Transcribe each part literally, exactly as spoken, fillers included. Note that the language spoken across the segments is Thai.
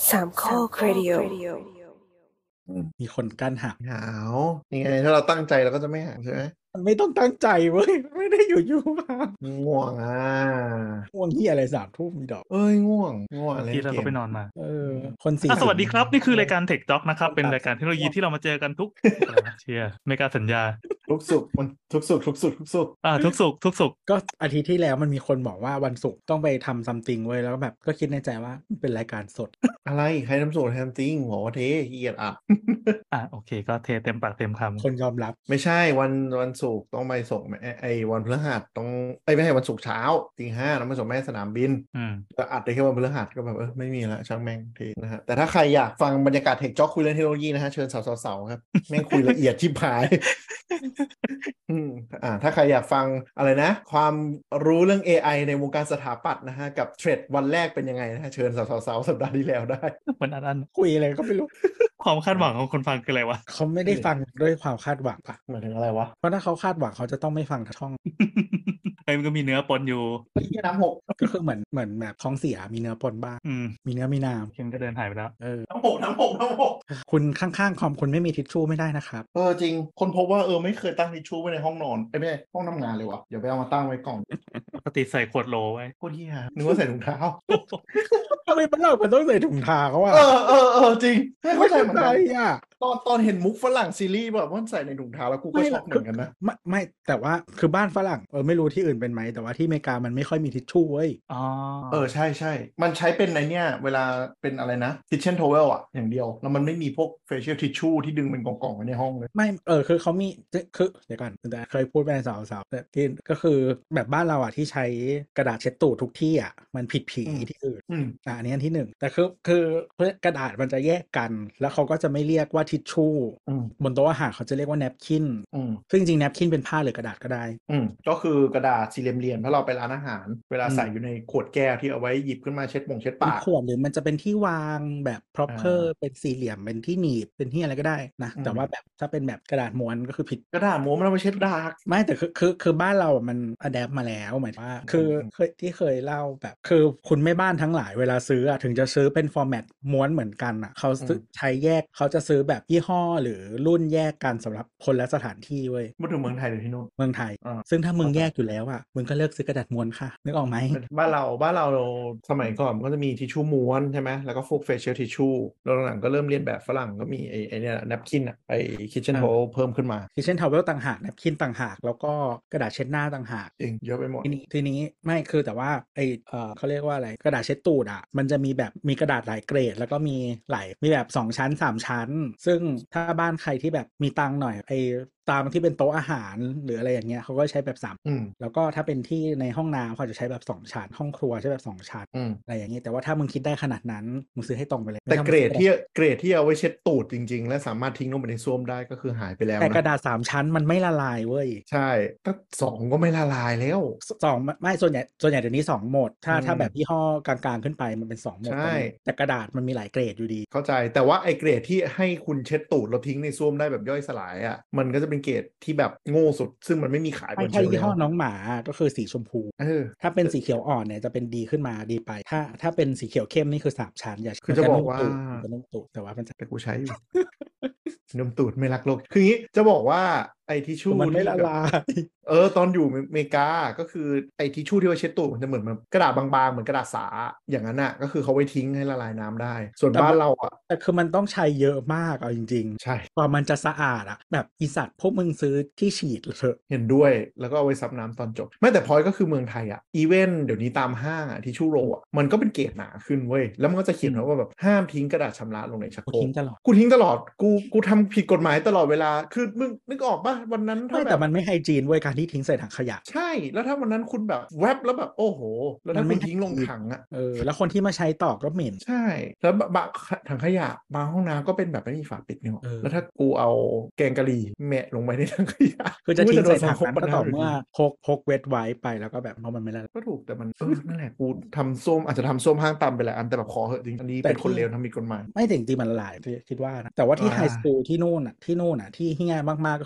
สามข้อครดิโอมีคนกั้นหักหาวยังไงถ้าเราตั้งใจเราก็จะไม่หักใช่ไหมมันไม่ต้องตั้งใจเว้ยไม่ได้อยู่ๆมาง่วงอ่ะง่วงเฮียอะไรสามทุ่มมีดอกเอ้ยง่วงง่วงเล่นที่เราเกก็มไปนอนมาเออคนสี่อ่ะสสิบวัสดีครับ นี่คือรายการ Tech Talk นะครับ เป็นรายการเทคโนโลยีที่เรามาเจอกันทุก อะไรนะเชียร์เมกาสัญญาทุกสุกมันทุกสุกทุกสุกทุกสุกอ่าทุกสุกร์ทุกสุกร์ก็อาทิตย์ที่แล้วมันมีคนบอกว่าวันศุกร์ต้องไปทำซัมติงเว้ยแล้วก็แบบก็คิดในใจว่ามันเป็นรายการสดอะไรใครทำสูตรแฮมติงบอกว่าเทเอียดอัดอ่ะโอเคก็เทเต็มปากเต็มคำคนยอมรับไม่ใช่วันวันศุกร์ต้องไปส่งแม่ไอ้วันพฤหัสต้องไอ้ยไม่ใช่วันศุกร์เช้าตีห้าต้องไปส่งแม่สนามบินอืมก็อัดได้แค่วันพฤหัสก็แบบเออไม่มีละช่างแม่งเทนะฮะแต่ถ้าใครอยากฟังบรรยากาศเทคจ็อกคุยเรื่องเทคโนโลยีนะฮะเชิญสาวๆครับแม่งคุยละเอียดชิบหาย อืมอ่าถ้าใครอยากฟังอะไรนะ ความรู้เรื่อง เอ ไอ ในวงการสถาปัตย์นะฮะกับเทรดวันแรกเป็นยังไงนะฮะเชิญสาวๆสัปดาห์ที่แล้วได้มันอันอันคุยอะไรก็ไม่รู้ความคาดหวังของคนฟังคืออะไรวะเขาไม่ได้ฟังด้วยความคาดหวังปะหมายถึงอะไรวะเพราะถ้าเขาคาดหวังเขาจะต้องไม่ฟังทั้งช่องไอ้มันก็มีเนื้อปนอยู่เฮ้ยน้ำหกก็คือเหมือนเหมือนแบบท้องเสียมีเนื้อปนบ้างอืมมีเนื้อมีน้เคนก็เดินหายไปแล้วำเออน้ำหกน้ำหกน้ำหกคุณข้างๆคอมคุณไม่มีทิชชู่ไม่ได้นะครับเออจริงคนพบว่าเออไม่เคยตั้งทิชชู่ไว้ในห้องนอนไอ้ยไม่ใช่ห้องทำงานเลยวะเดี๋ยวไปเอามาตั้งไว้ก่อนปกติใส่ขวดโหลไว้โคตรเหี้ยนึกว่าใส่ถุงเท้าทำไมมันเรามันต้องใส่ถุงเท้าอ่ะเออเออเออจริงไม่เข้าใจเหมือนใจกันอ่ะตอนตอนเห็นมุกฝรั่งซีรีส์แบบว่าใส่ในถุงเท้าแล้วกูก็ช็อกเหมือนกันนะไม่ไม่แต่ว่าคือบ้านฝรั่งเออไม่รู้ที่อื่นเป็นไหมแต่ว่าที่อเมริกามันไม่ค่อยมีทิชชู่เว้ยอ๋อเออใช่ใช่มันใช้เป็นในเนี้ยเวลาเป็นอะไรนะ kitchen towel อ่ะอย่างเดียวแล้วมันไม่มีพวก facial tissue ที่ดึงเป็นกล่องๆไว้ในห้องเลยไม่เออคือเขามีคือเดี๋ยวก่อนแต่เคยพูดไปในสาวสาวที่ก็คือแบบบ้านเราอ่ะที่ใช้กระดาษเช็ดตูดทุกที่อ่ะมันผิดผีอืมที่อื่นอืมอ่ะอันนี้อันที่หนึ่งแต่คือคือเพื่อกระดาษมันจะแยกกัน แล้วเขาก็จะไม่เรียกว่าทิชชู่อืมบนโต๊ะอาหารเขาจะเรียกว่าแนปคินอืมซึ่งจริงๆแนปคินเป็นผ้าหรือกระดาษก็ได้อืมก็คือกระดาษสี่เหลี่ยมๆถ้าเราไปร้านอาหาร เวลาอืมใส่อยู่ในขวดแก้วที่เอาไว้หยิบขึ้นมาเช็ดปงเช็ดเป็นปากขวดหรือมันจะเป็นที่วางแบบ proper อ่าเป็นสี่เหลี่ยมเป็นที่หนีบเป็นที่อะไรก็ได้นะอืมแต่ว่าแบบถ้าเป็นแบบกระดาษม้วนก็คือผิดกระดาษม้วนมันเอาไปเช็ดดากไม่แต่คือคือคือบ้านเราอ่ะมันอัดแอปมาแล้วหมายถึงว่า คืออืมเคยที่เคยเล่าแบบคือคุณแม่บ้านทั้งหลายเวลาซื้ออ่ะถึงจะซื้อเป็นฟอร์แมตม้วนเหมือนกันอ่ะเขาซื้อใช้แยกเขาจะซื้อแบบยี่ห้อหรือรุ่นแยกกันสำหรับคนและสถานที่เว้ยพูดถึงเมืองไทยหรือที่นู่นเมืองไทยอ่าซึ่งถ้ามึงแยกอยู่แล้วอ่ะมึงก็เลิกซื้อกระดาษม้วนค่ะนึกออกไหมบ้านเราบ้านเราสมัยก่อนมันก็จะมีทิชชู่ม้วนใช่ไหมแล้วก็พวก facial tissue แล้วหลังๆก็เริ่มเรียนแบบฝรั่งก็มีไอ้ไอ้เนี่ย napkin อ่ะไอ้ kitchen อ่า towel เพิ่มขึ้นมาคิเช่นทาวเวลต่างหากแนปคินต่างหากแล้วก็กระดาษเช็ดหน้าต่างหากจริงเยอะไปหมดทีนี้ทีนี้ไม่คือแต่ว่าไอเออเขาเรียกว่าอะไรกระดาษเช็ดตูดอ่ะมันจะมีแบบมีกระดาษหลายเกรด แล้วก็มีหลายมีแบบสองชั้นสามชั้น ซึ่งถ้าบ้านใครที่แบบมีตังค์หน่อยไอตามที่เป็นโต๊ะอาหารหรืออะไรอย่างเงี้ยเขาก็ใช้แบบสามอืมแล้วก็ถ้าเป็นที่ในห้องน้ำเขาจะใช้แบบสองชั้นห้องครัวใช้แบบสองชั้นอืมอะไรอย่างเงี้ยแต่ว่าถ้ามึงคิดได้ขนาดนั้นมึงซื้อให้ตรงไปเลยแต่ไม่ต้องเกรดซื้อที่เกรดที่เอาไว้เช็ดตูดจริง ๆ และสามารถทิ้งลงไปในส้วมได้ก็คือหายไปแล้วแต่กระนะดาษสามชั้นมันไม่ละลายเว้ยใช่ก็สองก็ไม่ละลายแล้วสองไม่ไม่ส่วนใหญ่ส่วนใหญ่เดี๋ยวนี้สองโหมด ถ้าอืมถ้าแบบยี่ห้อกลางๆขึ้นไปมันเป็นสองโหมดใช่แต่แต่กระดาษมันมีหลายเกรดอยู่ดีเข้าใจแต่ว่าไอ้เกรดที่ให้คุณเช็ดตูดแล้วทิ้งในส้วมได้แบบย่อยสลายอ่ะมันก็จะเป็นเกรดที่แบบโง่สุด ซึ่งมันไม่มีขายบไม่นเชถ้าลฟ์ยี่แล้ห้อวน้องหมาก็คือสีชมพูเออถ้าเป็นสีเขียวอ่อนเนี่ยจะเป็นดีขึ้นมาดีไป ถ้าถ้าเป็นสีเขียวเข้มนี่คือสามชั้นอย่าคือจะบอกว่ามันจะนุ่มตูดแต่ว่ามันจะแต่กูใช้อยู่ นมตูดไม่รักโลกคืองี้จะบอกว่าไอ้ทิชชู่มันไม่ที่ละแบบลายเออตอนอยู่อเมริกาก็คือไอ้ทิชชู่ที่ไว้เช็ดตูดมันจะเหมือนแบบกระดาษบางๆเหมือนกระดาษสาอย่างนั้นน่ะก็คือเขาไว้ทิ้งให้ละลายน้ำได้ ส่วนแต่บ้านมันเราอ่ะแต่คือมันต้องใช้เยอะมากเอาจริงใช่ๆกว่ามันจะสะอาดอะแบบอีสัตว์พวกมึงซื้อที่ฉีดเถอะเห็นด้วยแล้วก็เอาไว้ซับน้ำตอนจบไม่แต่พอยก็คือเมืองไทยอ่ะอีเวนต์เดี๋ยวนี้ตามห้างอ่ะทิชชู่โรลอ่ะมันก็เป็นเกรดหนาขึ้นเว้ยแล้วมันก็จะเขียนไว้ว่าแบบห้ามทิ้งกระดาษชำระลงในชักกูโครทิ้กงตลอดกูทิ้งตลอดกูกูทำผิดกฎหมายตลอดเวลาคือมึงนึกออกป่ะวันนั้นถ้าไม่แบแต่บมันไม่ไฮจีนเว้ยการที่ทิ้งใส่ถังขยะใช่แล้วถ้าวันนั้นคุณแบบแวบแล้วแบบโอ้โห แล้วถ้ามันไม่คุณทิ้งลงให้ถังอ่ะเออแล้วคนที่มาใช้ต่อก็เหม็นใช่ แล้วบางถังขยะบางห้องน้ำก็เป็นแบบไม่มีฝาปิดนี่หว่าเออแล้วถ้ากูเอาแกงกะหรี่แมะลงไปในถังขยะคือจะกูทิ้งโดใส่นสัถังงคมนั้นประก็ณาต่อมอยู่เมื่อดีพกพกเวทไว้ไปแล้วก็แบบเพราะมันไม่ละลายก็ถูกแต่มันเออนั่นแหละกูทำส้มอาจจะทำส้มห้างตำไปแหละอันแต่แบบขอเหอะจริงอันนี้แต่เป็นคนที่เลวทำผิดกฎหมายไม่ถึงจริงๆมันละลายคิดว่านะแต่ว่าที่ว่าไฮสคูลที่นู่นอ่ะที่นู่นอ่ะที่เฮี้ยมากๆก็คือทิ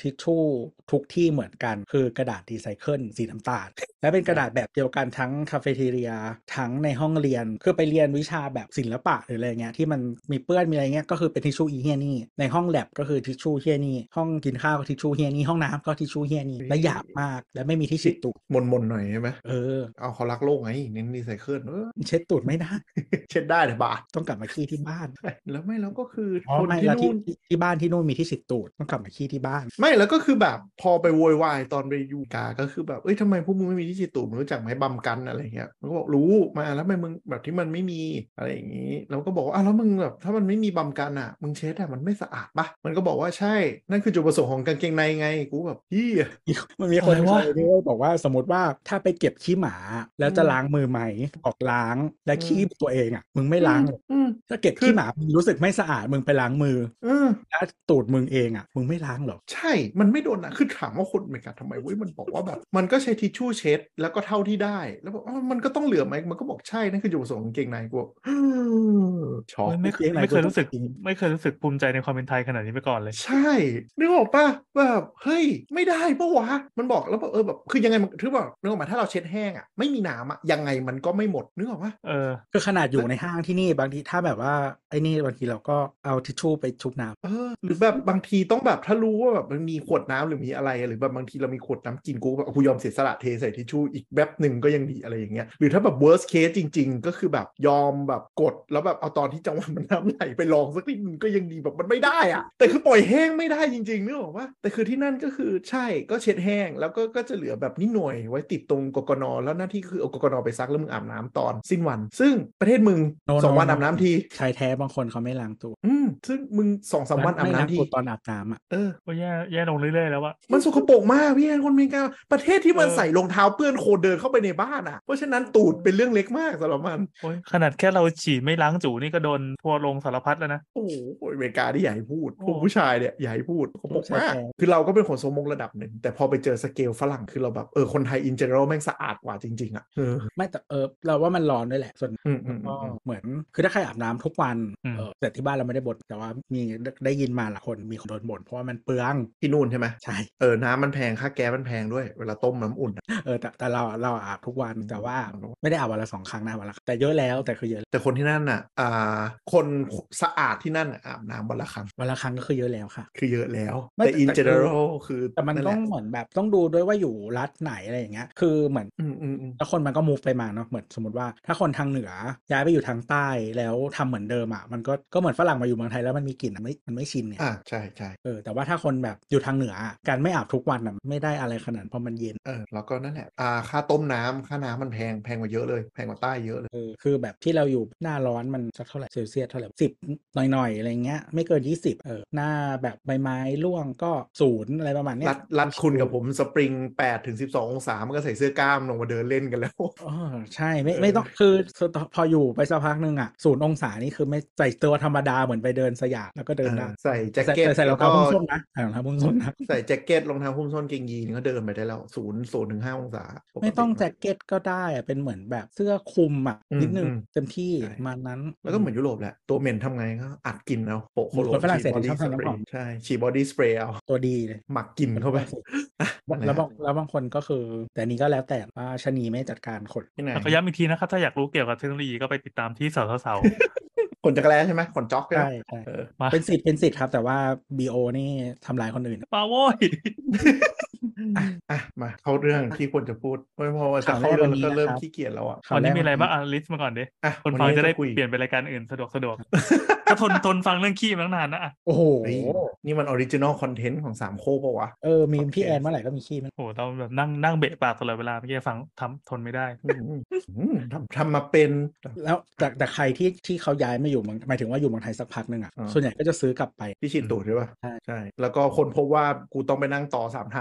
ทิชชู่ทุกที่เหมือนกันคือกระดาษรีไซเคิลสีน้ำตาลและเป็นกระดาษแบบเดียวกันทั้งคาเฟ่เทเรียทั้งในห้องเรียนคือไปเรียนวิชาแบบศิลปะหรืออะไรเงี้ยที่มันมีเปื้อนมีอะไรเงี้ยก็คือเป็นทิชชู่อีเฮียนี่ในห้องแลบก็คือทิชชู่เฮียนี่ห้องกินข้าวก็ทิชชู่เฮียนี่ห้องน้ำก็ทิชชู่เฮียนี่และหยาบมากและไม่มีที่เช็ดตูดมนมนหน่อยใช่ไหมเออเอาเขารักโลกไงเน้นรีไซเคิลเออเช็ดตูดไม่ได้เช็ดได้แต่บาทต้องกลับมาขี้ที่บ้านแล้วไม่แล้วก็คืออ๋อคนไม่ที่แล้วที่นู่นที่บ้านที่นู่นมีที่เช็ดตูดต้องกลับมาขี้ที่บ้านไม่แล้วก็คือแบบพอไปโวยวายตอนไปอยู่กาก็คือแบบเอ้ยทำไมพวกมึงไม่มีที่เช็ดตูดมึงรู้จักไหมบัมกันอะไรเงี้ยมันก็บอกรู้มาแล้วทำไมมึงแบบที่มันไม่มีอะไรอย่างนี้เราก็บอกว่าอ้าวแล้วมึงแบบถ้ามันไม่มีบัมกันอ่ะมึงเช็ดอ่ะมันไม่สะอาดปะมันก็บอกว่าใช่นั่นคือจุดประสงค์ของกางเกงในไงกูแบบเฮียมันมีคนเคยด้วยบอกว่าสมมติว่าถ้าไปเก็บขี้หมาแล้วจะล้างมือไหมออกล้างและขี้ตัวเองอ่ะมึงไม่ล้างถ้าเก็บขี้หมามึงรู้สึกไม่สะอาดมึงไปล้างมือแล้วตูดมึงเองอ่ะมึงไม่ล้างหรอใช่มันไม่โดนอ่ะคือถามว่าคนอเมริกันทำไมเว้ยมันบอกว่าแบบมันก็ใช้ทิชชู่เช็ดแล้วก็เท่าที่ได้แล้วบอกอ๋อมันก็ต้องเหลือไหมมันก็บอกใช่นั่นคือจุดประสงค์ของกางเกงในกูช็อกไม่ไม่เคยรู้สึกไม่เคยรู้สึกภูมิใจในความเป็นไทยขนาดนี้มาก่อนเลยใช่นึกออกป่ะแบบเฮ้ยไม่ได้ปะวะมันบอกแล้วแบบเออแบบคือยังไงมันถือว่านึกออกมาถ้าเราเช็ดแห้งอ่ะไม่มีน้ำอ่ะยังไงมันก็ไม่หมดนึกออกป่ะเออคือขนาดอยู่ในห้างที่นี่บางทีถ้าแบบว่าไอ้นี่บางทีเราก็เอาทิชชู่ไปชุบน้ำเออหรือแบบบางทีต้องแบบถ้ารู้ว่าแบบมันมีขวดน้ำหรือมีอะไรหรือแบบบางทีเรามีขวดน้ำกินกูแบบกูยอมเสียสละเทใส่ทิชชู่อีกแบบหนึ่งก็ยังดีอะไรอย่างเงี้ยหรือถ้าแบบ worst case จริงๆก็คือแบบยอมแบบกดแล้วแบบเอาตอนที่จังหวะมันน้ำไหลไปลองสักนิดนึงก็ยังดีแบบมันไม่ได้อะแต่คือปล่อยแห้งไม่ได้จริงๆนึกออกปะแต่คือที่นั่นก็คือใช่ก็เช็ดแห้งแล้วก็ก็จะเหลือแบบนิดหน่อยไว้ติดตรงกกน.แล้วหน้าที่คือเอากกน.ไปซักแล้วมึงอาบน้ำตอนสิ้นวันซึ่งประเทศมึง no, สอง no, วัน no. อาบน้ำทีชายแท้บางคนเขาไม่ล้างตัวอืมซึ่งมึงสองสามวันอาบน้ำทีตอนอาบน้ำอ่ะเออก็แย่แย่ลงเรื่อยๆแล้วอะมันสกปรกมากพี่แอนคนอเมริกาประเทศที่มันใส่รองเท้าเปื้อนโคลนเดินเข้าไปในบ้านอ่ะเพราะฉะนั้นตูดเป็นเรื่องเล็กมากสำหรับมันโอ้ยขนาดแค่เราฉี่ไม่ล้างจูนี่ก็โดนทัวลงสารพัดแล้วนะโอ้โหอเมริกาที่ใหญ่พูดพวกผู้ชายเนี่ยใหญ่พูดสกปรกมากคือเราก็เป็นคนสมองระดับหนึ่งแต่พอไปเจอสเกลฝรั่งคือเราแบบเออคนไทยอินเจเนอรัลแม่งสะอาดกว่าจริงๆอ่ะเออไม่แต่เออเราว่ามันร้อนด้วยแหละส่วนก็เหมือนคือถ้าใครอาบน้ำทุกวันเออแต่ที่บ้านเราไม่ได้บ่นแต่ว่ามีได้ยินมาหลายคนมีคนโดนบ่นเพราะว่ามันเปลืองที่นู่นใช่ไหมใช่เออน้ำมันแพงค่าแก๊สมันแพงด้วยเวลาต้มน้ำอุ่นเออแต่แต่เราเราอาบทุกวันแต่ว่าไม่ได้อาบวันละสองครั้งนะวันละแต่เยอะแล้วแต่คือเยอะแต่คนที่นั่นอ่ะอ่าคนสะอาดที่นั่นอาบน้ำวันละครั้งวันละครั้งก็คือเยอะแล้วค่ะคือเยอะแล้วแต่ in general คือแต่มันต้องเหมือนแบบต้องดูด้วยว่าอยู่รัฐไหนอะไรอย่างเงี้ยคือเหมือนแล้วคนมันก็ move ไปมาเนาะเหมือนสมมติว่าถ้าคนทางเหนือย้ายไปอยู่ทางใต้แล้วทำเหมือนเดิมอ่ะมันก็ก็เหมือนฝรั่งมาอยู่เมืองไทยแล้วมันมีกลิ่นไม่มันไม่ชินเนี่ยอ่าใช่ใช่เออแต่ว่าถ้าคนแบบอยู่ทางเหนือการไม่อาบทุกวันอ่ะไม่ได้อะไรขนาดเพราะมันเย็นเออแล้วก็นั่นแหละอ่าค่าต้มน้ำค่าน้ำมันแพงแพงกว่าเยอะเลยแพงกว่าใต้เยอะเลยเออคือแบบที่เราอยู่หน้าร้อนมันสักเท่าไหร่เซลเซียสเท่าไหร่สิบหน่อยๆอะไรเงี้ยไม่เกินยี่สิบเออหน้าแบบใบไม้ร่วงก็ศูนย์อะไรประมาณเนี้ยรัดรัดคุณกับผมสปริงแปดถึงสิบสององศามันก็ใส่เสื้อกล้ามลงมาเดินเล่นกันแล้วอ๋อใช่ไม่ไม่ต้องคือพออยู่ไปสักพักนึงอ่ะศูนย์องศานี่คือไม่ใส่ตัวธรรมดาเหมือนไปเดินสยามแล้วก็เดินได้ใส่แจ็คเก็ตใส่รองเท้าหุ้มส้นนะใส่รองเท้าหุ้มส้นนะใส่แจ็คเก็ตรองเท้าหุ้มส้นเกงยีนก็เดินไปได้แล้วศูนย์ศูนย์ถึงห้าองศาไม่ต้องแจ็คเก็ตก็ได้อะเป็นเหมือนแบบเสื้อคลุมอ่ะนิดนึงเต็มที่มานั้นแล้วก็เหมือนยุโรปแหละตัวเหม็นทำไงก็อัดกินเอาโปะโคโลคนฝรั่งเศสชอบทำน้ำหอมใช่ฉีดบอดี้สเปรย์เอาตัวดีเลยหมักกินเข้าไปแล้วบางแล้วบางคนก็คือแต่นี้ก็แล้วแต่ว่าชนีไม่จัดการคนก็ย้ำอีกทีนะครับถ้าอยากรู้เกี่ยวกับเทคโนโลยีก็ไปติดตามที่สาวสาวขนจักรแร้ใช่ไหมขนจ็อกใช่ใช่เป็นสิทธิ์เป็นสิทธิ์ครับแต่ว่า บี โอ นี่ทำลายคนอื่นปาโว้ยอ่ะมาเข้าเรื่องที่ควรจะพูดไม่พอจะเข้าเรื่องแล้วก็เริ่มขี้เกียจแล้วอ่ะวันนี้มีอะไรบ้างอ่ะลิสต์มาก่อนดิคนฟังจะได้เปลี่ยนไปรายการอื่นสะดวกสะดวกก็ทนทนฟังเรื่องขี้มาตั้งนานนะโอ้โหนี่มันออริจินอลคอนเทนต์ของสามโคกปะวะเออมีพี่แอนเมื่อไหร่ก็มีขี้มันโอ้เราแบบนั่งนั่งเบะปากตลอดเวลาเมื่อกี้ฟังทำทนไม่ได้ทำทำมาเป็นแล้วแต่แต่ใครที่ที่เขาย้ายมาอยู่เมืองหมายถึงว่าอยู่เมืองไทยสักพักนึงอ่ะส่วนใหญ่ก็จะซื้อกลับไปที่ฉีดตูดใช่ป่ะใช่แล้วก็คนพบว่ากูต้องไปนั่งต่อสามทางในห้องน้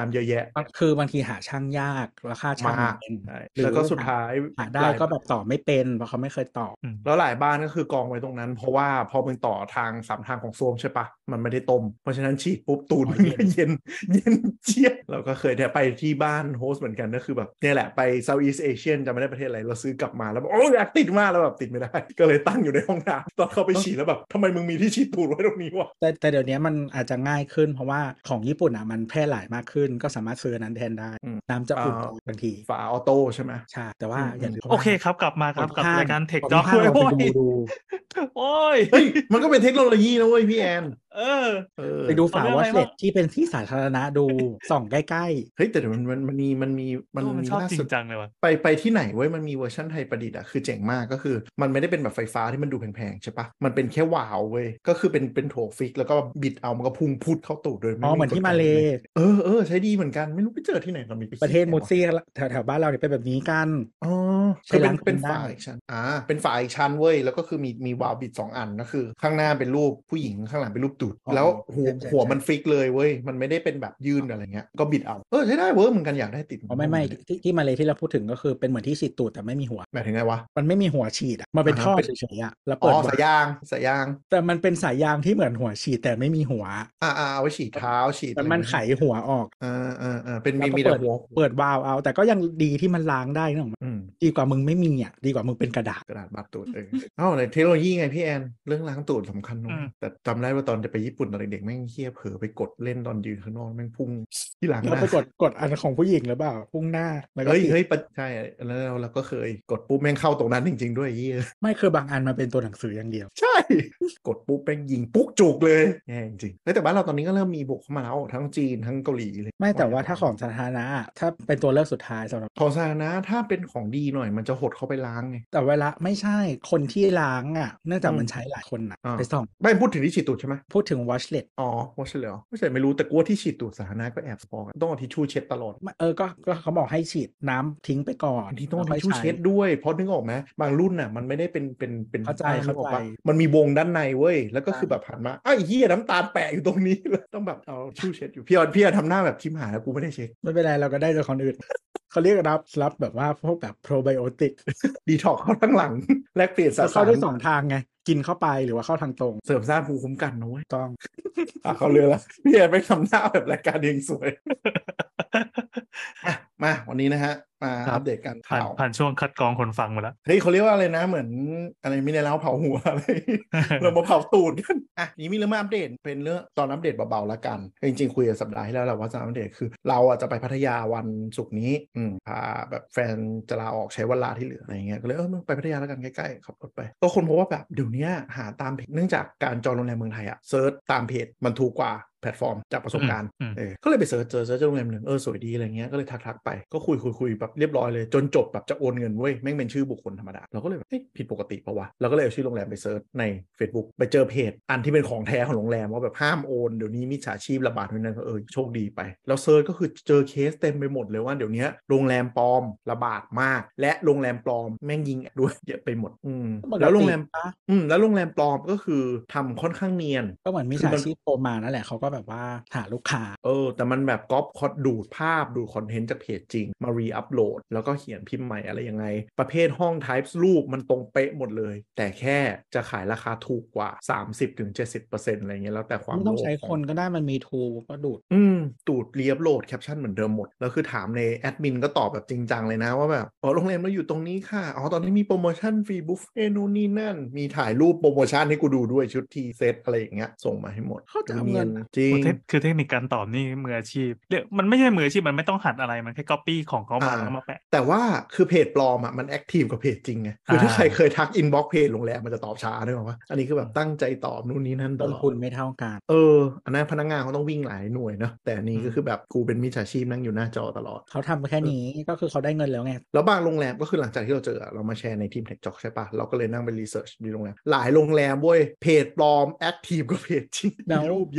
ำเยอะแยะคือบางทีหาช่างยากแล้วค่าช่างมากเป็นใช่หรือแล้วก็สุดท้ายหาได้หลายก็แบบต่อไม่เป็นเพราะเขาไม่เคยต่ออืมแล้วหลายบ้านก็คือกองไว้ตรงนั้น เพราะว่าพอมึงต่อทางสามทางของโฟมใช่ปะมันไม่ได้ต้มเพราะฉะนั้นฉีดปุ๊บตูดอ๋อมันเย็ก็นเย็นเย็นเจี๊ยบเราก็เคยเนี่ยไปที่บ้านโฮสต์เหมือนกันก็คือแบบเนี่ยแหละไป Southeast Asian จะไม่ได้ประเทศอะไรเราซื้อกลับมาแล้วแบบโอ้ยอยากติดมากแล้วแบบติดไม่ได้ ก็เลยตั้งอยู่ในห้องน้ำตอนเข้าไปฉีดแล้วแบบทำไมมึงมีที่ฉีดตูดไว้ตรงนี้วะแต่แต่เดี๋ยวนี้มันอาจจะง่ายขึ้นเพราะว่าของญี่ปุ่นอ่ะมันแพร่หลายมากขึ้นก็สามารถซื้ออันนั้นแทนได้อืมน้ำจะอุ่นอ่าบางทีฝาออโต้ใช่ไหมใช่แต่ว่าอืมอย่าลืมโอเคครับกลับมาครับกับรายการเทคก่อนจ็อกที่ห้างเราโอ้ไปยดูดูโอ้ยเฮ้ยมันก็เป็นเทคโนโลยีนะเว้ยพี่แอนเออเออไปดูเอาฝาเรื่องวออะไรชเลบ้าตงที่เป็นที่สาธารณะดู ส่องใกล้เฮ้ยแต่เดี๋ยวมันมันมันมีมันมีมันโอ้มันมีชอบล่าจริสุดงจังเลยว่ะไปไปที่ไหนเว้ยมันมีเวอร์ชันไทยประดิษฐ์อ่ะคือเจ๋งมากก็คือมันไม่ได้เป็นแบบไฟฟ้าที่มันดูแพงๆใช่ปะมันเป็นแค่วาล์วเว้ยก็คือเป็นเป็นโถฟิกแล้วก็บิดเอามันก็พุ่งพุดเข้าตูดโดยๆไม่อ๋อเหมือนกลที่ไกมาเลลยเออเออใช้ดีเหมือนกันไม่รู้ไปเจอที่ไหนตอนมีไปประเทศคิดไงมูวะซี่แถวแถวบ้านเราเนี่ยเป็นแบบนี้กันอ๋อใช้คือเป็ล้าน งเป็นได้ฝาอีกชั้นอ่าเป็นฝาอีกชั้นเว้ยแล้วก็คือมีมีวาล์วบิดสองอันก็คือข้างหน้าเป็นรูปผู้หญิงข้างหลังเป็นรูปตูดอ๋อแล้วหัวใช่ใช่หัวใช่มันฟิกเลยเว้ยมันไม่ได้เป็นแบบยื่นอะไรเงี้ยก็บิดเอาเออใช้ได้เว้ยเหมือนกันอยากได้ติดอ๋อไม่ไม่ที่ที่มาเลที่เราพูดถึงก็คือเป็นเหมือนที่ฉีดตูดแต่ไม่มีหัวหมายถึงไงวะมันไม่มีหัวฉีดอ่ะมันเป็นอ่าฮะท่อเป็นเฉยๆอ่ะแล้วอ๋อเปิดวาสายล์วยางสายยางแต่มันเป็นสายยางที่เหมือนหัวฉีดแต่ไม่มีหัวอ่าอ่าเอาไว้ฉีดเท้าฉีดแต่อะไรมันเงี้ยไขหัวออกอ่าอ่าอ่าเป็นแล้มีวก็มีแต่เปิดหัวเปิดวาล์วเอา แต่ก็ยังดีที่มันล้างได้เนอะอืมดีกว่ามึงไม่มีอ่ะดีกว่ามึงเป็นกระดาษกระดาษบาดตูดเออเอ้าในเทคโนโลยีไงพี่แอนเรื่องล้างตูดสำคัญนะอืเว้ยมแต่จำได้ว่าตอนจะไปญี่ปุ่นตอนเด็กๆแม่งเหี้ยเผลอไปกดเล่นตอนยืนข้างนอกแม่งพุ่งที่หลังหแล้วน้าไปกดกดอันของผู้หญิงหรือเปล่าพุ่งหน้าแล้วก็เฮ้ยติดเฮ้ยปะใช่แล้วเราเราก็เคยกดปุ๊บแม่งเข้าตรงนั้นจริงๆด้วยเหี้ยไม่คือบางอันมันเป็นตัวหนังสืออย่างเดียวใช่ กดปุ๊บแม่งยิงปุ๊กจุกเลยแย่จริงๆเฮ้ยแต่บ้านเราตอนนี้ก็เริ่มมีบุกเข้ามาแล้วทั้งจีนทั้งเกาหลีเลยไม่แต่ว่าถ้าของสาธารณะอะถ้าเป็นตัวเลือกสุดท้ายสำหรับของสาธารณะถ้าเป็นของดีหน่อยมันจะหดเข้าไปล้างไงแต่เวลาไม่ใช่คนที่ล้างอ่ะ เนื่องจากอืมมันใช้หลายคนอ่ะอ่าไปส่องไม่พูดถึงที่ฉีดตูดใช่ไหมพูดถึง watchlet อ๋อว่าใช่เลยเหรอไม่ใช่ไม่รู้แต่กลัวที่ฉีดตูดสาธารณะก็แอบสปอยต้องเอาทิชชู่เช็ดตลอดเออก็ก็เขาบอกให้ฉีดน้ำทิ้งไปก่อนบางทีต้องเอาแล้วทิค่ชอยชู่ใช้เช็ดด้วยเพราะนึกออกไหมบางรุ่นน่ะมันไม่ได้เป็นเป็นเป็นเข้าใจผ้นึกออกปะเข้าใจมันมีวงด้านในเว้ยแล้วก็คือใช่แบบหันมาอ้าวไอ้เหี้ยน้ำตาลแปะอยู่ตรงนี้ เลยต้องแบบเอาทิชชู่เช็ดอยู่พี่ออนพี่ออนทำหน้าแบบชิมหายแล้วกูไม่ได้เช็คไม่เป็นไรเราก็ได้จากคนอื่น เขาเรียกรับรับแบบว่าพวกแบบโปรไบโอติกดีท็อกเข้าทั้งหลัง แลกเปลี่ยนสาเข้าสารได้สองทางไง กินเข้าไปหรือว่าเข้าทางตรงเสริมสร้างภูมิคุ้มกันนะเว้ยต้องอ่ะเขาเรือละพี่แอนไปทำหน้าแบบรายการเองสวย อ่ะมาวันนี้นะฮะมาครัอับปเดตกันผ่านข่าวผ่านช่วงคัดกรองคนฟังมาแล้วเฮ้ยเขาเรียกว่าอะไรนะเหมือนอะไรมิเนแล้วเผาหัวอะไร เรามาเผาตูดกันอ่ะนี้มีเรื่องมาอัปเดตเป็นเรื่องตอนอัปเดตเบาๆละกันจริงๆคุยกับสัปดาห์ที่แล้วแหละว่าจะอัปเดตคือ เราอ่ะจะไปพัทยาวันศุกร์นี้อืมพาแบบแฟนจะลาออกใช้วันลาที่เหลืออะไรเงี้ยก็เลยเออมึงไปพัทยาแล้วกันใกล้ๆขับรถไปก็คนพบว่าแบบเดี๋ยวนี้หาตามเพจเนื่องจากการจองโรงแรมเมืองไทยอ่ะเซิร์ชตามเพจมันถูกกว่าแพลตฟอร์มจากประสบการณ์อืมอืมเออก็เลยไปเสิร์ชเจอเจอโรงแรมหนึ่งเออสวยดีอะไรเงี้ยก็เลยทักๆไปก็คุยคุยคุยแบบเรียบร้อยเลยจนจบแบบจะโอนเงินเว้ยแม่งเป็นชื่อบุคคลธรรมดาเราก็เลยแบบเฮ้ยผิดปกติปะวะเราก็เลยเอาชื่อโรงแรมไปเสิร์ชใน Facebook ไปเจอเพจอันที่เป็นของแท้ของโรงแรมว่าแบบห้ามโอนเดี๋ยวนี้มิจฉาชีพระบาดด้วยนั่นก็เออโชคดีไปแล้วเสิร์ชก็คือเจอเคสเต็มไปหมดเลยว่าเดี๋ยวนี้โรงแรมปลอมระบาดมากและโรงแรมปลอมแม่งยิงด้วยเยอะไปหมดอืมแล้วโรงแรมปะอืมแล้วโรงแรมปลอมก็คือทำค่อนข้างเนียนก็เหมือนมิจคือฉามันชีพโทรมานั่นแหละเขาก็แบบว่าหาลูกค้าเออแต่มันแบบก๊อปคอดดูดภาพดูดคอนเทนต์จากเพจจริงมารีอัพโหลดแล้วก็เขียนพิมพ์ใหม่อะไรยังไง ประเภทห้อง types รูปมันตรงเป๊ะหมดเลย แต่แค่จะขายราคาถูกกว่า สามสิบถึงเจ็ดสิบเปอร์เซ็นต์ อะไรเงี้ยแล้วแต่ความไม่ต้องโลภใช้ขคนก็ได้มันมีทูก็ดูดอืมตูดรีอัพโหลดแคปชั่นเหมือนเดิมหมด แล้วคือถามในแอดมินก็ตอบแบบจริงจังเลยนะว่าแบบอ๋อโรงแรมเราอยู่ตรงนี้ค่ะอ๋อตอนนี้มีโปรโมชั่นฟรีบุฟเฟ่ต์นู่นนี่นั่นมีถ่ายรูปโปรโมชั่นให้กูดูด้วยชุดทีเซตอะไรอย่างเงี้ยส่งมาให้หมดเขาจะเอาเงินจริงโอ้เทคคือเทคนิคการตอบนี่มืออาชีพเรียกมันไม่ใช่มืออาชีพมันไม่ต้องหัดอะไรมันแค่ copy ของเขามาอ่าแล้วมาแปะแต่ว่าคือเพจปลอมอ่ะมันแอคทีฟกว่าเพจจริงไงคือถ้าอ่าใครเคยทักอินบ็อกเพจโรงแรมมันจะตอบช้าด้วยว่าอันนี้คือแบบตั้งใจตอบนู่นนี่นั่นตต้นลอดทุนไม่เท่ากันเอออันนั้นพนักงานเขาต้องวิ่งหลายหน่วยเนาะแต่อันนี้ก็คือแบบกูเป็นมิจฉาชีพนั่งอยู่หน้าจอตลอดเขาทำแค่นี้ก็คือเขาได้เงินแล้วไงแล้วบางโรงแรมก็คือหลังจากที่เราเจอเรามาแชร์ในทีมเทคจ็อกใช่ปะเราก็เลยนั่งไปรีเสิร์ชมีโรงแรมหลายโรงแรมเว้ยเพจปลอมแอคทีฟกว่าเพจจริงแล้วมีรูปเยอะกว่า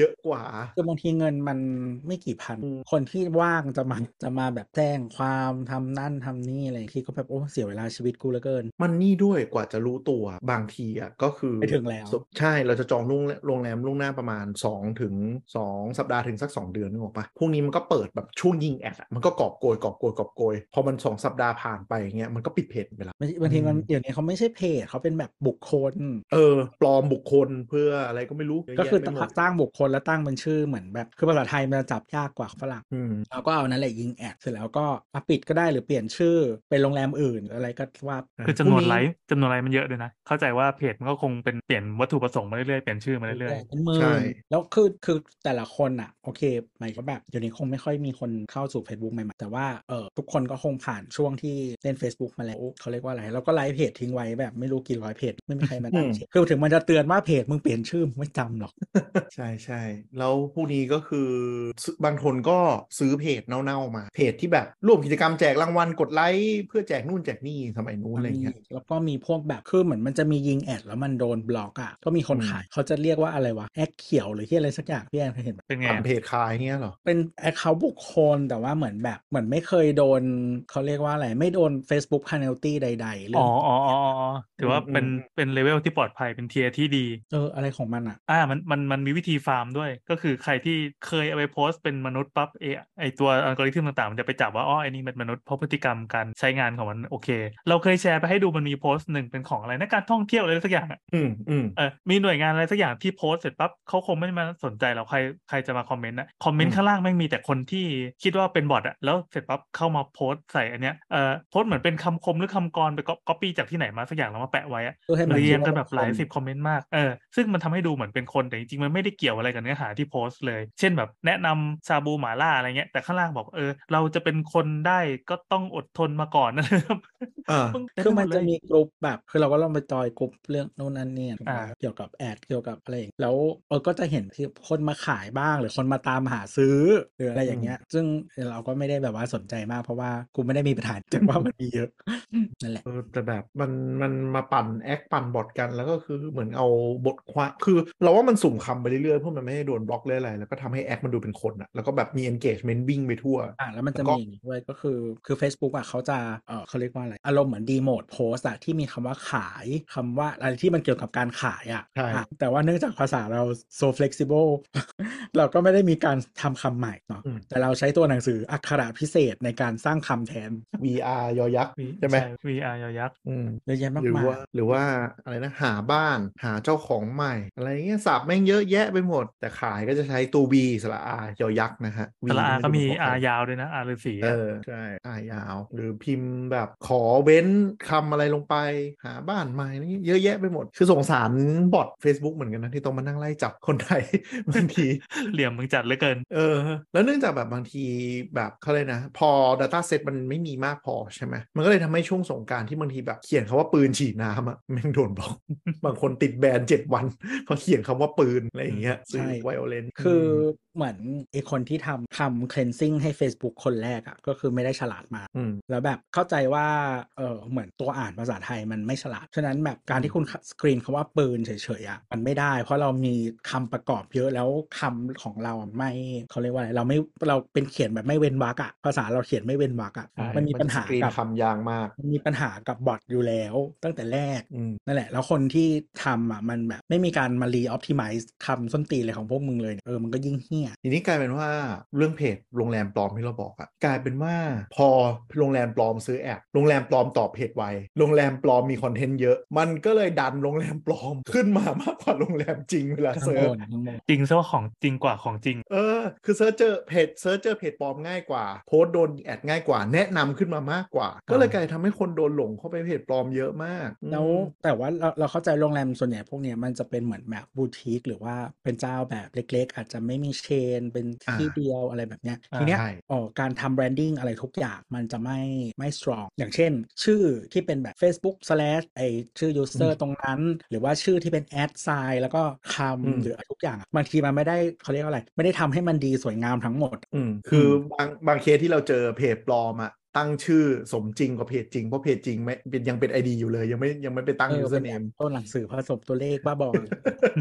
คือบางทีเงินมันไม่กี่พันคนที่ว่างจะมาจะมาแบบแจ้งความทำนั่นทำนี่อะไรที่ก็แบบโอ้เสียเวลาชีวิตกูเหลือเกินมันนี่ด้วยกว่าจะรู้ตัวบางทีอ่ะก็คือไปถึงแล้วใช่เราจะจองโรงแรมล่วงหน้าประมาณสองถึงสองสัปดาห์ถึงสักสองเดือนนึกออกปะพวกนี้มันก็เปิดแบบช่วงยิงแอดมันก็กอบโกยกอบโกยกอบโกยพอมันสองสัปดาห์ผ่านไปเงี้ยมันก็ปิดเพจไปแล้วบางทีมันเดี๋ยวนี้เขาไม่ใช่เพจเขาเป็นแบบบุคคลเออปลอมบุคคลเพื่ออะไรก็ไม่รู้ก็คือสร้างบุคคลแล้วตั้งเป็นชื่อเหมือนแบบคือภาษาไทยมันจับยากกว่าฝรั่งเราก็เอานั่นแหละยิงแอดเสร็จแล้วก็ปิดก็ได้หรือเปลี่ยนชื่อเป็นโรงแรมอื่นอะไรก็ว่าคือจำนวนไลค์จำนวนไลค์มันเยอะด้วยนะเข้าใจว่าเพจมันก็คงเป็นเปลี่ยนวัตถุประสงค์มาเรื่อยๆเปลี่ยนชื่อมาเรื่อยๆเป็นหมื่นแล้วคือคือแต่ละคนอ่ะโอเคหมายก็แบบเดี๋ยวนี้คงไม่ค่อยมีคนเข้าสู่ Facebook ใหม่ๆแต่ว่าเออทุกคนก็คงผ่านช่วงที่เล่น Facebook มาแล้วเขาเรียกว่าอะไรแล้วก็ไลฟ์เพจทิ้งไว้แบบไม่รู้กี่ร้อยเพจไม่มีใครมานั่งเช็คคือถึงมันจะเตือนว่าเพจมึงเปลี่ยนชื่อไม่จำหรอกใช่ใช่แล้วพวกนี้ก็คือบางคนก็ซื้อเพจเน่าๆมาเพจที่แบบร่วมกิจกรรมแจกรางวัลกดไลค์เพื่อแจกนู่นแจกนี่สมัยนู้นอะไรเงี้ยแล้วก็มีพวกแบบคือเหมือนมันจะมียิงแอดแล้วมันโดนบล็อกอ่ะก็มีคนขายเขาจะเรียกว่าอะไรวะแอคเขียวหรือที่อะไรสักอย่างพี่แอนเคยเห็นเป็นไงเพจขายเงี้ยหรอเป็นแอคเคาท์บุคคลแต่ว่าเหมือนแบบเหมือนไม่เคยโดนเขาเรียกว่าอะไรไม่โดน Facebook penalty ใดๆเรื่อ๋องอ๋ออ๋อถือว่าเป็นเป็นเลเวลที่ปลอดภัยเป็นเทียร์ที่ดีเอออะไรของมันอ่ะอ่ามันมันมันมีวิธีฟาร์มด้วยก็คือใครที่เคยเอาไปโพสต์เป็นมนุษย์ปั๊บเอไอตัวอัลกอริทึมต่างๆมันจะไปจับว่าอ๋อไอ้นี่เป็นมนุษย์เพราะพฤติกรรมการใช้งานของมันโอเคเราเคยแชร์ไปให้ดูมันมีโพสต์หนึ่งเป็นของอะไรนะการท่องเที่ยวอะไรสักอย่างอ่ะอืมอืมเออมีหน่วยงานอะไรสักอย่างที่โพสต์เสร็จปั๊บเขาคงไม่มาสนใจเราใครใครจะมาคอมเมนต์นะคอมเมนต์ข้างล่างไม่มีแต่คนที่คิดว่าเป็นบอทอ่ะแล้วเสร็จปั๊บเข้ามาโพสต์ใส่อันเนี้ยเอ่อโพสต์เหมือนเป็นคำคมหรือคำกรไปก๊อปปี้จากที่ไหนมาสักอย่างแล้วมาแปะไว้อะเรียงกันแบบหลายสิบคอมเมนต์มากเออซึ่งมันทำให้ดูเหมือนเป็นคนแต่จริงๆมันไม่ได้เกี่ยวอะไรกับเนื้อหาที่โพสต์เลยเช่นแบบแนะนำชาบูหม่าล่าอะไรเงี้ยแต่ข้างล่างบอกเออเราจะเป็นคนได้ก็ต้องอดทนมาก่อนนะครับคือมันจะมีกลุ่มแบบคือเราก็ลองไปจอยกลุ่มเรื่องโน่นนั่นนี่เกี่ยวกับแอดเกี่ยวกับอะไรแล้วเออก็จะเห็นที่คนมาขายบ้างหรือคนมาตามหาซื้อหรืออะไรอย่างเงี้ยซึ่งเราก็ไม่ได้แบบว่าสนใจมากเพราะว่ากูไม่ได้มีปัญหาจากว่ามันมีเยอะนั่นแหละแต่แบบมันมันมาปั่นแอคปั่นบอทกันแล้วก็คือเหมือนเอาบทความคือเราว่ามันสุ่มคำไปเรื่อยๆเพราะมันไม่ได้โดนบล็อกเลยอะไรแล้วก็ทำให้แอคมันดูเป็นคนอะแล้วก็แบบมี engagement วิ่งไปทั่วอ่าแล้วมันจะมีอย่างนี้ด้วยก็คือคือ Facebook อ่ะเขาจะเออเขาเรียกว่าอะไรอารมณ์เหมือนดีโมดโพสอะที่มีคำว่าขายคำว่าอะไรที่มันเกี่ยวกับการขายอ่ะแต่ว่าเนื่องจากภาษาเรา so flexible เราก็ไม่ได้มีการทำคำใหม่เนาะแต่เราใช้ตัวหนังสืออักขระพิเศษในการสร้างคำแทนวี อาร์ ยอยักษ์ใช่ไหมวี อาร์ ยอยักษ์เยอะแยะมากหรือว่าหรือว่าอะไรนะหาบ้านหาเจ้าของใหม่อะไรเงี้ยสับแม่งเยอะแยะไปหมดแต่ขายก็จะใช้ตัว V สระ R ยอยักษ์นะฮะสระ R ก็มี R ยาวด้วยนะ R ฤาษีเออใช่ R ยาวหรือพิมพ์แบบขอเว้นคำอะไรลงไปหาบ้านใหม่นี่เยอะแยะไปหมดคือสงสารบอท Facebook เหมือนกันนะที่ต้องมานั่งไล่จับคนไทยบางทีเหลี่ยมมึงจัดเหลือเกินเออแล้วเนื่องจากแบบบางทีแบบเขาเลยนะพอ Data Set มันไม่มีมากพอใช่ไหมมันก็เลยทำให้ช่วงสงกรานต์ที่บางทีแบบเขียนคำว่าปืนฉีดน้ำอะแม่งโดนบล็อก บางคนติดแบนเจ็ดวันเพราะเขียนคำว่าปืนอะไรอย่างเงี้ยสื่อ violent คือเหมือนไอคนที่ทำทำ cleansing ให้ Facebook คนแรกอะก็คือไม่ได้ฉลาดมาแล้วแบบเข้าใจว่าเออเหมือนตัวอ่านภาษาไทยมันไม่ฉลาดฉะนั้นแบบการที่คุณสกรีนคำว่าปืนเฉยๆอะมันไม่ได้เพราะเรามีคำประกอบเยอะแล้วคำของเราไม่เขาเรียกว่าอะไรเราไม่เราเป็นเขียนแบบไม่เว้นวรรคอะภาษาเราเขียนไม่เว้นวรรคอะมันมีปัญหากับคำยางมากมันมีปัญหากับบอทอยู่แล้วตั้งแต่แรกนั่นแหละแล้วคนที่ทำอะมันแบบไม่มีการมารีออพติไมซ์คำส้นตีนอะไรของพวกมึงเลยเออมันก็ยิ่งเหี้ยทีนี้กลายเป็นว่าเรื่องเพจโรงแรมปลอมที่เราบอกอะกลายเป็นว่าพอโรงแรมปลอมซื้อแอปโรงแรมปลอมตอบเพจไวโรงแรมปลอมมีคอนเทนต์เยอะมันก็เลยดันโรงแรมปลอมขึ้นมามากกว่าโรงแรมจริงเวลาเซิร์ชจริงซะว่าของจริงกว่าของจริงเออคือเซิร์ชเจอเพจเซิร์ชเจอเพจปลอมง่ายกว่าโพสต์โดนแอดง่ายกว่าแนะนำขึ้นมามากกว่าก็เลยกลายทำให้คนโดนหลงเข้าไปเพจปลอมเยอะมากแล้วแต่ว่าเราเราเข้าใจโรงแรมส่วนใหญ่พวกเนี้ยมันจะเป็นเหมือนแบบบูติกหรือว่าเป็นเจ้าแบบเล็กๆอาจจะไม่มีเชนเป็นที่เดียวอะไรแบบเนี้ยทีเนี้ยอ๋อการทำแบรนดิ้งอะไรทุกอย่างมันจะไม่ไม่ strong อย่างเช่นชื่อที่เป็นแบบ Facebook slash ไอชื่อ user ตรงนั้นหรือว่าชื่อที่เป็น ad sign แล้วก็คำหรือทุกอย่างบางทีมันไม่ได้เขาเรียกว่าอะไรไม่ได้ทำให้มันดีสวยงามทั้งหมดอืมคือบางบางเคสที่เราเจอเพจปลอมอะตั้งชื่อสมจริงกว่าเพจจริงเพราะเพจจริงไม่เป็นยังเป็น ไอ ดี อยู่เลยยังไม่ยังไม่ไปตั้ง username ต้นหนังสือผสมตัวเลขบ้าบอ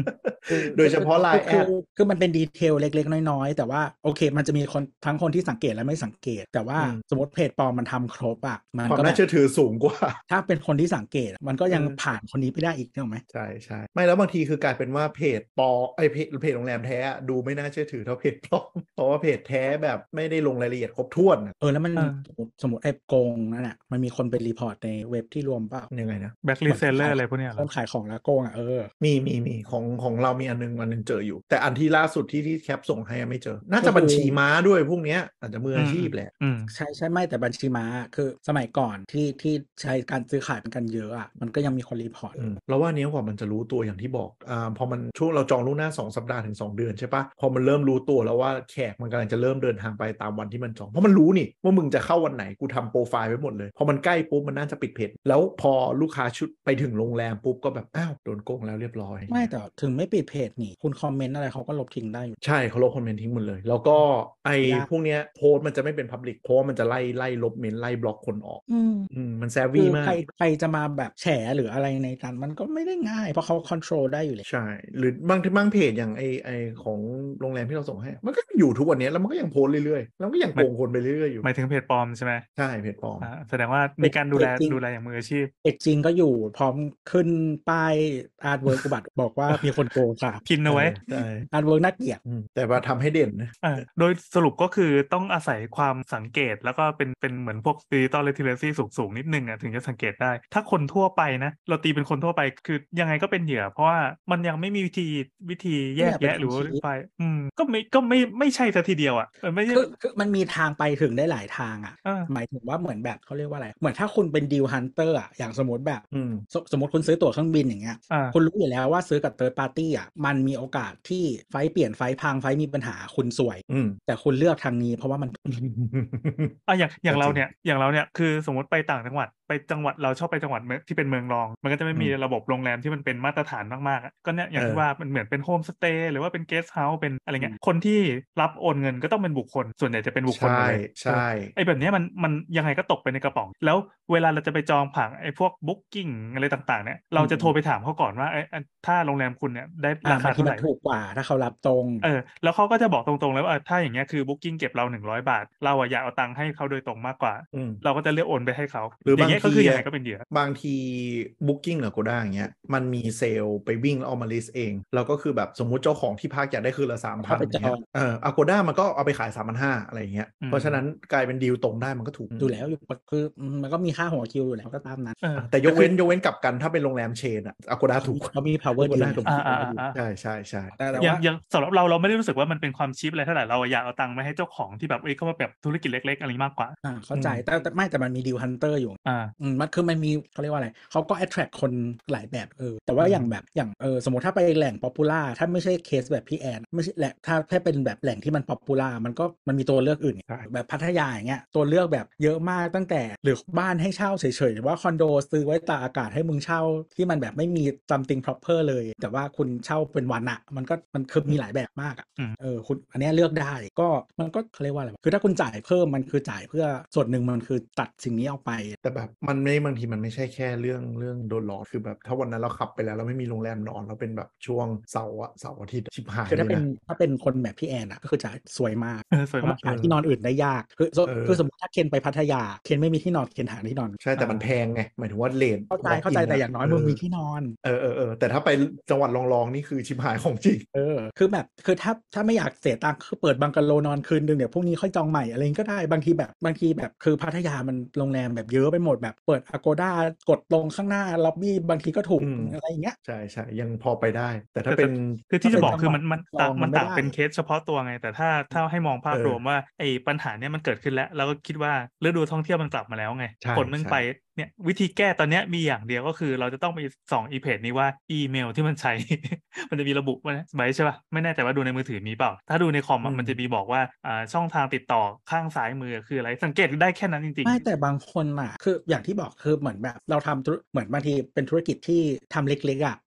คือโดยเฉพาะคือ Line แอคือดคือมันเป็นดีเทลเล็กๆน้อยๆแต่ว่าโอเคมันจะมีคนทั้งคนที่สังเกตและไม่สังเกต แต่ว่าอืมสมมติเพจปลอมมันทำครบอะมันความก็แบน่าบเชื่อถือสูงกว่าถ้าเป็นคนที่สังเกตอะมันก็ยังเออผ่านคนนี้ไปได้อีกถูกไหมใช่ใช่ไม่แล้วบางทีคือกลายเป็นว่าเพจปลอมไอยเพจเพจโรงแรมแท้อะดูไม่น่าเชื่อถือเท่าเพจปลอม เพราะว่าเพจแท้แบบไม่ได้ลงรายละเอียดครบถ้วนอะเออแล้วมันเออสมมติสมมติไอ้โกงนั่นน่ะมันมีคนไปรีพอร์ตในเว็บที่รวมเปล่ายังไงนะแบ็คลิสเซลเลอร์อะไรพวกเนี้ยเหรคอนขายของแล้วโกงอ่ะเออมีมีมีของของเรามีอันนึงอันนึงเจออยู่ แต่อันที่ล่าสุดที่ที่แคปส่งให้อะไม่เจอ น่าจะบัญชีม้าด้วยพวกเนี้ยอาจจะมืออาชีพแหละอืมใช่ใช่ไม่แต่บัญชีม้าคือสมัยก่อนที่ที่ใช้การซื้อขายเป็นกันเยอะอ่ะมันก็ยังมีคนรีพอร์ตอืมเราว่าเนี้ยกว่ามันจะรู้ตัวอย่างที่บอกอ่าพอมันช่วงเราจองล่วงหน้าสองสัปดาห์ถึงสองเดือนใช่ปะพอมันเริ่มรู้ตัวแล้วว่าแขกมันกำลังจะเริ่มเดินทางไปตามวันที่มันจองเพราะมันรู้นี่ว่ามึงจะเข้าวันไหนกูทำโปรไฟล์ไว้หมดเลยพอมันใกล้ปุ๊บมันน่าจะปิดเพจแล้วพอลูกค้าชุดไปถึงโรงแรมปุ๊บก็แบบอ้าวโดนโกงแล้วเรียบร้อยไม่แต่ถึงไม่ปิดเพจนี่คุณคอมเมนต์อะไรเขาก็ลบทิ้งได้อยู่ใช่เขาลบคอมเมนต์ทิ้งหมดเลย แล้วก็ไอ้ยากพวกเนี้ยโพสต์มันจะไม่เป็นพับลิกเพราะว่ามันจะไล่ไล่ลบเมนต์ไล่บล็อกคนออกอืมอืมมันแซคืวี่อมาใครกใครจะมาแบบแฉหรืออะไรในการมันก็ไม่ได้ง่าย เพราะเขาคอนโทรลได้อยู่เลยใช่ หรือบางบางเพจอย่างไอไอของโรงแรมที่เราส่งให้ มันก็อยู่ทุกวันนี้แล้วมันก็ยังโพสต์เรื่อยๆแล้วก็ยังโกงคนไปเรื่อยๆอยู่หมายถึงเพจปลอมใช่ไหมใช่เพจปลอมอ่าแสดงว่ามีการดูแลจริงดูแลอย่างมืออาชีพเพจจริงก็อยู่พร้อมขึ้นป้ายอาร์ตเวิร์กอุบัติบอกว่ามีคนโกงค่ะพินเอาไว้ใช่อาร์ตเวิร์กน่าเกลียดอืมแต่ว่าทำให้เด่นนะเออโดยสรุปก็คือต้องอาศัยความสังเกตแล้วก็เป็นเป็นเหมือนพวก digital literacy สูงสูงนิดนึงอ่ะถึงจะสังเกตได้ ถ้าคนทั่วไปนะเราตีเป็นคนทั่วไปคือยังไงก็เป็นเหยื่อ เพราะว่ามันยังไม่มีวิธีวิธีแยกแยะหรือว่าไปอืมก็ไม่ก็ไม่ไม่ใช่ซะทีเดียวอ่ะเออไม่ใช่คือคือมันมีทางไปถึงได้หลายทางอ่ะเออหมายถึงว่าเหมือนแบบเขาเรียกว่าอะไร เหมือนถ้าคุณเป็นดีลฮันเตอร์อ่ะ อย่างสมมติแบบอืมสสมมติคุณซื้อตั๋วเครื่องบินอย่างเงี้ยอ่าคุณรู้อยู่แล้วว่าซื้อกับเ h ิร์ p ปาร์ตี้อ่ะ มันมีโอกาสที่ไฟล์เปลี่ยนไฟล์พังไฟล์มีปัญหาคุณสวยอืมแต่คุณเลือกทางนี้เพราะว่ามันอ่ะอย่างอย่างก็จริงเราเนี่ยอย่างเราเนี่ยคือสมมติไปต่างจังหวัดไปจังหวัดเราชอบไปจังหวัดเมืองที่เป็นเมืองรอง มันก็จะไม่มีอืมระบบโรงแรมที่มันเป็นมาตรฐานมากๆอ่ะก็เนี่ยอย่างเออที่ว่ามันเหมือนเป็นโฮมสเตย์หรือว่าเป็นเกสต์เฮาส์เป็นอะไรเงี้ยคนที่รับโอนเงินก็ต้องเป็นบุคคล ส่วนใหญ่จะเป็นบุคคลหมดใช่เลยใช่เออไอ้แบบเนี้ยมันมันยังไงก็ตกไปในกระป๋อง แล้วเวลาเราจะไปจองผ่านไอ้พวกบุ๊กกิ้งอะไรต่างๆเนี่ยเราจะโทรไปถามเขาก่อนว่าไอ้อันถ้าโรงแรมคุณเนี่ยได้อ่าราคาบางทีเท่าไหมัร่นถูกกว่าถ้าเขารับตรงเออแล้วเขาก็จะบอกตรงๆเลยว่าเออถ้าอย่างเงี้ยคือบุ๊กกิ้งเก็บเราหนึ่งร้อยบาท เราอะอยากเอาตังค์ให้เขาโดยตรงมากกว่าอืมเราก็จะเลือกโอนไปให้เขาหรือบางย่เงี้ยก็ทีคือยังไงก็เป็นเหยื่อบางที Booking หรือ Agoda อย่างเงี้ยมันมีเซลล์ไปวิ่งแล้วเอามาลิสต์เองแล้วก็คือแบบสมมุติเจ้าของที่พักอยากได้คืนละสามพันเข้าไปอย่างเงี้จอย งเออ Agoda มันก็เอาไปขายสามพันห้าอะไรอย่างเงี้ยเพราะฉะนั้นกลายเป็นดีลตรงได้มันก็ถูกดูแล้วอยู่คือมันก็มีค่าหัวคิวอยู่แล้วก็ตามนั้นเออแต่ยกเว้นยกเว้นกลับกันถ้าเป็นโรงแรมเชนอะ Agoda ถูกเขามี power deal Agoda กับอ่า Booking อ่าอ่าใช่ใช่ใช่แต่แต่อย่างว่าอย่างสำหรับเราเราไม่ได้รู้สึกว่ามันเป็นความชิปอะไรเท่าไหร่เราอยากเอาตังค์ไปให้เจ้าของที่แบบเอ้ยเขามาแบบธุรกิจเล็กๆอะไรมากกว่าอ่าเข้าใจอืมแต่แต่ไม่แต่มันมีดีลฮันเตอร์อยู่อ่าอืมมันคือมันมีเขาเรียกว่าอะไรเขาก็ attract คนหลายแบบเออแต่ว่าอย่างแบบอย่างเออสมมติถ้าไปแหล่ง popular ถ้าไม่ใช่เคสแบบพี่แอนไม่ใช่แหละถ้าแค่เป็นแบบแหล่งที่มัน popular มันก็มันมีตัวเลือกอื่นไงใช่แบบพัทยาอย่างเงี้ยตัวเลือกแบบเยอะมากตั้งแต่หรือบ้านให้เช่าเฉยๆหรือว่าคอนโดซื้อไว้ตากอากาศให้มึงเช่าที่มันแบบไม่มี something proper เลย แต่ว่าคุณเช่าเป็นวันอะมันก็มันคือมีหลายแบบมากอะอืมเออคุณอันเนี้ยเลือกได้ก็มันก็เขาเรียกว่าอะไรวะคือถ้าคุณจ่ายเพิ่มมันคือจ่ายเพื่อส่วนหนึ่งมันคือตัดสิ่งนี้ออกไปแต่แบบมันไม่บางทีมันไม่ใช่แค่เรื่องเรื่องโดนหลอกคือแบบถ้าวันนั้นเราขับไปแล้วเราไม่มีโรงแรมนอนเราเป็นแบบช่วงเสาร์อะเสาร์อาทิตย์ชิบหายคือถ้าเลเป็ยนนะถ้าเป็นคนแบบพี่แอนอะก็คือจะสวยมากเออสวยเพราะมามักนหาที่นอนอื่นได้ยากคือคือเออคือสมมติถ้าเคนไปพัทยาเคนไม่มีที่นอนเคนหาที่นอนใช่แต่มันแพงไงหมายถึงว่าเลนเข้าใจเข้าใจแต่อย่างน้อยมึงมีที่นอนเออเออเออแต่ถ้าไปจังหวัดรองๆนี่คือชิบหายของจริงเออคือแบบคือถ้าถ้าไม่อยากเสียตังค์คือเปิดบังกะโลนอนคืนนึงเดี๋ยวพรุ่งนี้ค่อยจองใหม่อะไรก็ได้บางทีแบบบางทีแบบคือพัทยามันโรงแรมแบบเยอะไปหมดแบบเปิด Agoda กดลงข้างหน้าล็อบบี้บางทีก็ถูกอืมอะไรอย่างเงี้ยใช่ใช่ยังพอไปได้ แต่ถ้าแต่เป็นคือที่จะบอกถ้าเป็นคือมันมันจัต่างงหวะมันมันไม่ต่างได้เป็นเคสเฉพาะตัวไง แต่ถ้าถ้าให้มองภาพเออรวมว่าไอ้ปัญหาเนี้ยมันเกิดขึ้นแล้วเราก็คิดว่าฤดูท่องเที่ยวมันกลับมาแล้วไงใช่คนมึงใช่ไปเนี่ยวิธีแก้ตอนเนี้ยมีอย่างเดียวก็คือเราจะต้องไปส่องอีเพจนี้ว่าอีเมลที่มันใช้ มันจะมีระบุไว้ไว้ใช่ป่ะไม่แน่ใจว่าดูในมือถือมีเปล่า ถ้าดูในคอมอะมันจะมีบอกว่าอ่าช่องทางติดต่อข้างซ้ายมือคืออะไรสังเกตได้แค่นั้นจริงไม่แต่บางคนอ่ะคืออย่างที่บอกคือเหมือนแบบเราทำธุรเหมือนบางทีเป็นธุรกิจที่ทำเล็กๆอ่ะ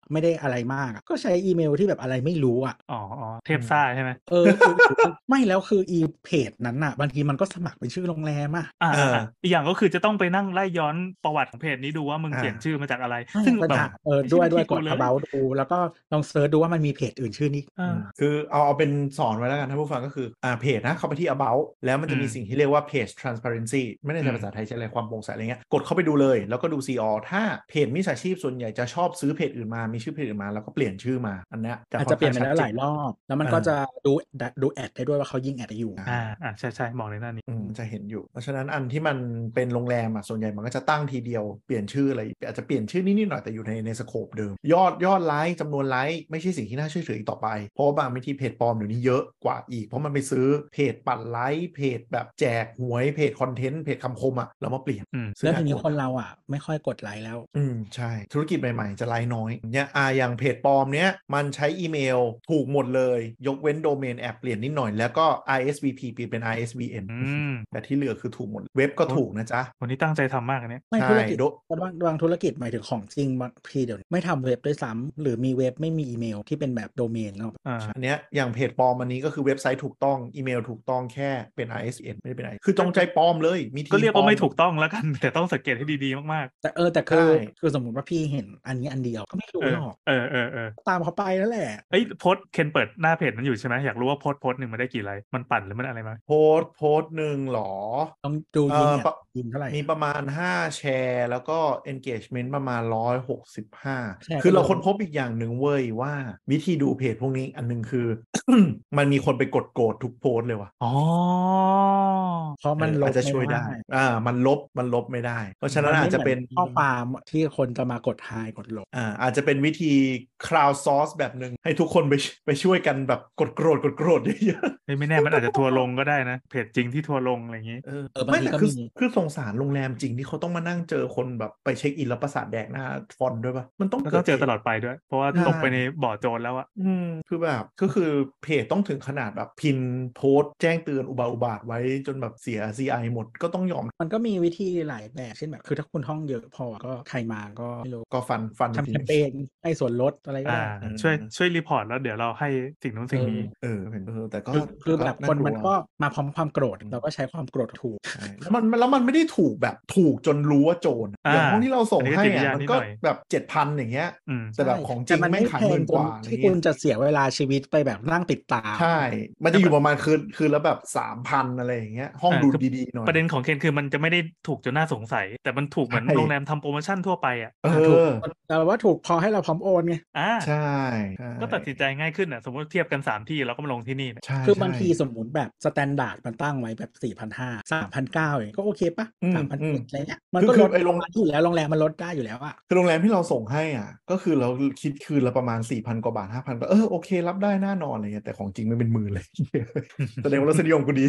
ไม่ได้อะไรมากอะก็ใช้อีเมลที่แบบอะไรไม่รู้อ่ะอ๋ออ๋อเทพซ่าใช่ไหมเออคือไม่แล้วคืออีเพจนั้นน่ะบางทีมันก็สมัครเป็นชื่อโรงแรมอ่ะอ่าเอออ่าอีกอย่างก็คือจะต้องไปนั่งไล่ย้อนประวัติของเพจนี้ดูว่ามึงอ่าเปลี่ยนชื่อมาจากอะไรใช่ซึ่งปัญแบบหาเออไม่ใช่ด้วยวิด้วยธีกกูดเลย about ดูแล้วก็ลองเซิร์ชดูว่ามันมีเพจอื่นชื่อนี้อ่าคือเอาเอาเป็นสอนไว้แล้วกันท่านผู้ฟังก็คืออ่าเพจนะเข้าไปที่ about แล้วมันจะมีอืมสิ่งที่เรียกว่า page transparency ไม่แน่ใจอืมภาษาไทยใช้อะไรความโปร่งใสอะไรเงี้ยกดเข้าไปดูเลย แล้วก็ดู ซี ออ ถ้าเพจมิจฉาชีพส่วนใหญ่จะชอบซื้อเพจอื่นมามีชื่อเพจอื่นมาแล้วก็เปลี่ยนชื่อมาอันเนี้ยจะอาจค่อจะนเปลี่ยข้าน งไปชัดแล้วเจหลาน ยรอบ แล้วมันเอก็อจะดูดูแอดได้ด้วยว่าเขายิงแอดอยู่อ่าอ่าใช่ใช่บอกในหน้านี้อืมจะเห็นอยู่เพราะฉะนั้นอันที่มันเป็นโรงแรมอ่ะส่วนใหญ่มันก็จะตั้งทีเดียวเปลี่ยนชื่ออะไรอาจจะเปลี่ยนชื่อนิดๆหน่อยแต่อยู่ในในสโคปเดิมยอดยอดไลค์จำนวนไลค์ไม่ใช่สิ่งที่น่าเชื่อถืออีกต่อไปเพราะว่าบางวิธีเพจปลอมเดี๋ยวนี้เยอะกว่าอีกเพราะมันไปซื้อเพจปั่นไลค์เพจแบบแจกหวยเพจคอนเทนต์เพจคำคมอ่ะแล้วมาเปลี่ยนอืมซึ่งแล้วทีนี้ากลัวคนเราอ่ะ ไม่ค่อยกดไลค์แล้วอืมใช่ธุรกิจใหม่ๆจะไลค์น้อยเนี่ยอ่าอย่างเพจปลอมเนี้ยมันใช้อีเมลถูกหมดเลยยกเว้นโดเมนแอบเปลี่ยนนิดหน่อยแล้วก็ ไอ เอส วี พี เปลี่ยนเป็น ไอ เอส วี เอ็นอืมแต่ที่เหลือคือถูกหมดเว็บก็ถูกนะจ๊ะคนนี้ตั้งใจทำมากอันเนี้ยไม่ใช่ธุรกิจโดบางบางธุรกิจหมายถึงของจริงบางทีเดี๋ยวไม่ทำเว็บด้วยซ้ำหรือมีเว็บไม่มีอีเมลที่เป็นแบบโดเมนเนาะอ่าอันเนี้ยอย่างเพจปลอมอันนี้ก็คือเว็บไซต์ถูกต้องอีเมลถูกต้องแค่เป็น ไอ เอส เอ็น ไม่ได้เป็น I คือจงใจปลอมเลยมีทีก็มเรียกปลอว่าม ไม่ถูกต้องแล้วกัน แต่ต้องสังเกตให้ดีๆมากแต่เออแต่คือใช่คือสมมติว่าพี่เห็นอันนี้อันเดียวก็ไม่ๆรู้เออหรอกเออเออเออตามเขาไปนั่นแหละเอ้ยโพสต์เคนเปิดหน้าเพจนั้นอยู่ใช่ไหมอยากรู้ว่าโพสต์โพสต์หนึ่งมันได้กี่ไลค์มันปั่นหรือมันอะไรมาโพสต์โพสต์หนึ่งหรอต้องดูเอ่ยิงอเนี่ยปะยิงเท่าไหร่มีประมาณห้าแชร์แล้วก็ engagement ประมาณหนึ่งร้อยหกสิบห้าแชร์คือเราก็เยอะค้นพบอีกอย่างหนึ่งเว้ยว่าวิธีดูเพจพวกนี้อันหนึงคือ มันมีคนไปกดโกรธทุกโพสต์เลยว่ะอ๋อเพราะมันเออลอาบจจะช่วยไม่ได้ได้อ่ามันลบมันลบไม่ได้ เพราะฉะนั้มัน นอาไม่จเหจะมืเป็อน นข้อความที่คนจะมากดไฮกดลบอ่าอาจจะเป็นวิธี crowd source แบบหนึ่งให้ทุกคนไปไปช่วยกันแบบกดโกรธกดโกรธเยอะเฮ้ยไม่แน่มันอาจจะทัวร์ลงก็ได้นะ เพจจริงที่ทัวร์ลงอะไรอย่างงี้ๆเออเออบางไม่ทีแต่ก็คือมีคือสงสารโรงแรมจริงที่เขาต้องมานั่งเจอคนแบบไปเช็คอินแล้วประสาทแดกหน้าฟอนต์ด้วยปะมันต้องแล้วต้องเจอตลอดไปด้วย เพราะว่าใช่ตกไปในบ่อโจรแล้วอะอืมคือแบบก็คือเพจต้องถึงขนาดแบบพินโพสต์แจ้งเตือนอุบาอุบาทไว้จนแบบเสีย ซี ไอ หมดก็ต้องยอมมันก็มีวิธีหลายแบบเช่นแบบคือถ้าคุณท่องเยอะพอก็ใครมาก็ไม่รู้ก็ฟันฟันอีกทำทีแคหมนึ่งเปญให้ส่วนลดอะไรก็อ่าได้ช่วยเออช่วยรีพอร์ตแล้วเดี๋ยวเราให้สิ่งนู้นสิ่งนี้เออเห็นเออแต่ก็คือคือก็แบบาคนกลัวมันก็มาพร้อมความโกรธเราก็ใช้ความโกรธถูกใช่แล้วมันแล้วมันไม่ได้ถูกแบบถูกจนรู้ว่าโจรอะอย่างอ่าห้องที่เราส่งอันนี้ก็ให้จิตวิทอ่ะยามันนิดก็หน่อยแบบเจ็ดพันอย่างเงี้ยอืมแต่แบบของจริงแต่มันแม่งไม่ขายแพหมื่งนจกนว่าอะไรที่เงี้คุยณจะเสียเวลาชีวิตไปแบบนั่งติดตามใช่ มันจะอยู่ประมาณคืนคืนแล้วแบบสามพันอะไรอย่างเงี้ยห้องอ่าดูคือดีๆหน่อยประเด็นของเคนคือมันจะไม่ได้ถูกจนน่าสงสัย แต่มันถูกเหมือนใช่โรงแรมทำโปรโมชั่นทั่วไปอ่ะเออ่าถูกอแต่ว่าถูกพอให้เราพร้อมโอนไงอ่าใช่ใช่ก็ตัดสินใจง่ายขึ้นอ่ะ สมมติเทียบกันสามที่แล้วก็มาลงที่นี่เนี่ยใช่คือบางใช่ทีสมมุติแบบสแตนดาร์ดมันตั้งไว้แบบ สี่พันห้าร้อย สามพันเก้าร้อย อย่างก็โอเคปะอืมสามพันอืมอะไรเงี้ยมันคือก็คืลอดไอ้โรงอยู่แล้วโรงแรมมันลดได้อยู่แล้วอะคือโรงแรมที่เราส่งให้อ่ะก็คือเราคิดคืนละประมาณ สี่พัน กว่าบาท ห้าพัน ก็เออโอเครับได้น่านอนอะไรเงี้ยแต่ของจริงไม่เป็นหมื่นเลย แสดงว่ารสนิยมกูดี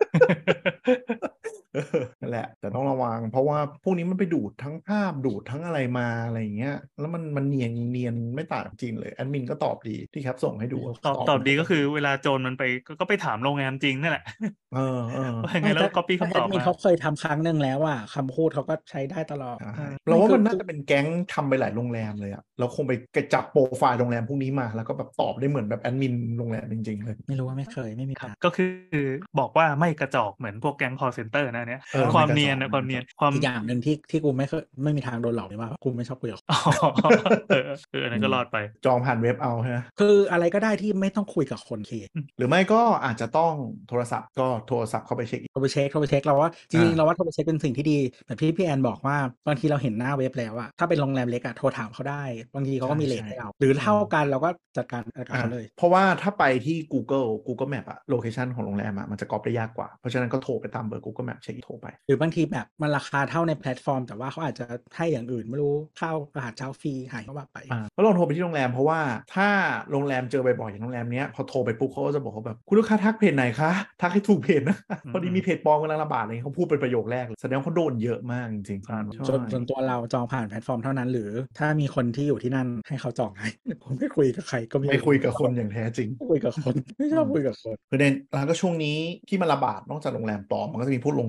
เออนั่นแหละแต่ต้องระวัง เพราะว่าพวกนี้มันไปดูดทั้งภาพดูดทั้งอะไรมาอะไรอย่างเงี้ยแล้วมันมันเนียนเนียนไม่ต่างจากจริงเลยแอดมินก็ตอบดีที่แคปส่งให้ดูะตอบตอบดีก็คือเวลาโจรมันไปก็ก็ไปถามโรงแรมจริงนั่นแหละเออเออว่ายังไงไม่แล้วถ้าก็ปี้ถ้าคำแอตอดบมินมาเขาเคยทำครั้งหนึ่งแล้วอะคำพูดเขาก็ใช้ได้ตลอดใช่อ่าเราว่าไม่คือมันน่าจะเป็นแก๊งทำไปหลายโรงแรมเลยอะเราคงไปกระจับโปรไฟล์โรงแรมพวกนี้มาแล้วก็แบบตอบได้เหมือนแบบแอดมินโรงแรมจริงๆเลยไม่รู้ว่าไม่เคยไม่มีครับทางก็คือบอกว่าไม่กระจอกเหมือนพวกแก๊ง call center นะเนี่ยเออความไม่กระจอกเนียนนะความเนียนความอีกอย่างหนึ่งที่ที่กูไม่เคยไม่มีทางโดนหลอกเลยว่ากูไม่ชอบคุยกับคนอ๋อเออเอออันนั้นก็รอดไปจองผ่านเว็บเอาใช่ไหมคืออะไรก็ได้ที่ไม่ต้องคุยกับคนเคหรือไม่ก็อาจจะต้องโทรศัพท์ก็โทรศัพท์เข้าไปเช็คโทรไปเช็คโทรไปเช็คเราว่าจริงอ่าๆเราว่าโทรไปเช็คเป็นสิ่งที่ดีแบบที่พี่แอนบอกว่าบางทีเราเห็นหน้าเว็บแล้วอะถ้าเป็นโรงแรมเล็กอะโทรถามเขาได้บางทีเขาก็มีเรทให้เราหรือเท่ากันเราก็จัดการกับอ่าเขาเลยเพราะว่าถ้าไปที่ Google Google Map อะโลเคชันของโรงแรมอะมันจะก๊อปได้ยากกว่า เพราะฉะนั้นก็โทรไปตามเบอร์ Google Map เช็คโทรไปหรือบางทีแบบมันราคาเท่าในแพลตฟอร์ม แต่ว่าเขาอาจจะให้อย่างอื่นไม่รู้ข้าวอาหารเช้าฟรีหายก็ว่าไปอ่าก็ลองโทรไปที่โรงแรมเพราะว่าถ้าโรงแรมเจอบ่อยๆอย่างโรงแรมเนี้ยพอโทรไปปุ๊บเขาก็จะบอกว่าแบบคุณลูกค้าทักเพจไหนคะทักให้ถูกเพจนะอืมพอดีมีเพจปลอมกำลังระบาดเลยเขาพูดเป็นประโยคแรกเลยแสดงว่าเขาโดนเยอะมากจริงครับๆจนจนตัวเราจองผ่านแพลตฟอร์มเท่านั้น หรือถ้ามีคนที่อยู่ที่นั่นให้เขาจองให้ ผมไม่คุยกับใครก็ไม่ไม่คุยกับคนอย่างแท้จริงไม่คุยกับคนไม่ชอบคุยกับคนประเด็นแล้วก็ช่วงนี้ที่มันระบาดนอกจากโรงแรมปลอมมันก็จะมีพวกลง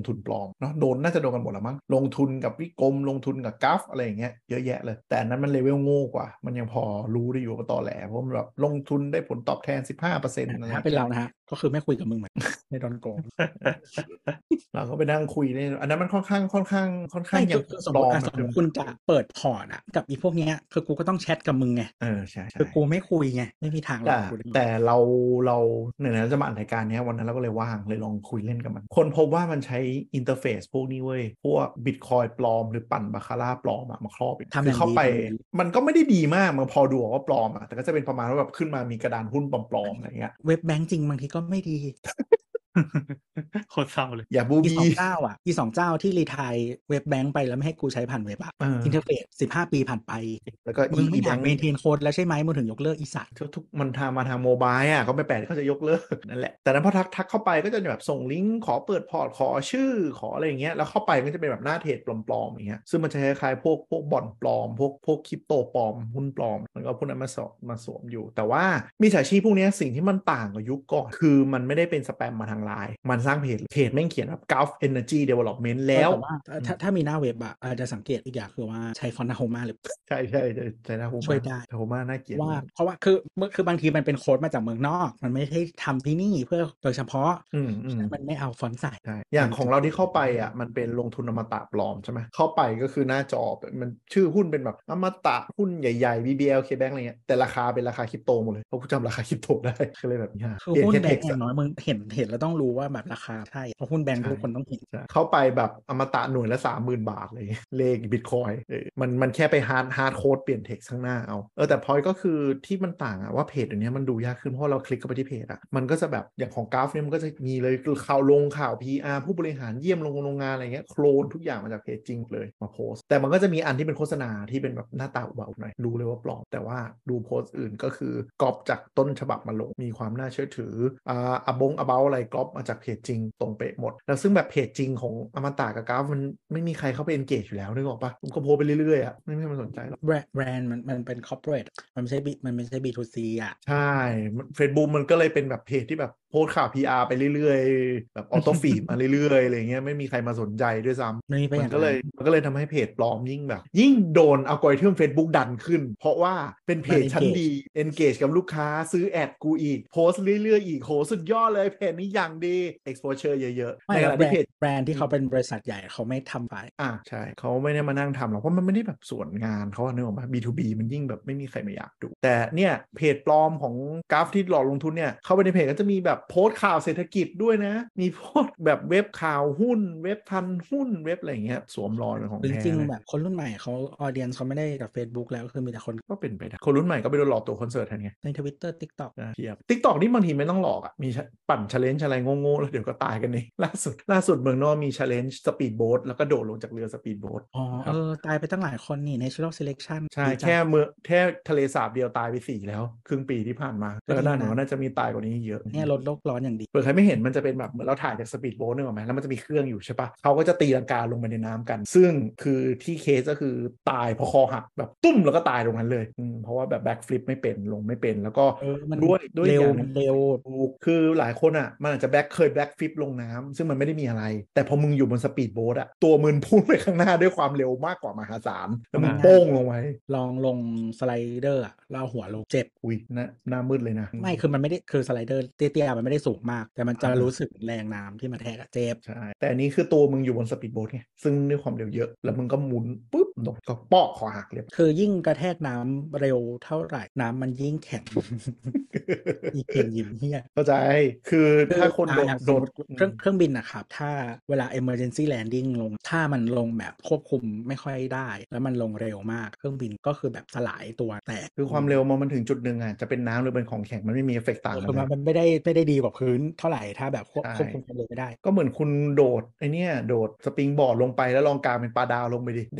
ทุนปลอมเนาะโดนน่าจะโดนกันหมดแล้วมั้งลงทุนกับวิกรมลงทุนกับกัฟอะไรอย่างเงี้ยเยอะแยะเลยแต่อันนั้นมันเลเวลโง่กว่ามันยังพอรู้ได้อยู่ว่าตอแหลเพราะมันแบบลงทุนได้ผลตอบแทน สิบห้าเปอร์เซ็นต์ อะไรถ้าเป็นเรานะฮะก็คือไม่คุยกับมึงเหมือนไม่โดนโกงเราก็ไปนั่งคุยได้อันนั้นมันค่อนข้างค่อนข้างค่อนข้างไม่ยัคืงอคือสมปลมอติมอ่ะอะสมมติคุณจะเปิดพอร์ตอ่ะกับอีพวกเนี้ยคือกูก็ต้องแชทกับมึงไงเออใช่คือใช่กูไม่คุยไงไม่มีทางหรอแต่กกูได้แต่เราเราเนี่ยนะจะมาอ่านรายการเนี้ยวันนั้นเราก็เลยว่างเลยลองคุยเล่นกับมันคนพบว่ามันใช้อินเทอร์เฟซพวกนี้เว้ยพวกบิตคอยปลอมหรือปั่นบาคาร่าปลอมอะมาครอบอีกทำคืออย่างเข้าดีไปทำอย่างดีมันก็ไม่ได้ดีมากมันพอดูออกว่าปลอมอะแต่ก็จะเป็นประมาณว่าแบบขึ้นมามีกระดานหุ้นปลอมๆอะไรเงี้ยเว็บแบงก์จริงบางทีก็ไม่ดีโคตรเศร้าเลยอย่าบูอีบีสองเจ้าอ่ะอีสองเจ้าที่รีไทร์เว็บแบงก์ไปแล้วไม่ให้กูใช้ผ่านเว็บอ่ะเอออินเทอร์เฟซสิบห้าปีผ่านไปแล้วก็มึงไม่อยาก e-bank เมนเทนโค้ดแล้วใช่ไหมมึงถึงยกเลิกอีสัตว์ทุกทุกมันทางมาทางโมบายอ่ะก็ไม่แปลกที่เขาจะยกเลิก นั่นแหละแต่นั้นพอทักทักเข้าไปก็จะแบบส่งลิงก์ขอเปิดพอร์ตขอชื่อขออะไรอย่างเงี้ยแล้วเข้าไปก็จะเป็นแบบหน้าเทรดปลอมๆอย่างเงี้ยซึ่งมันจะคล้ายๆพวกพวกบ่อนปลอมพวกพวกคริปโตปลอมหุ้นปลอมมันก็พวกนั้นมาสอบมาสวมอยู่ แต่ว่ามีสายชีพพวกเนี้ยสิ่งที่มันต่างกับยุคก่อนคือมันไม่ได้เป็นสแปมมาทางไลน์มันสร้างเพจเพจแม่งเขียนแบบ Gulf Energy Development แล้วแต่ว่าถ้าถ้ามีหน้าเว็บอ่ะอาจจะสังเกตอีกอย่างคือว่าใช้ฟอนต์นาโฮมาหรือใช่ใช่ใช่ใช่นะโฮช่วยมาได้โฮมาน่าเกลียดว่าเพราะว่าคือเมื่อคือบางทีมันเป็นโค้ดมาจากเมืองนอก มันไม่ได้ทำที่นี่เพื่อโดยเฉพาะอืมอืมมันไม่เอาฟอนต์ใส่ใช่อย่างของเราที่เข้าไปอ่ะมันเป็นลงทุนอมตะปลอมใช่ไหมเข้าไปก็คือหน้าจอมันชื่อหุ้นเป็นแบบอมตะหุ้นใหญ่ๆ บี บี แอล K-Bank อะไรเงี้ยแต่ราคาเป็นราคาคริปโตหมดเลยเพราะกูจำราคาคริปโตได้ก็เลยแบบนี้ฮะคือเปลี่ยนหุ้นแค่แบเท็งกก์ซ์อย่างน้อยมึงเห็นเห็นแล้วต้องรู้ว่าแบบราคาใช่เพราะหุ้นแบงก์ใช่ทุกคนต้องเห็นเข้าไปแบบอมตะหน่วยละสามหมื่นบาทเลยเลขบิตคอยมันมันแค่ไปฮาร์ดฮาร์ดโค้ดเปลี่ยนเท็กซ์ข้างหน้าเอาเออแต่พอยก็คือที่มันต่างอะว่าเพจเดี๋ยวนี้มันดูยากขึ้นเพราะเราคลิกเข้าไปที่เพจอะมันก็จะแบบอย่างของกราฟเนี่ยมันก็จะมีเลยข่าวลงข่าว พี อาร์ ผู้บริหารเยี่ยมลงโรงงานอะไรเงี้ยโคลนทุกอย่างมาจากเพจจริงเลยมาโพสต์แต่มันก็จะมีอันที่เป็นโฆษณาที่เป็นแบบหน้าตาอุบาทหน่อยรู้เลยว่าปลอมแต่ว่าดูโพสต์อื่นก็คือก๊อปจากต้นฉบับมาลงมีความน่าเชื่อถืออ่าอบงอบาอะไรก๊อปมาจากเพจจริงตรงเป๊ะหมดแล้วซึ่งแบบเพจจริงของอมตะกับกราฟมันไม่มีใครเข้าไป engage อยู่แล้วนึกออกปะผมก็โพสต์ไปเรื่อยๆอ่ะไม่มีใครมาสนใจหรอกแบรนด์แบรนด์มันมันเป็น corporate มันไม่ใช่ B มันไม่ใช่ บี ทู ซี อ่ะใช่ Facebook มันก็เลยเป็นแบบเพจที่แบบโพสต์ข่าว พี อาร์ ไปเรื่อยๆแบบออโต้ฟีดมาเรื่อยๆอะไรเงี้ยไม่มีใครมาสนใจด้วยซ้ำไม่มีไปอมัย่าน งก็เลยมันก็เลยทำให้เพจปลอมยิ่งแบบ ยิ่งโดนอัลกอริทึม Facebook ดันขึ้น เพราะว่าเป็นเพจชั้นดี engage กับลูกค้าซื้อแอดกูอีกโพสต์เรื่อยๆอีกโหสุดยอดเลยเพจนี้อย่างดี exposure เยอะๆไม่ในขแล้วณะแบรที่เพนจด์แบรนด์ที่เขาเป็นบริษัทใหญ่เขาไม่ทำไปอ่าใช่เขาไม่ได้มานั่งทำหรอกเพราะมันไม่ได้แบบส่วนงานเขาอะนึกออกไหม บี ทู บี มันยิ่งแบบไม่มีใครมาอยากดูแต่เนี่ยเพจปลอมของกราฟที่หลอกลงทุนเนี่ยเข้าไปในเพจก็จะมีแบบโพสต์ข่าวเศรษฐกิจด้วยนะมีโพสต์แบบเว็บข่าวหุ้นเว็บทันหุ้นเว็บอะไรอย่างเงี้ยสวมรอยเป็นของจแท้ริงเลยๆ แบบคนรุ่นใหม่เขาออเดียนเขาไม่ได้กับ Facebook แล้วก็คือมีแต่คนก็เป็นไปได้คนรุ่นใหม่ก็ไปโดนหลอกตัวคอนเสิร์ตแทนไงใน Twitter TikTok นะเทียบติ๊กตอกนี่บางทีไม่ต้องหลอกอ่ะมีปั่นชาเลนจ์อะไรโง่ๆแล้วเดี๋ยวก็ตายกันเองล่าสุดล่าสุดเมืองนอกมีชาเลนจ์สปีดโบ๊ทแล้วก็โดดลงจากเรือสปีดโบ๊ทอ๋อเออตายไปตั้งหลายคนนี่ natural selection ใช่ดีจังแค่เมืองแค่ทะเลสาบเดียวตายไปสี่แล้วครึ่งปีที่ผ่านมาก็แล้วดีน่านะหนูว่าน่าจะมีตายกว่านี้เยอะเนี่ยลดโลกร้อนอย่างดีเผื่อใครไม่เห็นมันจะเป็นแบบเหมือนเราถ่ายจากสปีดโบ๊ทนึกออกไหมแล้วมันจะมีเครื่องอยู่ใช่ปะเขาก็จะตีลังกาลงไปในน้ำกัน ซึ่งคือที่เคสก็คือตายเพราะคอหักแบบตุ้มแล้วก็ตายตรงนั้นเลยอืมเพราะว่าแบบแบ็กฟลิปไม่เป็นลงไม่เป็นแล้วก็เออมันด้วยด้วยเร็วอย่างหมันึ่นงเร็วถูกคือหลายคนอ่ะมันอาจจะแบ็คเคยแบ็คฟลิปลงน้ำซึ่งมันไม่ได้มีอะไร แต่พอมึงอยู่บนสปีดโบ๊ทอ่ะตัวมึงพุ่งไปข้างหน้าด้วยความเร็วมากกว่ามหาศาลแล้วมึงอ่าโป้งลงไว้ลองลงสไลเดอร์อะแล้วเอาหัวลงเจ็บอุ้ยหน้าหน้ามืดเลยนะไม่คือมันไม่ได้คือสไลเดอร์เตี้ยๆมันไม่ได้สูงมาก แต่มันจะอ่ารู้สึกแรงน้ำที่มันแทกอะเจ็บใช่แต่อันนี้คือตัวมึงอยู่บนสปีดโบ๊ทไงซึ่งด้วยความเร็วเยอะแล้วมึงก็หมุนปุ๊บลงก็เปาะคอหักเลยคือยิ่งกระแทกน้ำเร็วเท่าไหร่น้ำมันยิ่งแข็ง อีเกมยิ้มเฮียเข้าใจคือถ้าคนโดดอ่ะโดดสมมุติเครื่องเครื่องบินนะครับถ้าเวลา emergency landing ลงถ้ามันลงแบบควบคุมไม่ค่อยได้ แล้วมันลงเร็วมากเครื่องบินก็คือแบบสลายตัวแตกคือความเร็วมันถึงจุดหนึ่งอ่ะจะเป็นน้ำหรือเป็นของแข็งมันไม่มีเอฟเฟกต์ต่างกันคือเลมันยมันไม่ได้ไม่ได้ดีกว่าพื้นเท่าไหร่ถ้าแบบควบใช่ควบคุมความเร็วไม่ได้ก็เหมือนคุณโดดไอเนี้ยโดดสปริงบอร์ดลงไปแล้วลองกลางเป็นปลาดาวลงไปดิแดงอ่ะ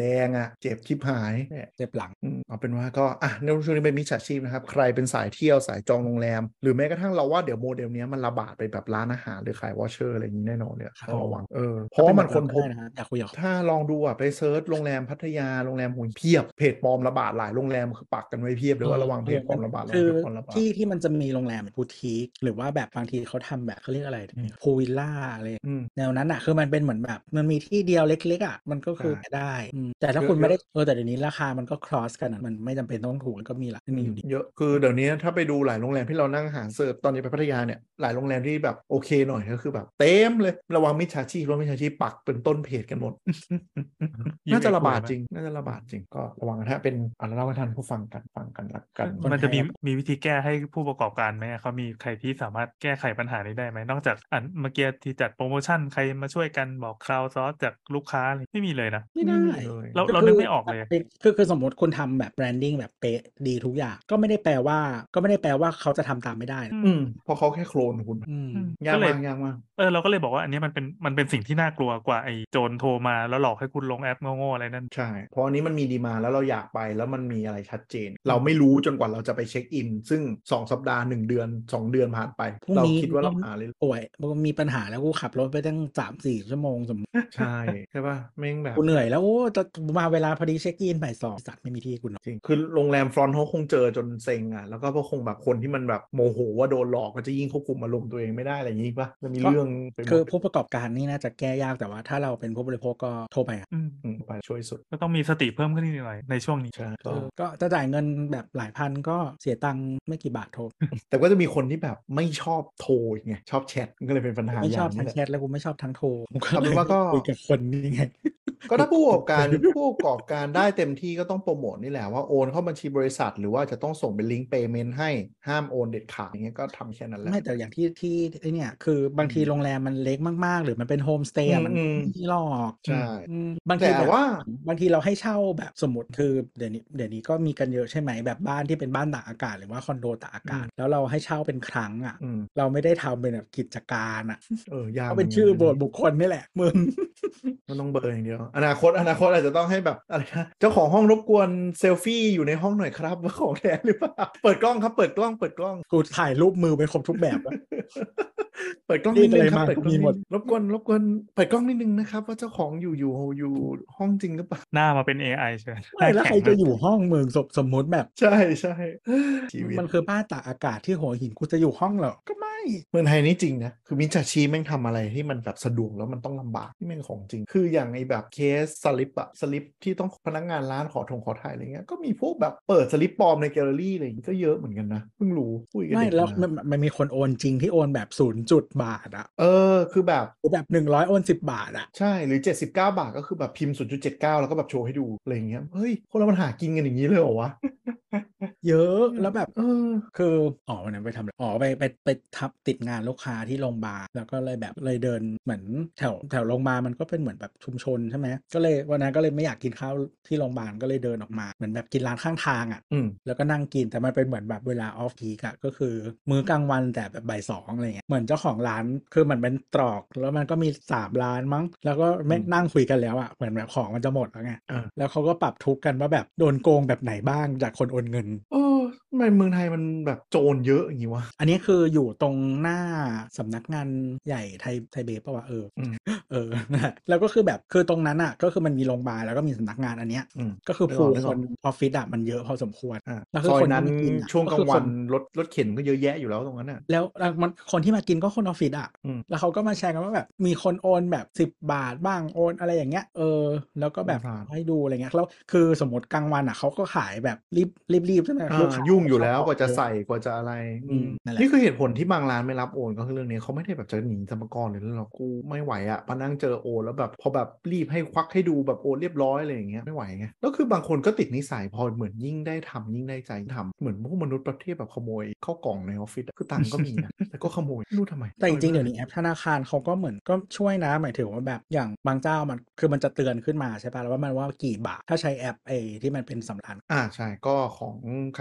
ะเจ็บชิบหายเนี่ยเจ็บหลังอืมเอาเป็นว่าก็อ่ะในช่วงนี้เป็นมิจฉาชีพนะครับใครเป็นสายเที่ยวสายจองโรงแรมหรือแม้กระทั่งเราว่าเดี๋ยวโมเดลเนี้ยมันระบาดไปแบบร้านอาหารหรือขายวอชเชอร์อะไรอย่างนี้แน่นอนเลยต้องระวังเออเพราะว่ามันคนพบนะครับอยากคุยกับถ้าลองดูอ่ะไปเซิร์ชโรงแรมพัทยาโรงแรมหัวหินเพียบเพจปลอมระบาดหลายโรงแรมคือปักกันไว้เพียบเลยว่าระวังเพจปลอมระบาดระวัคืงอเพจปลอมระบาดที่ที่มันจะมีโรงแรมบูติกหรือว่าแบบบางทีเขาทำแบบเขาเรียกอะไรอืมพูลวิลล่าอะไรอืมแนวนั้นอ่ะคือมันเป็นเหมือนแบบมันมีที่เดียวเล็กๆอ่ะมันก็คือใช่ได้อืมแต่ถ้าเยอะคุณไม่ได้เยอะเออแต่เดี๋ยวนี้ราคามันก็ cross กันอะมันไม่จำเป็นต้องถูกก็มีละมีอยู่ดีเยอะคือเดี๋ยวนี้ถ้าไปดูหลายโรงแรมที่เรานั่งหาเสิร์ชตอนนี้ไปพัทยาเนี่ยหลายโรงแรมที่แบบโอเคหน่อยก็คือแบบเต็มเลยระวังมิจฉาชีพระวังมิจฉาชีพปักเป็นต้นเพจกันหมด น่าจะระบาดจริงน่าจะระบาดจริงก็ระวังถ้าเป็นอ่านเล่าให้ท่านผู้ฟังกันฟังกันละกันมันจะมีมีวิธีแก้ให้ผู้ประกอบการไหมเขามีใครที่สามารถแก้ไขปัญหานี้ได้ไหมนอกจากอันเมื่อกี้ที่จัดโปรโมชั่นใครมาช่วยกันบอกคราวซอสจากลูกค้าอะไรไม่มีเลยนะไม่ได้ไม่มีเลยเราก็เราคืนึกไม่ออกเลยคือคือสมมติคุณทำแบบแบรนดิ้งแบบเป๊ะดีทุกอย่างก็ไม่ได้แปลว่าก็ไม่ได้แปลว่าเขาจะทำตามไม่ได้นะอืมเพราะเขาแค่โคลนคุณอืมอืมยากก็เลยมากยากมากเออเราก็เลยบอกว่าอันนี้มันเป็นมันเป็นสิ่งที่น่ากลัวกว่าไอ้โจรโทรมาแล้วหลอกให้คุณลงแอปโง่ๆอะไรนั่นใช่เพราะอันนี้มันมีดีมาแล้วเราอยากไปแล้วมันมีอะไรชัดเจน เราไม่รู้จนกว่าเราจะไปเช็คอิน ซึ่งสองสัปดาห์หนึ่งเดือนสองเดือนผ่านไปพรุ่งเรานี้คิดว่าเราต้องหาเลยป่วยมีปัญหาแล้วกูขับรถไปตั้งสามสี่ชั่วโมงสมมติใช่ใช่ป่ะแม่งแบบกูเหนื่อยแล้วโอ้จะมาเวลาพอดีเช็คอินบ่ายสองสัตว์ไม่มีที่กูนอนจริงคือโรงแรมฟรอนต์เขาคงเจอจนเซ็งอ่ะแล้วก็คงแบบคนที่มันแบบโมโหว่าโดนหลอกก็จะยิ่งควบคุมอารมณ์ตัวเองไม่ได้อะไรอย่างนี้ป่ะจะมีเรื่องไปหมคือดผู้ประกอบการนี่น่าจะแก้ยากแต่ว่าถ้าเราเป็นผู้บริโภคก็โทรไปอะอืมอืมไปช่วยสุดก็ต้องมีสติเพิ่มขึ้นนิดหน่อยในช่วงนี้ใช่เออก็จะจ่ายเงินแบบหลายพันก็เสียตังค์ไม่กี่บาทโทรแต่ก็จะมีคนที่แบบไม่ชอบโทรไงชอบแชทก็เลยเป็นปัญหาไม่อชย่าอบงทั้นี้งแหละแชทแล้วกูไม่ชอบทั้งโทรกูก็เอาเลเป็ยนว่าก็คุยกับคนนี่ไงก็ถ้าผู้ประกอบการ ผู้ประกอบการได้เต็มที่ก็ต้องโปรโมทนี่แหละว่าโอนเข้าบัญชีบริษัทหรือว่าจะต้องส่งเป็นลิงก์เปย์เมนต์ให้ห้ามโอนเด็ดขาดอย่างเงี้ยก็ทำแค่นั้นแหละไม่แต่อย่างที่ที่ไอเนี่ยคือบางทีอืมโรงแรมมันเล็กมากๆ หรือมันเป็นโฮมสเตย์อะมันอืมไม่มีหรอกใช่อืมบางแต่ทีแบบว่าบางทีเราให้เช่าแบบสมมติคือเดี๋ยวนี้เดี๋ยวนี้ก็มีกันเยอะใช่ไหมแบบบ้านที่เป็นบ้านตากอากาศหรือว่าคอนโดตากอากาศ แล้วเราให้เช่าเป็นครั้งอ่ะอืมเราไม่ได้ทำเป็นแบบกิจการอ่ะเออยากเขาเป็นหมืชื่อกัโบทบุคคลนี่แหละมึงมันต้องเบอร์อย่างเดียว อนาคตอนาคตอาจจะต้องให้แบบอะไรนะเจ้าของห้องรบกวนเซลฟี่อยู่ในห้องหน่อยครับว่าของแท้หรือเปล่าเปิดกล้องครับเปิดกล้องเปิดกล้องกูถ่ายรูปมือไปครบทุกแบบแล้วเปิดกล้องรีนิบดนึงอะไรครับมาเปิดกล้องมีนิดหมดรบกวนรบกวนเปิดกล้องนิดนึงนะครับว่าเจ้าของอยู่อยู่อยู่ห้องจริงหรือเปล่าหน้ามาเป็น เอ ไอ ใช่ไหมไม่แล้วใครจะอยู่ห้องมึงสมสมมติแบบใช่ใช่ชีวิตมันคือบ้านตากอากาศที่หัวหินกูจะอยู่ห้องเหรอก็ไม่เมืองไทยนี่จริงนะคือมิจฉาชีพแม่งทำอะไรที่มันแบบสะดวกแล้วมันต้องลำบากที่แม่งของจริง คืออย่างไอ้แบบเคสสลิปอะสลิปที่ต้องพนักงานร้านขอทงขอถ่ายอะไรเงี้ยก็มีพวกแบบเปิดสลิปปลอมในแกลเลอรี่อะไรอย่างงี้ก็เยอะเหมือนกันนะเพิ่งรู้คุยกันไม่เด็กแล้วมามันมันมีคนโอนจริงที่โอนแบบศูนย์จุดบาทอะเออคือแบบหรือแบบหนึ่งร้อยโอนสิบบาทอะใช่หรือเจ็ดสิบเก้าบาทก็คือแบบพิมพ์ ศูนย์จุดเจ็ดเก้า แล้วก็แบบโชว์ให้ดูอะไรอย่างเงี้ยเฮ้ยคนเรามันหากินกันอย่างนี้เลยเหรอวะเยอะแล้วแบบเออคืออ๋อวันนั้นไปทำอะไรอ๋อไปไปไปทับติดงานลูกค้าที่โรงพยาบาลแล้วก็เลยแบบเลยเดินเหมือนแถวแถวโรงพยาบาลมันก็เป็นเหมือนแบบชุมชนใช่ไหมก็เลยวันนั้นก็เลยไม่อยากกินข้าวที่โรงพยาบาลก็เลยเดินออกมาเหมือนแบบกินร้านข้างทางอ่ะอืมแล้วก็นั่งกินแต่มันเป็นเหมือนแบบเวลาออฟพีกอะก็คือมื้อกลางวันแต่แบบบ่ายสองอะไรเงี้ยเหมือนเจ้าของร้านคือเหมือนเป็นตรอกแล้วมันก็มีสามร้านมั้งแล้วก็ไม่อืมนั่งคุยกันแล้วอะเหมือนแบบของมันจะหมดแล้วไงอ่าแล้วเขาก็ปรับทุกข์กันว่าแบบโดนโกงแบบไหนบ้างจากคนโอนเงินเออทำไมเมืองไทยมันแบบโจรเยอะอย่างงี้วะอันนี้คืออยู่ตรงหน้าสำนักงานใหญ่ไทยไทยเบฟป่าวะเอออืมเออนั่นแหละแล้วก็คือแบบคือตรงนั้นอ่ะก็คือมันมีโรงพยาบาลแล้วก็มีสำนักงานอันเนี้ยอืมก็คือนึกอผู้อกนึกคออกนออฟฟิศอ่ะมันเยอะพอสมควรอ่าแล้วคืซออยคนนั้นที่มากินอะช่วงกลาคืงอวัคนรถรถเข็นก็เยอะแยะอยู่แล้วตรงนั้นน่ะแล้วแล้วมันคนที่มากินก็คนออฟฟิศอ่ะอืมแล้วเขาก็มาแชร์กันว่าแบบมีคนโอนแบบสิบบาทบ้างโอนอะไรอย่างเงี้ยเออแล้วก็แบบสงสารให้ดูอะไรเงี้ยแล้วคือสมมติกลางวันอ่ะเขาก็ขายแบบรีบรีบรีบใช่ไหมอ่าลูกค้ายุ่งอยู่แล้วเข้กว่าจะเยอใส่กว่าจะอะไรอืมนั่นแหละนี่คือเหตุผลที่บางร้านไม่รับโอนก็คือเรื่องนี้เขาไม่ได้แบบจะหนีสรรพากรหรือเรื่องหรอกกูไม่ไหวอะพอนั่งเจอโอนแล้วแบบพอแบบรีบให้ควักให้ดูแบบโอนเรียบร้อยอะไรอย่างเงี้ยไม่ไหวไงแล้วคือบางคนก็ติดนิสัยพอเหมือนยิ่งได้ทำยิ่งได้ใจทำเหมือนพวกมนุษย์ประเภทแบบขโมยเข้ากล่องในออฟฟิศอะคือตังค์ก็มีนะ แต่ก็ขโมยไม่รู้ทำไมแต่จริงๆอาเดี๋ยวนี้แอปธนาคารเขาก็เหมือนก็ช่วยนะหมายถึงว่าแบบอย่างบางเจ้ามันคือมันจะเตือนขึ้นมาใช่ป่ะแล้วว่ามันว่ากี่บาทถ้าใช้แอปไอ้ที่มันเป็นสำรานอ่าใช่ก็ของค่ายเขียว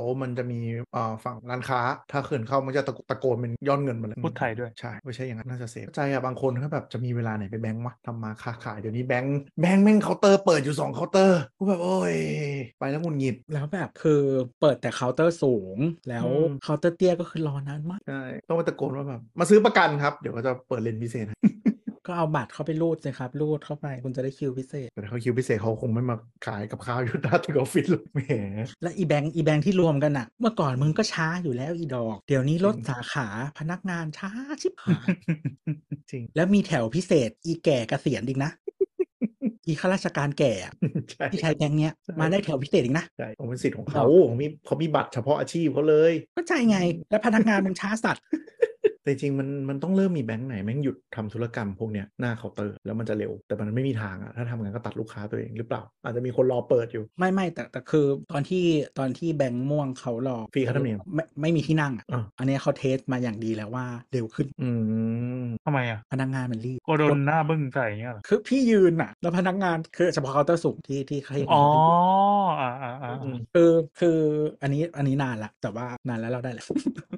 มันจะมีเอ่อฝั่งร้านค้าถ้าเขินเข้ามันจะตะตะโกนเป็นยอดเงินมาเลยพูดไทยด้วยใช่ไม่ใช่อย่างนั้นน่าจะเซฟใจอะบางคนเขาแบบจะมีเวลาไหนไปแบงก์วะทำมาค้าขายเดี๋ยวนี้แบงก์แบงก์แม่งเคาน์เตอร์เปิดอยู่สองเคาน์เตอร์กูแบบโอ้ยไปแล้วหงุดหงิดแล้วแบบคือเปิดแต่เคาน์เตอร์สูงแล้วอืมเคาน์เตอร์เตี้ยก็คือรอนานมากใช่ต้องมาตะโกนว่าแบบมาซื้อประกันครับเดี๋ยวก็จะเปิดเลนพิเศษให้ก็เอาบัตรเข้าไปรูดสิครับรูดเข้าไปคุณจะได้คิวพิเศษแต่เขาคิวพิเศษเขาคงไม่มาขายกับข้าวอยู่หน้าตึกออฟฟิศหรอกแหมและอีแบงค์อีแบงค์ที่รวมกันอะเมื่อก่อนมึงก็ช้าอยู่แล้วอีดอก เดี๋ยวนี้จลริดงสาขาพนักงานช้าชิบหายจริงแล้วมีแถวพิเศษอีแก่เกษียณอีกนะ อีข้าราชการแก่อะใช่ที่ใช้แบงค์เนี้ยใช่มาได้แถวพิเศษอีกนะใช่ผมเป็นสิทธิ์ของเขาดอกเขามีเขามีบัตรเฉพาะอาชีพเขาเลยก็ใช่ไง แล้วพนักงานมึงช้าสัตว์แต่จริงมันมันต้องเริ่มมีแบงค์ไหนแม่งหยุดทำธุรกรรมพวกเนี้ยหน้าเคาน์เตอร์แล้วมันจะเร็วแต่มันไม่มีทางอะถ้าทำงานก็ตัดลูกค้าตัวเองหรือเปล่าอาจจะมีคนรอเปิดอยู่ไม่ไม่แต่แต่คือตอนที่ตอนที่แบงค์ม่วงเขารอฟรีค่าธรรมเนียมไม่ไม่มีที่นั่งอะอ่ะอันนี้เขาเทสมาอย่างดีแล้วว่าเร็วขึ้นอืมทำไมอ่ะพนักงานมันรีบกลัวโดนหน้าบึ้งใส่อย่างเงี้ยเหรอคือพี่ยืนอ่ะ แล้วพนักงานคือเฉพาะเคาน์เตอร์สูงที่ที่เขาเห็นอ๋อเขาไปยืนอ่าอ่าอ่าอืมคือคืออันนี้อันนี้นานละแต่ว่านานแล้วเราได้แหละ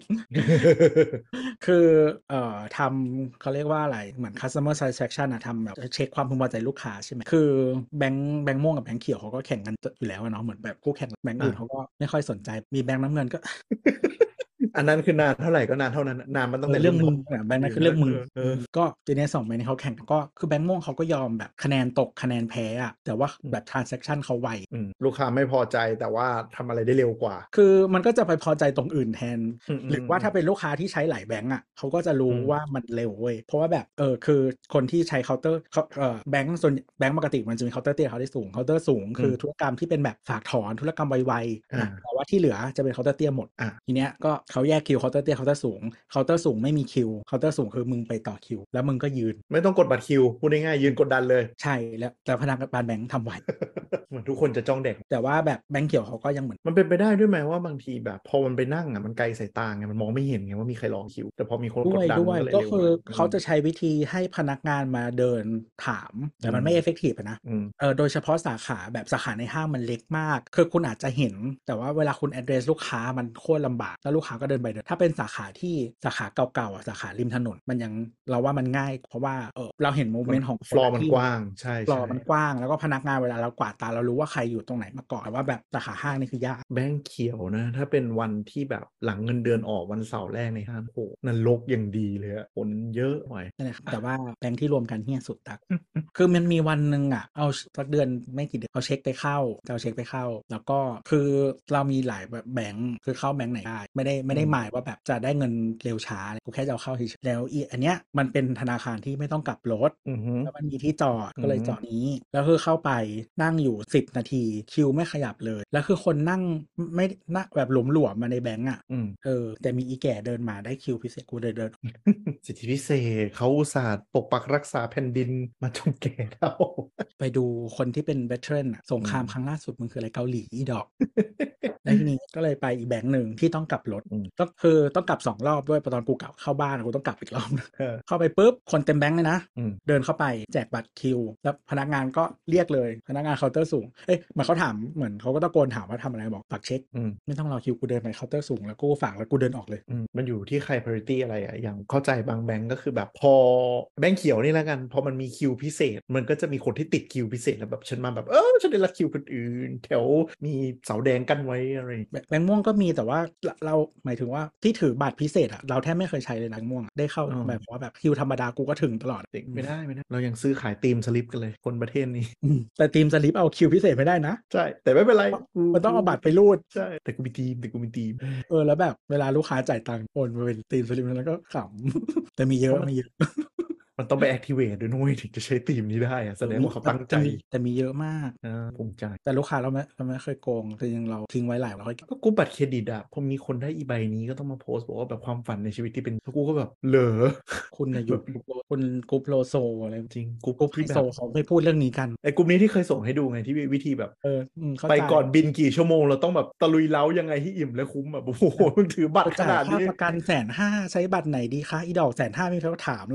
คือเอ่อทำเขาเรียกว่าอะไรเหมือน customer satisfaction อะทำแบบเช็คความพึงพอใจลูกค้าใช่ไหมคือแบงค์แบงค์ม่วงกับแบงค์เขียวเขาก็แข่งกันอยู่แล้วอะเนาะเหมือนแบบคู่แข่งแบงค์อื่นอ่ะเขาก็ไม่ค่อยสนใจมีแบงค์น้ำเงินก็อันนั้นคือนานเท่าไหร่ก็นานเท่านั้นนานมันตั้งแต่เรื่องมึงนอะแบงค์นั้นคือเรื่องมึงเออก็ทีนี้สองแบงค์นี้เขาแข่งกันก็คือแบงค์ม่วงเขาก็ยอมแบบคะแนนตกคะแนนแพ้อะแต่ว่าแบบ transaction เขาไวอืมลูกค้าไม่พอใจแต่ว่าทำอะไรได้เร็วกว่าคือมันก็จะไปพอใจตรงอื่นแทนอืมหรือว่าถ้าเป็นลูกค้าที่ใช้หลายแบงก์อ่ะเขาก็จะรู้อืมว่ามันเร็วเว้ยเพราะว่าแบบเออคือคนที่ใช้เคาน์เตอร์เขาเออแบงก์ส่วนแบงก์ปกติมันจะมีเคาน์เตอร์เตี้ยเขาได้สูงเคาน์เตอร์สูงคือธุรกรรมที่เป็นแบบฝากถอนธุรกรรมไวๆอ่านะแต่ว่าที่เหลือจะเป็นเคาน์เตอร์เตี้ยหมดอ่ะทีเนี้ยก็เขาแยกคิวเคาน์เตอร์เตี้ยเคาน์เตอร์สูงเคาน์เตอร์สูงไม่มีคิวเคาน์เตอร์สูงคือมึงไปต่อคิวแล้วมึงก็ยืนไม่ต้องกดบัตรคิวพูดง่ายๆยืนกดดันเลยใช่แล้วแต่พนักงานแบงก์ทำไวเหมือนทุกคนจะจ้องเด็กแต่ว่าแบบแบงก์เขียวเขาก็ยังเหมือนมันเป็นไปได้ด้วยไหมว่าบางทีแบบพอมันไปนั่งอ่ะมันไกลสายตาไงมันมองไม่เห็นไงว่ามีใครรอคิว แต่พอมีคนด้กวดยดันด้วยมันก็เลยก็เร็วคือหน่อยเขาจะใช้วิธีให้พนักงานมาเดินถาม แต่มันไม่อืมเอฟเฟกตีฟนะอืมเออโดยเฉพาะสาขาแบบสาขาในห้างมันเล็กมาก คือคุณอาจจะเห็น แต่ว่าเวลาคุณ address ลูกค้ามันโคตรลำบาก แล้วลูกค้าก็เดินไปเดินถ้าเป็นสาขาที่สาขาเก่าๆอ่ะสาขาริมถนนมันยังเราว่ามันง่าย เพราะว่าเออเราเห็นโมเมนต์ของฟลอร์มันกว้างใช่ฟลอใช่ร์มันกว้างแล้วก็พนักงานเวลาเรากวาดตาเรารู้ว่าใครอยู่ตรงไหนมาก่อนแต่ว่าแบบสาขาห้างนี่คือยากแบงค์เขียวนะ ถ้าเป็นวันที่แบบหลังเงินเดือนออกวันเสาร์แรกในห้างโอ้นรกอย่างดีเลยอะคนเยอะหน่อยนั่นแหละครับแต่ว่าแบงค์ที่รวมกันเฮี้ยสุดตัก คือมันมีวันหนึ่งอ่ะเอาสักเดือนไม่กี่เดือนเอาเช็คไปเข้าจะเอาเช็คไปเข้า แล้วก็คือเรามีหลายแบบแบงค์คือเข้าแบงค์ไหนได้ไม่ได้ไม่ได้อืมหมายว่าแบบจะได้เงินเร็วช้ากูแค่จะเอาเข้าเฉยๆแล้วอีอันเนี้ยมันเป็นธนาคารที่ไม่ต้องกลับรถอือฮึแล้วมันมีที่จอดก็เลยอืมจอดนี้ แล้วคือเข้าไปนั่งอยู่สิบนาทีคิวไม่ขยับเลย แล้วคือคนนั่งไม่นั่งแบบหลวมๆมาในแบงก์อ่ะอืมเออแต่มีอีแก่เดินมาได้คิวพิเศษกูเดินเดินสิทธิพิเศษเขาอุตส่าห์ปกปักรักษาแผ่นดินมาจนแก่เท่าไปดูคนที่เป็นเวทเทิร์นอะสงครามอืมครั้งล่าสุดมันคืออะไรเกาหลีอีดอก แล้วทีนี้ก็เลยไปอีกแบงค์หนึ่งที่ต้องกลับรถอืมก็คือต้องกลับสองรอบด้วยตอนกูกลับเข้าบ้านกูต้องกลับอีกรอบนึงเออเข้าไปปุ๊บคนเต็มแบงค์เลยนะอืมเดินเข้าไปแจกบัตรคิว แล้วพนักงานก็เรียกเลยพนักงานเคาน์เตอร์สูงเอ้ยเหมือนเขาถามเหมือนเขาก็ตะโกนถามว่าทำอะไรบอกฝากเช็คอืมไม่ต้องรอคิวกูเดินไปเคาน์เตอร์สูงแล้วกูฝากแล้วกูเดินออกเลยอืมมันอยู่ที่ใคร priority อะไรอะอย่างเข้าใจบางแบงก์ก็คือแบบพอแบงก์เขียวนี่แล้วกัน พอมันมีคิวพิเศษ มันก็จะมีคนที่ติดคิวพิเศษแล้วแบบฉันมาแบบเออฉันได้รับคิวคนอื่น แถวมีเสาแดงกั้นไว้อะไรแบแบงค์ม่วงก็มีแต่ว่าเราเราหมายถึงว่าที่ถือบัตรพิเศษอะเราแทบไม่เคยใช้เลยนะแบงค์ม่วงอะได้เข้าอ๋อแบบว่าแบบคิวธรรมดากูก็ถึงตลอดเด็กไม่ได้ไม่ได้ เรายังซื้อขายตีมสลิปกันเลย คนประเทศนี้อืมแต่ทีมสลิปเอาคิวพิเศษไม่ได้นะใช่ แต่ไม่เป็นไรกูมันต้องเอาบัตรไปรูดใช่ แต่กูมีทีมแต่กูมีทีมเออแล้วแบบเวลาลูกค้าจ่ายตังค์โอนมาเป็นทีมสลิปแล้วก็ขำ แต่มีเยอะมีเยอะมันต้องไป activate ด้วยนุ้ยถึงจะใช้ทีมนี้ได้อะแสดงว่าเขาตั้งใจแต่มีแต่มีเยอะมากอ่าภูมิใจแต่ลูกค้าเราไม่เราไม่เคยโกงแต่ยังเราทิ้งไว้หลายร้อยก็กูบัตรเครดิตอะพอมีคนได้อีใบนี้ก็ต้องมาโพสต์บอกว่าแบบความฝันในชีวิตที่เป็นกูก็แบบเหรอคุณเนี่ยอยู่กรุ๊ปโลคุณกรุ๊ปโลโซอะไรจริงกรุ๊ปกรุ๊ปไฮที่แบโซบเขาไม่พูดเรื่องนี้กันไอ้กลุ่มนี้ที่เคยส่งให้ดูไงที่วิธีแบบเอออืมเข้าไปใจก่อนบินกี่ชั่วโมงเราต้องแบบตะลุยเล้ายังไงให้อิ่มและคุ้มแบบโอ้โหมึงถือบัตรขจ่ายนาดค่านี้ประกันแสนห้าใช้บัตรไหนดีคะอีดอกแสนห้าไม่มีใครก็ถามหรอก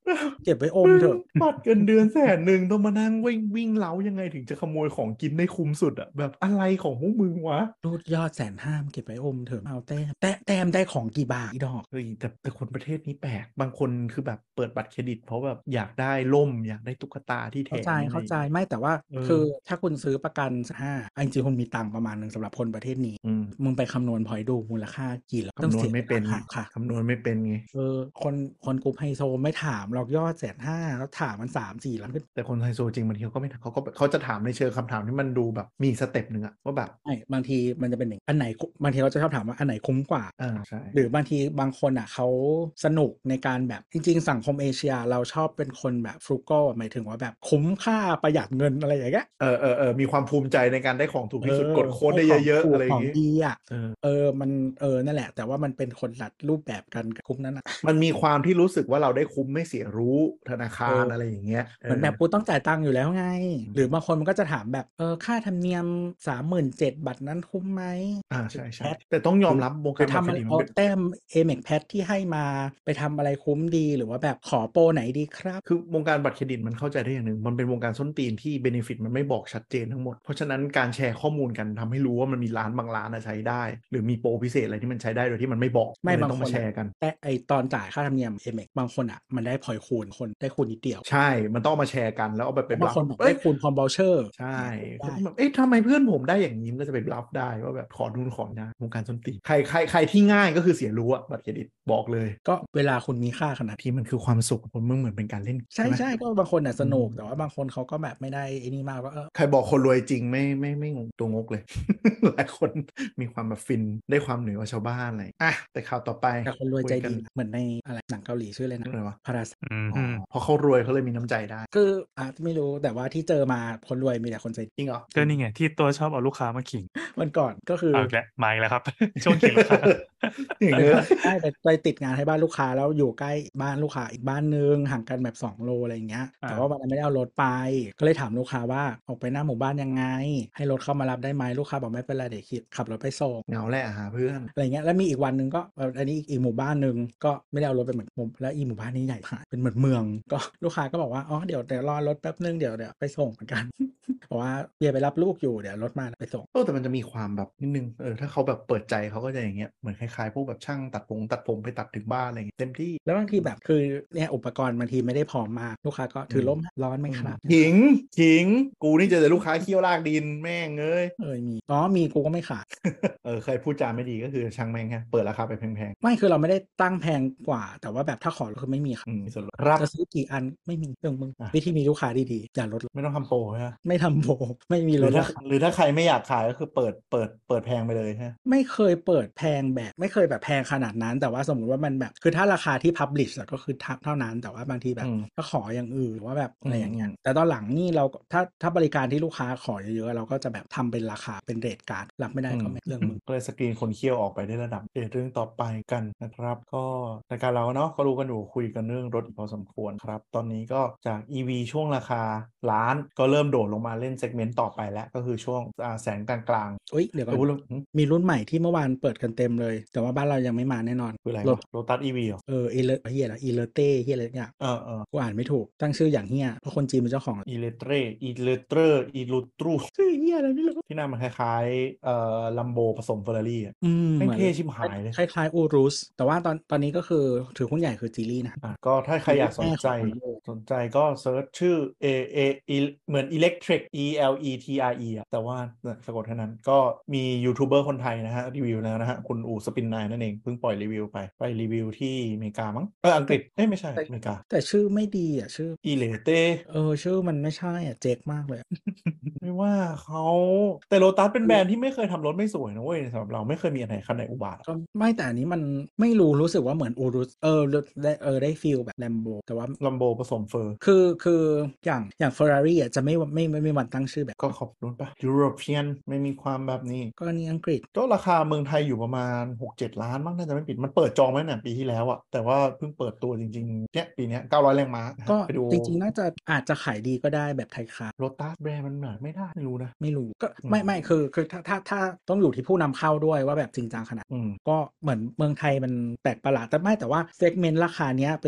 เก็บไว้อมเถอะบัตรเงินเดือนแสนหนึ่งต้องมานั่งวิ่งวิ่งเล้ายังไงถึงจะขโมยของกินได้คุ้มสุดอะแบบอะไรของพวกมึงวะรูดยอดแสนห้ามเก็บไว้อมเถอะเอาแต้มแต้แต้มได้ของกี่บาทอีดอกเฮ้ยแต่แต่คนประเทศนี้แปลกบางคนคือแบบเปิดบัตรเครดิตเพราะแบบอยากได้ล่มอยากได้ตุ๊กตาที่แถเข้าใจมอะไรเข้าใจไม่แต่ว่าเออคือถ้าคุณซื้อประกันห้าอันจริงๆคุณมีตังค์ประมาณหนึ่งสำหรับคนประเทศนี้อืมมึงไปคำนวณพอยดูมูลค่ากี่แล้วต้องคำนวณเสียไม่เป็นค่าค่ะคำนวณไม่เป็นไงเออคนคนกลุ่มไฮโซไม่ถามหรอกยอดแสนห้าแล้วถามมันสามสี่ล้านขึ้นแต่คนไฮโซจริงบางทีเขาก็ไม่เขาก็เขาจะถามในเชิงคำถามที่มันดูแบบมีสเต็ปหนึ่งอะว่าแบบไม่บางทีมันจะเป็นอย่างอันไหนคุ้มบางทีเขาจะชอบถามว่าอันไหนคุ้มกว่าอ่าใช่หรือบางทีบางคนอ่ะเขาสนุกในการแบบจริงๆ สังคมเอเชียเราชอบเป็นคนแบบฟรุก a l หมายถึงว่าแบบคุ้มค่าประหยัดเงินอะไรอย่างเงี้ยเออเออเออมีความภูมิใจในการได้ของถูกที่สุดกดโค้ดได้ของเยอะถูๆกอะไรอขย่าองงงี้ดีอ่ะเออเออมันเออนั่นแหละแต่ว่ามันเป็นคนละรูปแบบกันกับคุ้มนั้นอ่ะมันมีความที่รู้สึกว่าเราได้คุ้มไม่เสียรู้ธนาคารเออออะไรอย่างเงี้ยเหมือนแบบกูต้องจ่ายตังค์อยู่แล้วไงอืมหรือบางคนมันก็จะถามแบบเออค่าธรรมเนียมสามหมื่นเจ็ดบัตรนั้นคุ้มไหมอ่าใช่ใช่แพทแต่ต้องยอมรับวงหรืการอบัตรทำเครอะไรดิตมัเอานเป็นแต้ม เอ เอ็ม อี ซี แพทที่ให้มาไปทำอะไรคุ้มดีหรือว่าแบบขอโปรไหนดีครับคือวงการบัตรเครดิตมันเข้าใจได้อย่างหนึ่งมันเป็นวงการส้นตีนที่เบเนฟิตมันไม่บอกชัดเจนทั้งหมดเพราะฉะนั้นการแชร์ข้อมูลกันทำให้รู้ว่ามันมีร้านบางร้านอะใช้ได้ หรือมีโปรพิเศษอะไรที่มันใช้ได้โดยที่มันไม่บอกไม่เลยบางต้องคมาน แชร์กันแต่ไอตอนจ่ายค่าธรรมเนียม เอ็ม อี ซี บางคนอ่ะมันได้พอยคูณคนได้คูณนิดเดียวใช่มันต้องเอามาแชร์กันแล้วเอาไปเป็นบางคนบแบบเอ้ได้ยคูณพร้อม voucher ใช่ได้แบบเอ๊ะทำไมเพื่อนผมได้อย่างนี้มันก็จะไปรับได้ว่าแบบขอนู่นขอนี่วงการส้นตีนใครใครใครที่ง่ายก็คือเสียรู้อะบัตรเครดิตบอกเลยก็เวลาคุณมีค่าขนาดที่มันคือความสุขคนมึงเหมือนเป็นการเล่นใช่ไหมใช่ก็บางคนอ่ะสนุกอืมแต่ว่าบางคนเขาก็แบบไม่ได้ไอ้นี่มากว่าเออใครบอกคนรวยจริงไม่ไม่ไม่งงตัวงกเลย หลายคนมีความแบบฟินได้ความเหนือกว่าชาวบ้านอะไรอ่ะแต่ข่าวต่อไปแต่คนรวยใจคุกัดีนนะเหมือนในอะไรหนังเกาหลีชื่ออะไรนะอะไรวะพาราไซอืมอ๋อเพราะเขารวยเขาเลยมีน้ำใจได้คืออ่ะไม่รู้แต่ว่าที่เจอมาคนรวยมีแต่คนใจดีจริงเหรอก็นี่ไงที่ตัวชอบเอาลูกค้ามาขิงวันก่อนก็คือเอาอีกแล้วมาอีกแล้วครับ ช่วงขิงลูกค้าอย่างไปเงี้ยทำได้ไปไปติดงานให้บ้านลูกค้าแล้วอยู่ใกล้บ้านลูกค้าอีกบ้านนึงห่างกันแบบสองโลอะไรอย่างเงี้ยอ่าแต่ว่าวันนั้นไม่ได้เอารถไป ก็เลยถามลูกค้าว่าออกไปหน้าหมู่บ้านยังไง ให้รถเข้ามารับได้ไหมลูกค้าบอกไม่เป็นไรเดี๋ยวขี่ขับรถไปส่งเหงาแหละหาเพื่อนอะไรเงี้ยแล้วมีอีกวันหนึ่งก็เอ่ออันนี้อีกอีกหมู่บ้านหนึ่งก็ไม่ได้เอารถไปเหมือนผมแล้วอีหมู่บ้านนี้ใหญ่มากเป็นเหมือนเมือง ก็ลูกค้าก็บอกว่าอ๋อเดี๋ยวเดี๋ยวรอรถแป๊บนึงเดี๋ยวเดี๋ยวไปส่งเหมือนกัน บอกว่าเบียร์ไปรับลูกอยู่เดี๋ยวรถมาไปส่งเออแต่มันจะมีความแบบนิดนึงเออถ้าเขาแบบเปิดใจเขาก็จะอย่างเงี้ยเหมือนคล้ายๆพวกแบบช่างตัดผมตัดผมไปตัดถึงบ้านอะไรเงี้ยเต็มที่แล้วบางทีแบบคือเนี่ยอุปกรณ์บางทีไม่ได้พร้อมมากลูกค้าก็ถือร่มร้อนไหมครับขิงขิงกูนี่เจอแต่ลูกค้าเคี่ยวลากดินแม่งเอ้ยเออมีอ๋อมีกูก็ไม่ขายเออเคยพูดจาไม่ดีก็คือช่างแม่งฮะเปิดราคาไปแพงไม่คือเราไม่ได้ตั้งแพงกว่า แต่ว่าแบบถ้าขอคือไม่มีคๆรับอืมมีส่วนลดครับจะซื้อกี่อันไม่มีเรื่องมึงอ่ะวิธีมีลูกค้าดีๆอย่าลดไม่ต้องทำโปรฮะไม่ทำโบไม่มีหลรือดถ้าราคาหรือถ้าใครไม่อยากขายก็คือเปิดเปิดเปิดแพงไปเลยฮะไม่เคยเปิดแพงแบบไม่เคยแบบแพงขนาดนั้น แต่ว่าสมมติว่ามันแบบคือถ้าราคาที่ publish อะก็คือเท่านั้นแต่ว่าบางทีแบบอืมถ้าขออย่างอื่นหรือว่าแบบอะไรอย่างเงี้ยอืมแต่ตอนหลังนี่เราก็ถ้าถ้าบริการที่ลูกค้าขอเยอะๆเราก็จะแบบทำเป็นราคาเป็นเรทการ์ดรับไม่ได้ก็ไม่เรื่องมึงก็เลยสกรีนคนเคี่ยวออกไปได้ระดับเอเรื่องต่อไปกันนะครับ ก็รายการเราเนาะก็รู้กันอยู่คุยกันเรื่องรถพอสมควรครับ ตอนนี้ก็จาก อี วี ช่วงราคาล้านก็เริ่มโดดลงมาเล่นเซกเมนต์ต่อไปแล้วก็คือช่วงอ่าแสนกลางเอ้ยเดี๋ยวๆก่อนเออแล้วหืมมีรุ่นใหม่ที่เมื่อวานเปิดกันเต็มเลย แต่ว่าบ้านเรายังไม่มาแน่นอนคืออะไรรวะถโรตัส อี วี เหรอเออเอเลเฮียอะไรอีเลเต้เฮียอะไรอย่างเออเออกูอ่านไม่ถูกตั้งชื่ออย่างเฮียเพราะคนจีนเป็นเจ้าของอีเลเตรอีเลเตรอีลูตรูชื่อเฮียอะไรไม่รู้ที่หน้ามันคล้ายๆเอ่อลัมโบผสมเฟอร์รารี่อ่ะอืมแม่งเหมือนเท่ชิบหายเลยคล้ายๆอูรุสแต่ว่าตอนตอนนี้ก็คือถือหุ้นใหญ่คือจีลี่นะอ่ะก็ถ้าใครอยากสนใจแม่ของ Volvo สนใจก็เซิร์ชชื่อ A A E เหมือน Electric E L E T R E อ่ะแต่ว่าเนี่ยสะกดเท่านั้นก็มียูทูบเบอร์คนไทยนะฮะรีวิวแล้วนะฮะคุณอู๋สปินไนนั่นเองเพิ่งปล่อยรีวิวไปไปรีวิวที่อเมริกามั้งเอออังกฤษเอ้ยไม่ใช่อเมริกาแต่ชื่อไม่ดีอ่ะชื่ออีเลเตเออชื่อมันไม่ใช่อ่ะเจ๊กมากเลยอะไม่ว่าเขาแต่โลตัสเป็นแบรนด์ที่ไม่เคยทำรถไม่สวยนะเว้ยสำหรับเราไม่เคยมีอันไหนคันไหนอุบาทอะก็ไม่แต่อันนี้มันไม่รู้รู้สึกว่าเหมือนอูรุสเออได้เออได้ฟีลแบบแลมโบแต่ว่าลัมโบผสมเฟอร์คือคืออย่างอย่างเฟอร์รารี่อ่ะจะไม่ไม่ไม่ไม่วันตั้งชื่อแบบก็ขอบคุณปะยุโรเปียนไม่มีความแบบนี้ก็อันนี้อังกฤษก็ราคาเมืองไทยอยู่ประมาณ หกเจ็ด ล้านมั้งน่าจะไม่ผิดมันเปิดจองไว้เนี่ยปีที่แล้วอะแต่ว่าเพิ่งเปิดตัวจริงๆเนี่ยปีเนี้ยเก้าร้อยแรงม้าก็ไปดูจริงๆน่าจะอาจจะขายดีก็ได้แบบไทยคาร์โรตัสแบรนด์มันเหมือนไม่ได้ไม่รู้นะไม่รู้ก็อืมไม่ไม่คือคือถ้าถ้าถ้าต้องอยู่ที่ผู้นำเข้าด้วยว่าแบบจริงจังขนาดอืมก็เหมือนเมืองไทยมันแปลกประหลาดแต่ไม่แต่ว่าเซกเมนต์ราคาเนี้ยเป็นเซกเมนต์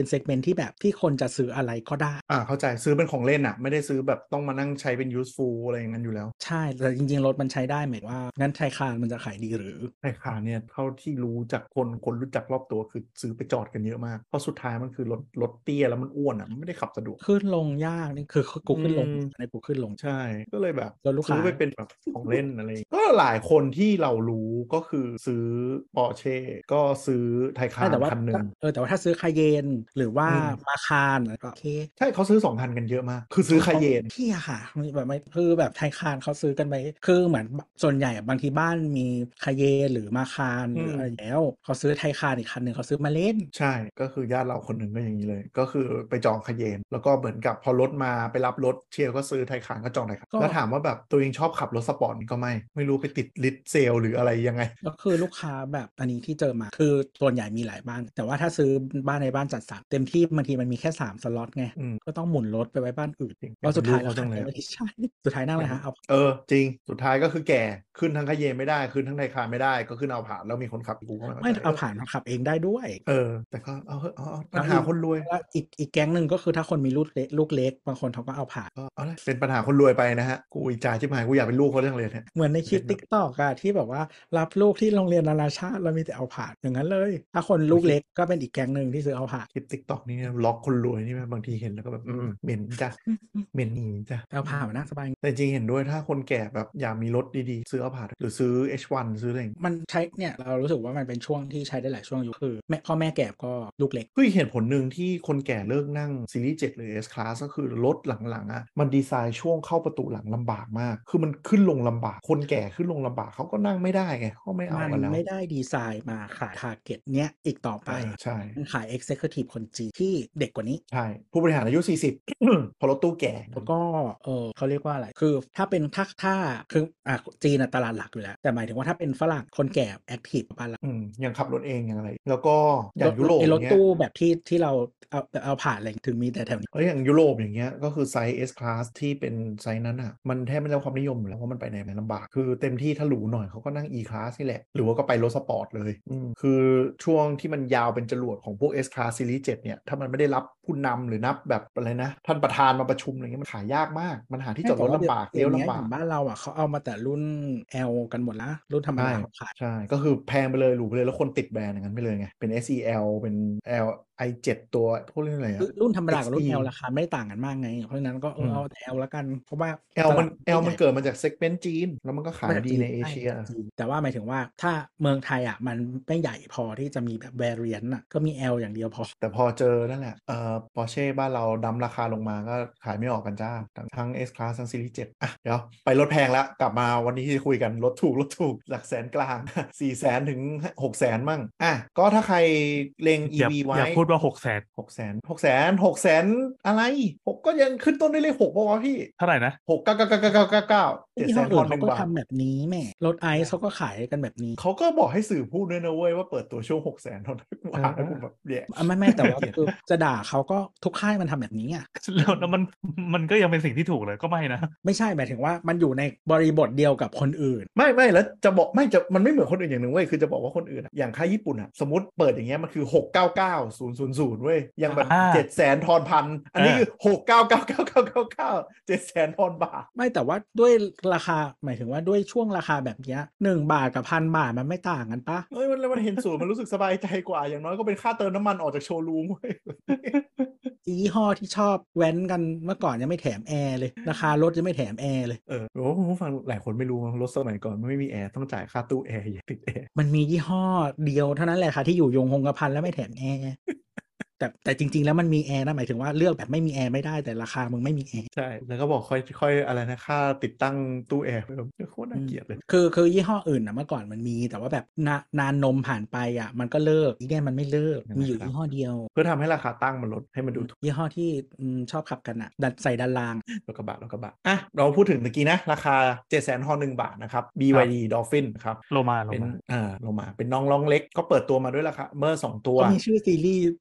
ที่แบบที่คนจะซื้ออะไรก็ได้อ่าเข้าใจซื้อเป็นของเล่นอ่ะไม่ได้ซื้อแบบต้องมานั่งใช้เป็น useful อะไรอย่างนั้นอยู่แล้วใช่แต่จริงๆรถมันใช้ได้หมายว่างั้นไทยคานมันจะขายดีหรือไอ้ขาเนี่ยเท่าที่รู้จากคนคนรู้จักรอบตัวคือซื้อไปจอดกันเยอะมากเพราะสุดท้ายมันคือรถรถเตี้ยแล้วมันอ้วนอ่ะมันไม่ได้ขับสะดวกขึ้นลงยากนี่คือกูขึ้นลงอืมในกูขึ้นลงใช่ก็เลยแบบแล้วลูกซื้อค้าไปเป็นแบบของเล่นอะไรอย่างงี้ก็หลายคนที่เรารู้ก็คือซื้อปอร์เช่ก็ซื้อไทคาใช่นแต่ว่าคันหนึ่งเออแต่ว่าถ้าซื้อคาเยนหรือว่าอืมมาคารก็โอเคใช่เขาซื้อสองคันกันเยอะมากคือซื้อคาเยนที่อะค่ะมีแบบไม่คือแบบไทยคานเขาซื้อกันไปคือเหมือนส่วนใหญ่อะบางทีบ้านมีคาเยนหรือมาคารหรืออะไรแล้วเขาซื้อไทยคานอีกคันหนึ่งเขาซื้อมาเล่นใช่ก็คือญาติเราคนหนึ่งก็อย่างนี้เลย ก็คือไปจองคาเยนแล้วก็เหมือนกับพอรถมาไปรับรถเชียร์ก็ซื้อไทยคานก็จองไทยคานก็แล้วถามว่าแบบตัวเองชอบขับรถสปอร์ตก็ไม่ไม่รู้ไปติดลิตเซลหรืออะไรยังไงก็คือลูกค้าแบบอันนี้ที่เจอมาคือส่วนใหญ่มีหลายบ้าน แต่ว่าถ้าซื้อบ้านในบ้านจัดสรรเต็มที่บางทีมันมีแค่สามสล็อตไงอืมก็ต้องหมุนรถไปไว้บ้านอื่นจริงแล้วสุดท้ายอยากเป็นลูกเขาจังเลยไม่ได้ใช่สุดท้ายนั่งเลยฮะเอาเออจริงสุดท้ายก็คือแก่ขึ้นทั้งคาเยนไม่ได้ขึ้นทั้งไทยคานไม่ได้ก็ขึ้นเอาผ่านแล้วมีคนขับกูก็ไม่เข้าไม่ใจเอาผ่านมาขับเองได้ด้วยเออแต่ก็เอาเถอะเอาเอาปัญแล้วหาอีกคนรวยแล้วอีกอีกแก๊งหนึ่งก็คือถ้าคนมีลูกเล็กลูกเล็กบางคนเขาก็เอาผ่านก็เอาเลยเป็นปัญหาคนรวยไปนะฮะกูอิจฉาชิบหายกูอยากเป็นลูกเขาเรื่องเลยเนี่ยเหมือนในคลิปเป็นแบบติ๊กต็อกอะที่แบบว่ารับลูกที่โรงเรียนนานาชาติแล้วมีแต่เอาผ่านอย่างนั้นเลย ถ้าคนลูกเล็กก็เป็นอีกแก๊งหนึ่งที่ซื้อเอาผ่านคลิปติ๊กต็อกนี่เนี่ยล็อกคนรวยนี่บางทีเห็นแล้วก็แบบอืมเหม็นจ้ะเหม็นหนีจ้ะเอาผ่านมันน่าสบายแต่จริงเห็นด้วยถ้าคนแก่แบบอยากมีรถดีๆซื้อเอาผ่านหรือซื้อ เอช วัน ซื้ออะไรอย่างเงี้ยมันใช้เนี่ยเรารู้สึกว่ามันเป็นช่วงที่ใช้ได้หลายช่วงอยู่คือแม่พ่อแม่แก่ก็ลูกเล็กคือเหตุผลหนึ่งที่คนแก่เลิกนั่งซีรีส์เจ็ดหรือ S Class ก็คือรถหลังๆอ่ะมันดีไซน์ช่วงเข้าประตูหลังลำบากมาก คือมันขึ้นลงลำบาก คนแก่ขึ้นลงลำบากเขาก็นั่งไม่ได้ไงเขาไม่เอามันกันแล้วไม่ได้ดีไซน์มาขายทาร์เก็ตเนี้ยอีกต่อไปอ่าใช่มันขาย Executive คนจีนที่เด็กกว่านี้ใช่ ผู้บริหารอายุ สี่สิบ พอรถตู้แก่แล้วก็เออเขาเรียกว่าอะไร คือถ้าเป็นถ้าถ้าคืออ่ะจีนอะตลาดหลักอยู่แล้ว แต่หมายถึงว่าถ้าเป็นฝรั่งคนแก่แอคทีฟบ้านเราอืมยังขับรถเองอย่างไร แล้วก็อย่างยุโรปไอ้รถเงี้ยตู้แบบที่ที่เราเอาเอาผ่านอะไรถึงมีแต่แถวนี้เอ้ยอย่างยุโรปอย่างเงี้ยก็คือไซส์ S Class ที่เป็นไซส์นั้นอ่ะมันแทบไม่ได้รับความนิยมอยู่แล้วเพราะมันไปไหนมาลำบากคือเต็มที่ถ้าหรูหน่อยเขาก็นั่ง E Class นี่แหละหรือว่าก็ไปรถสปอร์ตเลยอืมคือช่วงที่มันยาวเป็นจรวดของพวก S Class Series เจ็ดเนี่ยถ้ามันไม่ได้รับผู้นำหรือนับแบบอะไรนะท่านประธานมาประชุมอะไรเงี้ยมันขายยากมากมันหาที่จอดรถลำบากเดี๋เลี้ยยว วนี้ลำบาอก ย่างบ้านเราอ่ะเขาเอามาแต่รุ่น L กันหมดละรุ่นธรรมใช่ดาเขาขายใช่ก็คือแพงไปเลยหรูไปเลยแล้วคนติดแบรนด์อย่างนั้นไปเลยไงเป็น เอส อี แอล เป็น L ไอ เจ็ด ตัวพวกเรื่องอะไรอะรุ่นธรรมดากับรุ่นเอ็กซ์ อี L ราคาไม่ได้ต่างกันมากไง เพราะฉะนั้นก็เออเอาแต่ L แล้วกัน เพราะว่า L มันตลา L ดมันเกิดมาจากเซกเมนต์จีนแล้วมันก็ขายดีในเอเชียจริงแต่ว่าหมายถึงว่าถ้าเมืองไทยอ่ะมันไม่ใหญ่พอที่จะมีแบบแวร i ยนอ่ะก็มี L อย่างเดียวพอแต่พอเจอนั่นแหละเอ่อ Porsche บ้านเราดั้มราคาลงมาก็ขายไม่ออกกันจ้าทั้งทั้ง S Class ทั้ง Series เจ็ดอ่ะเดี๋ยวไปรถแพงแล้วกลับมาวันนี้ที่คุยกันรถถูกรถถูกหลักแสนกลาง สี่แสนถึง หกแสนมั่งอ่ะก็ถ้าใครเล็งอย่าอี วี ไว้อย่าพูดว่าหกแสนหกแสนหกแสนหกแสนอะไรหกก็ยังขึ้นต้นด้วยเลขหกป่าวะพี่เท่าไหร่นะหกเก้าเก้าเก้าเก้าเก้าเก้าเจ็ดที่แสห้อน งทอื่อน นหเขานึ่งก็บาททำแบบนี้แม่รถไอซ์เขาก็ขายกันแบบนี้เขาก็บอกให้สื่อพูดด้วยนะเว้ยว่าเปิดตัวช่วงหกแสนเท่านั้นกูอ่านแล้วกูแบบแย่อ่ะไม่ไม่แต่ว่าคือจะด่าเขาก็ทุกค่ายมันทำแบบนี้อ่ะแล้วแล้วมันมันก็ยังเป็นสิ่งที่ถูกเลยก็ไม่นะไม่ใช่หมายถึงว่ามันอยู่ในบริบทเดียวกับคนอื่นไม่ไม่แล้วจะบอกไม่จะมันไม่เหมือนคนอื่นอย่างหนึ่งเว้ยคือจะบอกว่าคนอื่นอะอย่างค่ายญี่ปุ่นอะสมมติเปิดอย่างเงี้ยมันคือหกเก้าเก้าศูนย์ศูนย์ศูนย์เว้ยยังแบบอ่าเจ็ดแสนทอนพันอันนี้คือหกเก้าเก้าเก้าเก้าเก้าเก้าเจ็ดแสนทอนบาทไม่แต่ว่าด้วยราคาหมายถึงว่าด้วยช่วงราคาแบบเนี้ยหนึ่งบาทกับพันบาทมันไม่ต่างกันปะเฮ้ยมันมันเห็นสูตรมันรู้สึกสบายใจกว่าอย่างน้อยก็เป็นค่าเติมน้ำมันออกจากโชว์รูมเว้ยยี่ห้อที่ชอบแว้นกันเมื่อก่อนยังไม่แถมแอร์เลยราคารถยังไม่แถมแอร์เลยเออโอ้ผมผู้ฟังหลายคนไม่รู้มั้งรถสมัยก่อนมันไม่มีแอร์ต้องจ่ายค่าตู้แอร์อย่าติดแอร์มันมียี่ห้อเดียวเท่านั้นแหละค่ะที่อยู่ยงคงกระพันแล้วไม่แถมแอร์ แต่แต่จริงๆแล้วมันมีแอร์นะหมายถึงว่าเลือกแบบไม่มีแอร์ไม่ได้แต่ราคามึงไม่มีแอร์ใช่แล้วก็บอกค่อยค่อยอะไรนะค่าติดตั้งตู้แอร์เพิ่มโคตรน่าเกลียดเลยคือคือยี่ห้ออื่นนะเมื่อก่อนมันมีแต่ว่าแบบนานานนมผ่านไปอ่ะมันก็เลิกอีเนี่ยมันไม่เลิกมีอยู่ยี่ห้อเดียวเพื่อทำให้ราคาตั้งมันลดให้มันดูถูกยี่ห้อที่อืมชอบขับกันอ่ะดันใส่ด้านล่างรถกระบะรถกระบะอ่ะเราพูดถึงเมื่อกี้นะราคาเจ็ดแสนทอนหนึ่งบาทนะครับ บี วาย ดี Dolphin ครับโลมาโลเป็นมาอ่าลงมาเป็นน้องร้องเล็กก็เปิดตัวมาด้วยราคาเมื่อสองตัวก็มีชื่อซีรีส์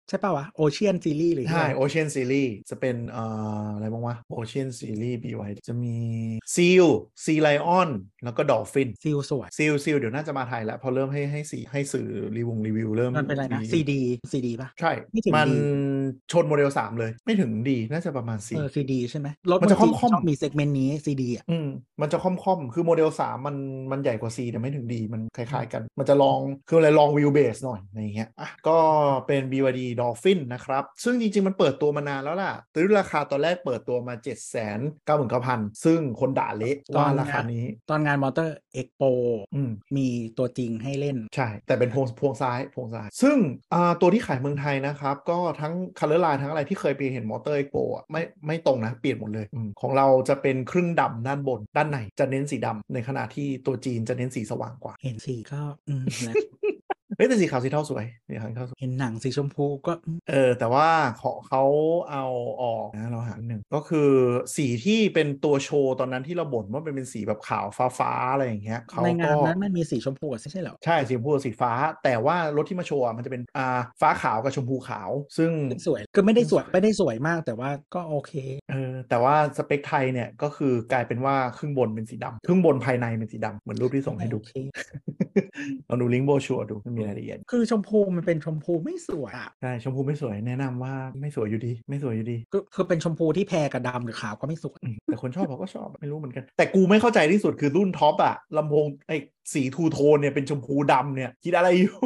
ใช่ป่าววะโอเชียนซีรีส์หรือใช่อะไร Ocean Series จะเป็นเอ่ออะไรบ้างวะ Ocean Series บี วาย จะมี Seal Sea Lion แล้วก็ Dolphin ซีลสวย Seal Seal เดี๋ยวน่าจะมาไทยแล้วเพอเริ่มให้ให้สีให้สื่อรีวงรีวิวเริ่มมันเป็นอะไรนะมีซี ดี ซี ดี ป่ะใช่ไม่ถึงมันดีชนโมเดลสามเลยไม่ถึงดีน่าจะประมาณเออ C ซี ดี ใช่ไหมรถมันเมือจะงจีนค่อมๆชอบมีเซกเมนต์นี้ ซี ดี อ่ะอืมมันจะค่อมๆคือโมเดลสามมันมันใหญ่กว่า C แต่ไม่ถึงดีมันคล้ายๆกัน มันจะลองคืออะไรลองวิวเบสหน่อยอะไรอย่างเงี้ยอ่ะก็เป็น บี วาย ดี Dolphin นะครับซึ่งจริงๆมันเปิดตัวมานานแล้วล่ะแต่ด้วยราคาตอนแรกเปิดตัวมา เจ็ดแสนเก้าหมื่นเก้าพัน ซึ่งคนด่าเละตอว่าน ราคางานนี้ตอนงานมอเตอร์เอ็กโปอืมมีตัวจริงให้เล่นใช่แต่เป็นพวงพวงซ้ายพวงซ้าย ซึ่งอ่าตัวที่ขายเมืองไทยนะครับก็ทั้ง Color Line ทั้งอะไรที่เคยไปเห็นมอเตอร์เอ็กโปอ่ะไม่ไม่ตรงนะเปลี่ยนหมดเลยอืมของเราจะเป็นครึ่งดำด้านบนด้านในจะเน้นสีดำในขณะที่ตัวจีนจะเน้นสีสว่างกว่าเห็นสีก็อืมแล้วเฮ้ยแต่สีขาวสีเทาสวยสีขาวสีเทาสวยเห็นหนังสีชมพูก็อืมเออแต่ว่าของเขาเอาออกนะเราหาหนึ่งก็คือสีที่เป็นตัวโชว์ตอนนั้นที่เราบ่นว่าเป็นเป็นสีแบบขาวฟ้าฟ้าอะไรอย่างเงี้ยเขาในงาก็นนั้นมันมีสีชมพูกับไม่ใช่เหรอใช่สีชมพูกับสีฟ้า แต่ว่ารถที่มาโชว์อ่ะมันจะเป็นอ่าฟ้าขาวกับชมพูขาว ซึ่งสวยก็ไม่ได้สวยสวยไม่ได้สวยมากแต่ว่าก็โอเคเออแต่ว่าสเปคไทยเนี่ยก็คือกลายเป็นว่าครึ่งบนเป็นสีดำครึ่งบนภายในเป็นสีดำเหมือนรูปที่ส่งให้ดูโอเคลองดูลิงก์โบรชัวร์ดูมันมีรายละเอียดคือชมพูมันเป็นชมพูไม่สวยอ่ะใช่ชมพูไม่สวยแนะนำว่าไม่สวยอยู่ดีไม่สวยอยู่ดีก็คือเป็นชมพูที่แพรกับดำหรือขาวก็ไม่สวยอืมแต่คนชอบเขาก็ชอบไม่รู้เหมือนกัน แต่กูไม่เข้าใจที่สุดคือรุ่นท็อปอะลำโพงไอ้สีทูโทนเนี่ยเป็นชมพูดำเนี่ยคิดอะไรอยู่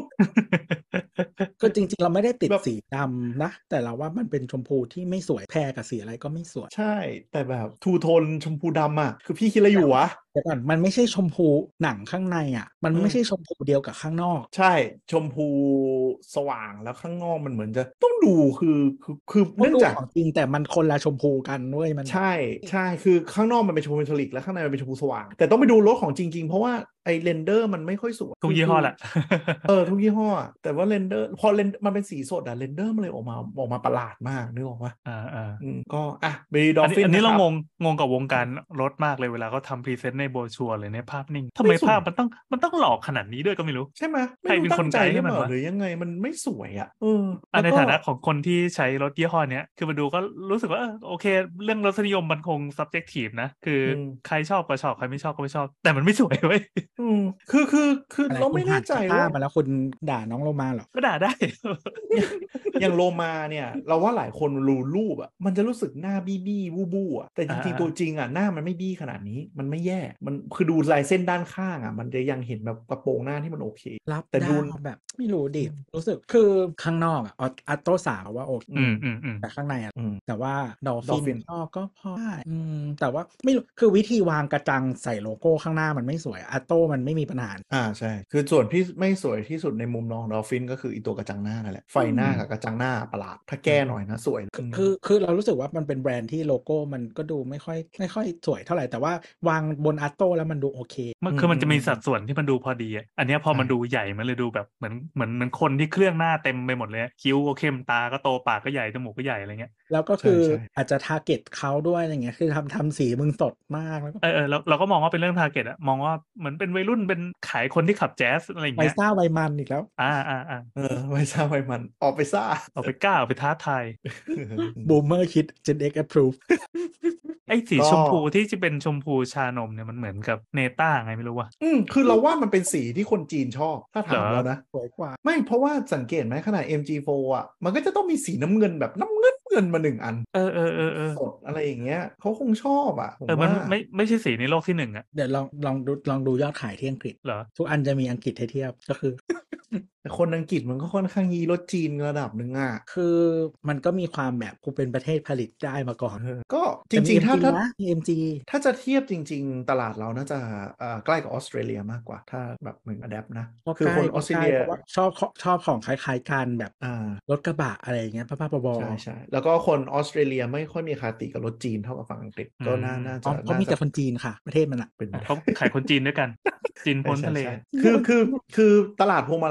ก็จริงๆเราไม่ได้ติดแบบสีดำนะ แต่เราว่ามันเป็นชมพูที่ไม่สวยแพรกับสีอะไรก็ไม่สวยใช่แต่แบบทูโทนชมพูดำอะคือพี่คิดอะไรอยู่วะเดี๋ยวก่อนมันไม่ใช่ชมพูหนังข้างในอ่ะ มันอืมไม่ใช่ชมพูเดียวกับข้างนอกใช่ชมพูสว่างแล้วข้างนอกมันเหมือนจะต้องดูคือคือคือเนื่เนื่ออง งจาจาก กของจริงแต่มันคนละชมพูกันด้วยมันใช่ใช่คือข้างนอกมันเป็นชมพูเมทัลลิกแล้วข้างในมันเป็นชมพูสว่าง แต่ต้องไปดูรถของจริงๆ เพราะว่าไอ้เรนเดอร์มันไม่ค่อยสวยทุกยี่ห้อแหละเออทุกยี่ห้ออะแต่ว่าเรนเดอร์พอเรนมันเป็นสีสดอะเรนเดอร์มันเลยออกมาออกมาประหลาดมากนึกออกปะอ่าอ่าอืมก็อ่ะบีดออัฟนนี้ฟินอันนี้นะคเรารับงงงงกับวงการรถมากเลยเวลาเขาทำพรีเซนต์ในโบรชัวร์เลยในภาพนิ่งทำไมไม่สวยภาพมันต้องมันต้องหลอกขนาดนี้ด้วยก็ไม่รู้ใช่ไหมใครไม่เป็นรู้คตั้นงใจไกด์หให้รือมันเปล่าวะหรือยังไงมันไม่สวยอ่ะเอออันในแล้วก็ฐานะของคนที่ใช้รถยี่ห้อเนี้ยคือมาดูก็รู้สึกว่าเออโอเค เรื่องรสนิยมมันคง subjective นะ คืออมใครชอบก็ชอบใครไม่ชอบก็ไม่ชอบ แต่มันไม่สวยเว้ยอืมคือคือคืออะไรเราคุณไม่ผ่าแน่นใจสตาว่าร์มาแล้วคุณด่าน้องโลมาเหรอก็ด่าได้อย่างอย่างโลมาเนี่ยเราว่าหลายคนรูรูปอ่ะมันจะรู้สึกหน้าบี้บี้บู้บู้อ่ะแต่จริงอ่าๆตัวจริงอ่ะหน้ามันไม่บี้ขนาดนี้มันไม่แย่มันคือดูลายเส้นด้านข้างอ่ะมันจะยังเห็นแบบกระโปรงหน้าที่มันโอเครับแต่ได้ดูแบบไม่รู้ดิรู้สึกคือข้างนอกอ่ะอัตโตสาวว่าโอเคอืมอืมอืมแต่ข้างในอ่ะอืมแต่ว่าดอลฟิน Dolphin ก็ก็พอได้อืมแต่ว่าไม่รู้คือวิธีวางกระจังใส่โลโก้ข้างหน้ามันไม่สวยอัตโตมันไม่มีปัญหาอ่าใช่คือส่วนที่ไม่สวยที่สุดในมุมน้องดอฟฟินก็คืออีตัวกระจังหน้านั่นแหละไฟหน้ากับกระจังหน้าประหลาดถ้าแก้หน่อยนะสวยคือคือคือเรารู้สึกว่ามันเป็นแบรนด์ที่โลโก้มันก็ดูไม่ค่อยไม่ค่อยสวยเท่าไหร่แต่ว่าวางบนอัตโตแล้วมันดูโอเคมันคือมันจะมีสัดส่วนที่มันดูพอดีอ่ะอันเนี้ยพอใช่มันดูใหญ่มันเลยดูแบบเหมือนเหมือนเหมือนคนที่เครื่องหน้าเต็มไปหมดเลยคิ้วก็เข้มตาก็โตปากก็ใหญ่จมูกก็ใหญ่อะไรเงี้ยแล้วก็คือใช่ใช่อาจจะทาร์เก็ตเขาด้วยอะไรเงี้ยคือทำทำสีมึงสดมากแล้วก็เออเออเราเราก็มองว่าเป็นเรื่องทาร์เก็ตอะมองว่าเหมือนเป็นวัยรุ่นเป็นขายคนที่ขับแจ๊สอะไรอย่างไวเงี้ยซ่าไวมันอีกแล้วอ่าอ่าอ่าเออไว้ซ่าไว้มันออกไปซ่าเอาไปกล้าเอาไปท้าทายบูมเมอร์คิด Gen X approve ไอ้สีก็ชมพูที่จะเป็นชมพูชานมเนี่ยมันเหมือนกับเนต้าไงไม่รู้ว่ะอืมคือเราว่ามันเป็นสีที่คนจีนชอบถ้าถามเหรอเรานะสวยกว่าไม่เพราะว่าสังเกตไหมขนาด เอ็ม จี โฟร์ อ่ะมันก็จะต้องมีสีน้ำเงินแบบน้ำเงินเงินมาหนึ่งอันเออเออเออเออสดอะไรอย่างเงี้ยเขาคงชอบอ่ะผมเออมันว่าไม่ไม่ใช่สีในโลกที่หนึ่งอะเดี๋ยวลองลองดูลองดูยอดขายที่อังกฤษเหรอทุกอันจะมีอังกฤษให้เทียบก็คือแต่คนอังกฤษมันก็ค่อนข้างยีรถจีนระดับหนึ่งอ่ะคือมันก็มีความแบบกูเป็นประเทศผลิตได้มาก่อนเออก็จริงๆถ้าแต่มีถ้าเอ็มจี นะ เอ็ม จีถ้าจะเทียบจริง ๆ ตลาดเราน่าจะเอ่อใกล้กับออสเตรเลียมากกว่า ถ้าแบบเหมือนอะแดปนะก็คือใกล้คนออสเตรเลียเพราะว่าชอบชอบของคล้ายๆกันแบบอ่ารถกระบะอะไรอย่างเงี้ยป้าๆบอใช่ใช่แล้วก็คนออสเตรเลียไม่ค่อยมีคาติกับรถจีนเท่ากับฝั่งอังกฤษก็น่าอืมน่าๆอ๋จะอเขาน่ามีจะแต่คนจีนค่ะ ประเทศมันอะเป็นไปได้เขาขายคนจีนด้วยกัน จีนพ้นใช่ทะเลใช่คือคือคือตลาดพวงมาลัยขวา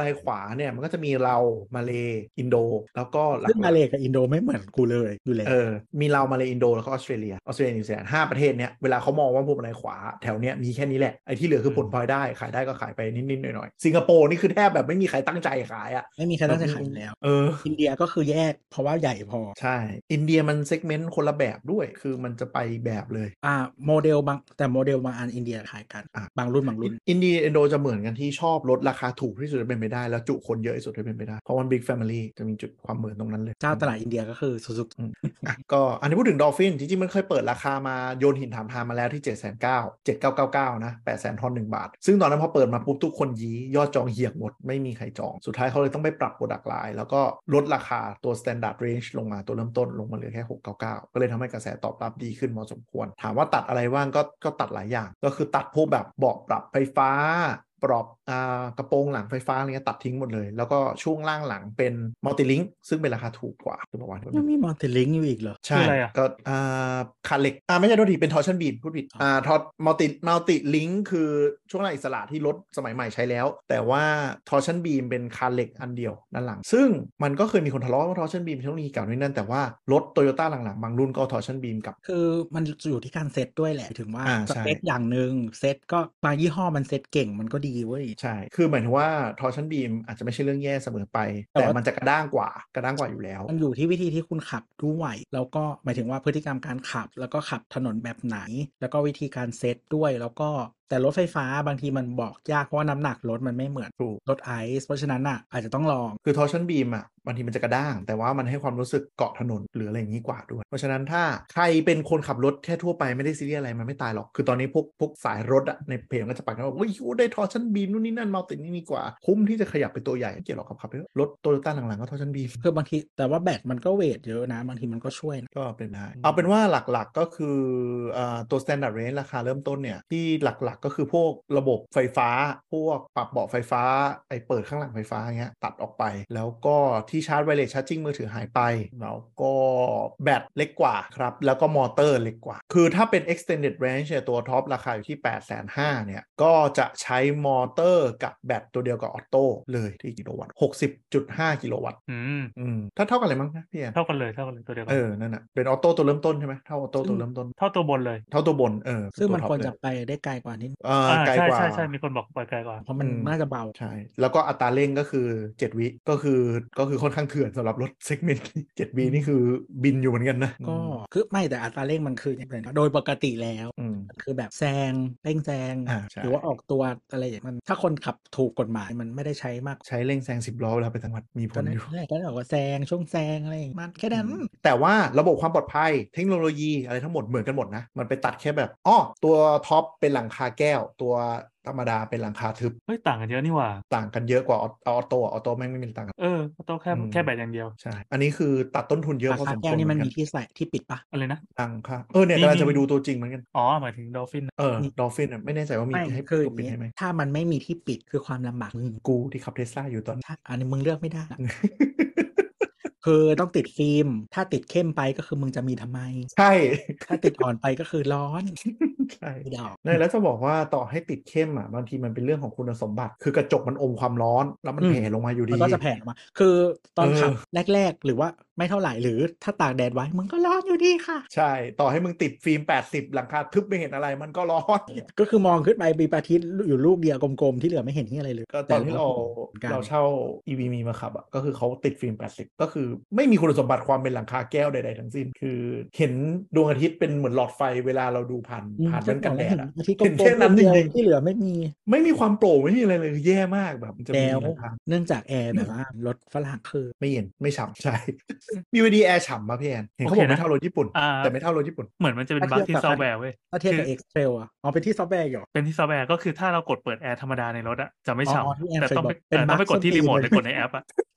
เนี่ยมันก็จะมีเรามาเลอินโดแล้วก็หลัซึ่งกมาเลกับอินโดไม่เหมือนกูเลยอยู่แล้เอวอมีเรามาเลอินโดแล้วก็ออสเตรเลียออสเตรเลียนิวซีแลนด์ห้าประเทศเนี้ยเวลาเขามองว่าพวกมันในขวาแถวเนี้ยมีแค่นี้แหละไอ้ที่เหลือคือผลพลอยได้ขายได้ก็ขายไปนิดๆหน่อยๆสิงคโปร์นี่คือแทบแบบไม่มีใครตั้งใจขายอ่ะไม่มีใครตั้งใจขายอยู่แล้วเอออินเดียก็คือแยกเพราะว่าใหญ่พอใช่อินเดียมันเซกเมนต์คนละแบบด้วยคือมันจะไปแบบเลยอ่าโมเดลบางแต่โมเดลบางอันอินเดียขายกันอ่ะบางรุ่นบางรุ่นอินเดียอินโดจะเหมือนกันที่ชอบลดราคาถูกที่สุดที่เป็นไปได้แล้วจุคนเยอะที่สุดที่เป็นไปได้เพราะมันบิ๊กแฟมิลี่จะมีจุดความเหมือนตรงนั้นเลยเจ้าตลาดอินเดียก็คือซูซูกิอืมอ่ะก็อันนี้พูดถึงดอลฟินจริงๆมันเคยเปิดราคามาโยนหินถามทางมาแล้วที่ เจ็ดแสนเก้าหมื่น เจ็ดพันเก้าร้อยเก้าสิบเก้า นะ แปดแสน ทอนหนึ่งบาทซึ่งตอนนั้นพอเปิดมาปุ๊บทุกคนยี้ยอดจองเหี่ยกหมดไม่มีใครจองสุดท้ายเขาเลยต้องไปปรับโปรดักต์ไลน์แล้วก็ลดราคาตัว standard range ลงมาตัวเริ่มต้นลงมาเหลือแค่หกพันเก้าร้อยเก้าสิบเก้าก็เลยทำให้กระแสตอบรับดีขึ้นพอสมควรถามว่าตัดอะไรบ้างก็ก็ตัดหลายอย่างก็คือตัดพวกแบบเบาะปรับไฟฟ้าปรับอ่ากระโปรงหลังไฟฟ้าอะไรเงี้ยตัดทิ้งหมดเลยแล้วก็ช่วงล่างหลังเป็นมัลติลิงค์ซึ่งเป็นราคาถูกกว่าคือประมาณนั้นยังมีมัลติลิงก์อยู่อีกเหรอใช่คืออะไรอ่ะก็อ่าคาเหล็กอ่าไม่ใช่โทษทีเป็นทอร์ชันบีมพูดผิดอ่าทอมัลติมัลติลิงค์คือช่วงล่างอิสระที่รถสมัยใหม่ใช้แล้ว แต่ว่าทอร์ชันบีมเป็นคาเหล็กอันเดียวด้านหลัง ซึ่งมันก็เคยมีคนทะเลาะว่าทอร์ชันบีมเป็นเทคโนโลยีเก่านี่นั่นแต่ว่ารถโตโยต้าหลังๆบางรุ่นก็ทอร์ชันบีมกับคือมันอยู่ที่การเซตด้วยแหละถึงว่าอ่าสใช่เปคอย่างหนึ่งเซตก็บางยี่ห้อมันเซตเก่งมันก็ดีเว้ยใช่ คือหมายถึงว่าทอร์ชันบีมอาจจะไม่ใช่เรื่องแย่เสมอไปแต่แต่ว่ามันจะกระด้างกว่ากระด้างกว่าอยู่แล้วมันอยู่ที่วิธีที่คุณขับด้วยแล้วก็หมายถึงว่าพฤติกรรมการขับ แล้วก็ขับถนนแบบไหน แล้วก็วิธีการเซตด้วยแล้วก็แต่รถไฟฟ้าบางทีมันบอกยากเพราะว่าน้ำหนักรถมันไม่เหมือนถูกรถไอซ์เพราะฉะนั้นอ่ะอาจจะต้องลองคือทอร์ชันบีมอ่ะบางทีมันจะกระด้าง แต่ว่ามันให้ความรู้สึกเกาะถนนหรืออะไรอย่างนี้กว่าด้วย เพราะฉะนั้นถ้าใครเป็นคนขับรถแค่ทั่วไปไม่ได้ซีเรียสอะไรมันไม่ตายหรอกคือตอนนี้พวกพวกสายรถอ่ะในเพจก็จะปักกันว่าอุ้ยได้ทอร์ชันบีมนู่นนี่นั่นมัลตินี่นี่กว่าคุ้มที่จะขยับไปตัวใหญ่ไม่เกี่ยวหรอกขับขับไปเถอะรถโตโยต้าหลังๆก็ทอร์ชันบีมคือบางทีแต่ว่าแบตมันก็เวทเยอะนะบางทีมันก็ช่วยนะก็เป็นได้เอาเป็นว่าหลักๆก็คืออ่าตัว standard range ราคาเริ่มต้นเนี่ยที่หลักๆก็คือพวกระบบไฟฟ้าพวกปรับเบาะไฟฟ้าไอเปิดข้างหลังไฟฟ้าเงี้ยตัดออกไปแล้วก็ที่ชาร์จไวเลสชาร์จิ่งมือถือหายไปแล้วก็แบตเล็กกว่าครับแล้วก็มอเตอร์เล็กกว่าคือถ้าเป็น extended range เนี่ยตัวท็อปราคาอยู่ที่ แปดแสนห้าหมื่น เนี่ยก็จะใช้มอเตอร์กับแบตตัวเดียวกับออโต้เลยที่กิโลวัตต์ หกสิบจุดห้า กิโลวัตต์อืมอืมถ้าเท่ากันเลยมั้งนะพี่แอนเท่ากันเลยเท่ากันเลยตัวเดียวกัเอน อ นั่นน่ะ เป็นออโต้ตัวเริ่มต้นใช่ไหมเท่าออโต้ตัวเริ่มต้นเท่าตัวบนเลยเท่าตัวบน เออซึ่งมันตัวท็อปควรเลยจะไปได้ไกลกว่านี้เอ่ออ่าไกลใช่กว่าใช่ใช่มีคนบอกไปไกลกว่าเพราะมันอืมน่าจะเบาใช่ แล้วก็อัตราเร่งก็คือ เจ็ด วิก็คือก็คือค่อนข้างเถื่อนสำหรับรถเซกเมนต์ เจ็ด วินี่คือบินอยู่เหมือนกันนะก็คือไม่แต่อัตราเร่งมันคืออย่างไรนะโดยปกติแล้วอืมมันคือแบบแซงเร่งแซงอ่าใช่หรือว่าออกตัวอะไรอย่างมันถ้าคนขับถูกกฎหมายมันไม่ได้ใช้มากใช้เร่งแซงสิบล้อเวลาไปต่างจังหวัดมีผก็ลนั่นอยู่แหละก็บอกว่าแซงช่วงแซงอะไรอย่างมันแค่นั้นแต่ว่าระบบความปลอดภัยเทคโนโลยีอะไรทั้งหมดเหมือนกันหมดนะ มันไปตัดแค่แบบอ้อตัวท็อปเป็นหลังคาแก้ว ตัวธรรมดาเป็นหลังคาทึบเฮ้ยต่างกันเยอะนี่หว่าต่างกันเยอะกว่าออโต้ออโต้แม่งไม่มีต่างกันเออต้องแค่อืมแค่แบตอย่างเดียวใช่ อันนี้คือตัดต้นทุนเยอะราพอคาสมคแก้ววรนี่เหมืมัอน นกัมีนที่ใส่ที่ปิดปะอะไรนะตังค่ะเออเนี่ยมีกำลังมีจะไปดูตัวจริงเหมือนกันอ๋อหมายถึงดอลฟินเออดอลฟินอ่ะไม่แน่ใจว่ามีไม่ให้คืออตัวปิดย่างให้ไหมนี้ถ้ามันไม่มีที่ปิดคือความลำบากมึงกูที่ขับเทสลาอยู่ตอนนี้ถ้าอันนี้มึงเลือกไม่ได้ คือต้องติดฟิล์มถ้าติดเข้มไปก็คือมึงจะมีทำไมใช่ถ้าติดอ่อนไปก็คือร้อนใช่ไม่ดอกในแล้วจะบอกว่าต่อให้ติดเข้มอ่ะบางทีมันเป็นเรื่องของคุณสมบัติ คือกระจกมันอมความร้อน แล้วมันอืมแผ่ลงมาอยู่มันดีก็จะแผ่ออกมา คือตอนเออขับแรก ๆ หรือว่าไม่เท่าไหร่หรือถ้าตากแดดไว้มึงก็ร้อนอยู่ดีค่ะใช่ ต่อให้มึงติดฟิล์มแปดสิบหลังคาทึบไม่เห็นอะไรมันก็ร้อนก็คือมองขึ้นไปมีพระอาทิตย์อยู่ลูกเดียวกลมๆที่เหลือไม่เห็นที่อะไรเลยก็ตอนที่เราแต่เราเช่า อี วี มีมาขับอ่ะก็คือเขาติดฟิล์มแปดสิบก็คือไม่มีคุณสมบัติความเป็นหลังคาแก้วใดๆทั้งสิ้น คือเห็นดวงอาทิตย์เป็นเหมือนหลอดไฟเวลาเราดูผ่านอืมผ่านแว่นกันแดดอ่ะอาทิตย์กเห็นลแค่มๆนั้นจเดียวริงที่เหลือไม่มีๆไม่มีความโปร่งไม่มีอะไรเลยแย่มากแบบมันจะมีแล้วหลังคาเนื่องจากแอร์แบบว่ารถฝรั่งคือไม่เย็นไม่ฉ่ำใช่ มีวีดีแอร์ฉ่ำมาพี่แอนเห็นเขาโอเคบอกไม่นะเท่ารถญี่ปุ่นอ่าแต่ไม่เท่ารถญี่ปุ่นเหมือนมันจะเป็นถ้าบั๊กเทียบที่กับซอฟต์แวร์เว้ยถ้าเทียบคืกับอ Excel อ่ะอ๋อเป็นที่ซอฟต์แวร์เหรอเป็นที่ซอฟต์แวร์ก็คือถ้าเรากดเปิดแอร์ธรรมดาในรถอะจะไม่อ๋อฉ่ำที่แอนแต่เคยต้องบไปอกเป็นเอ่อต้องไปกดที่บั๊กส้นตีนรีโมทเลยหรือกดในแอปอะ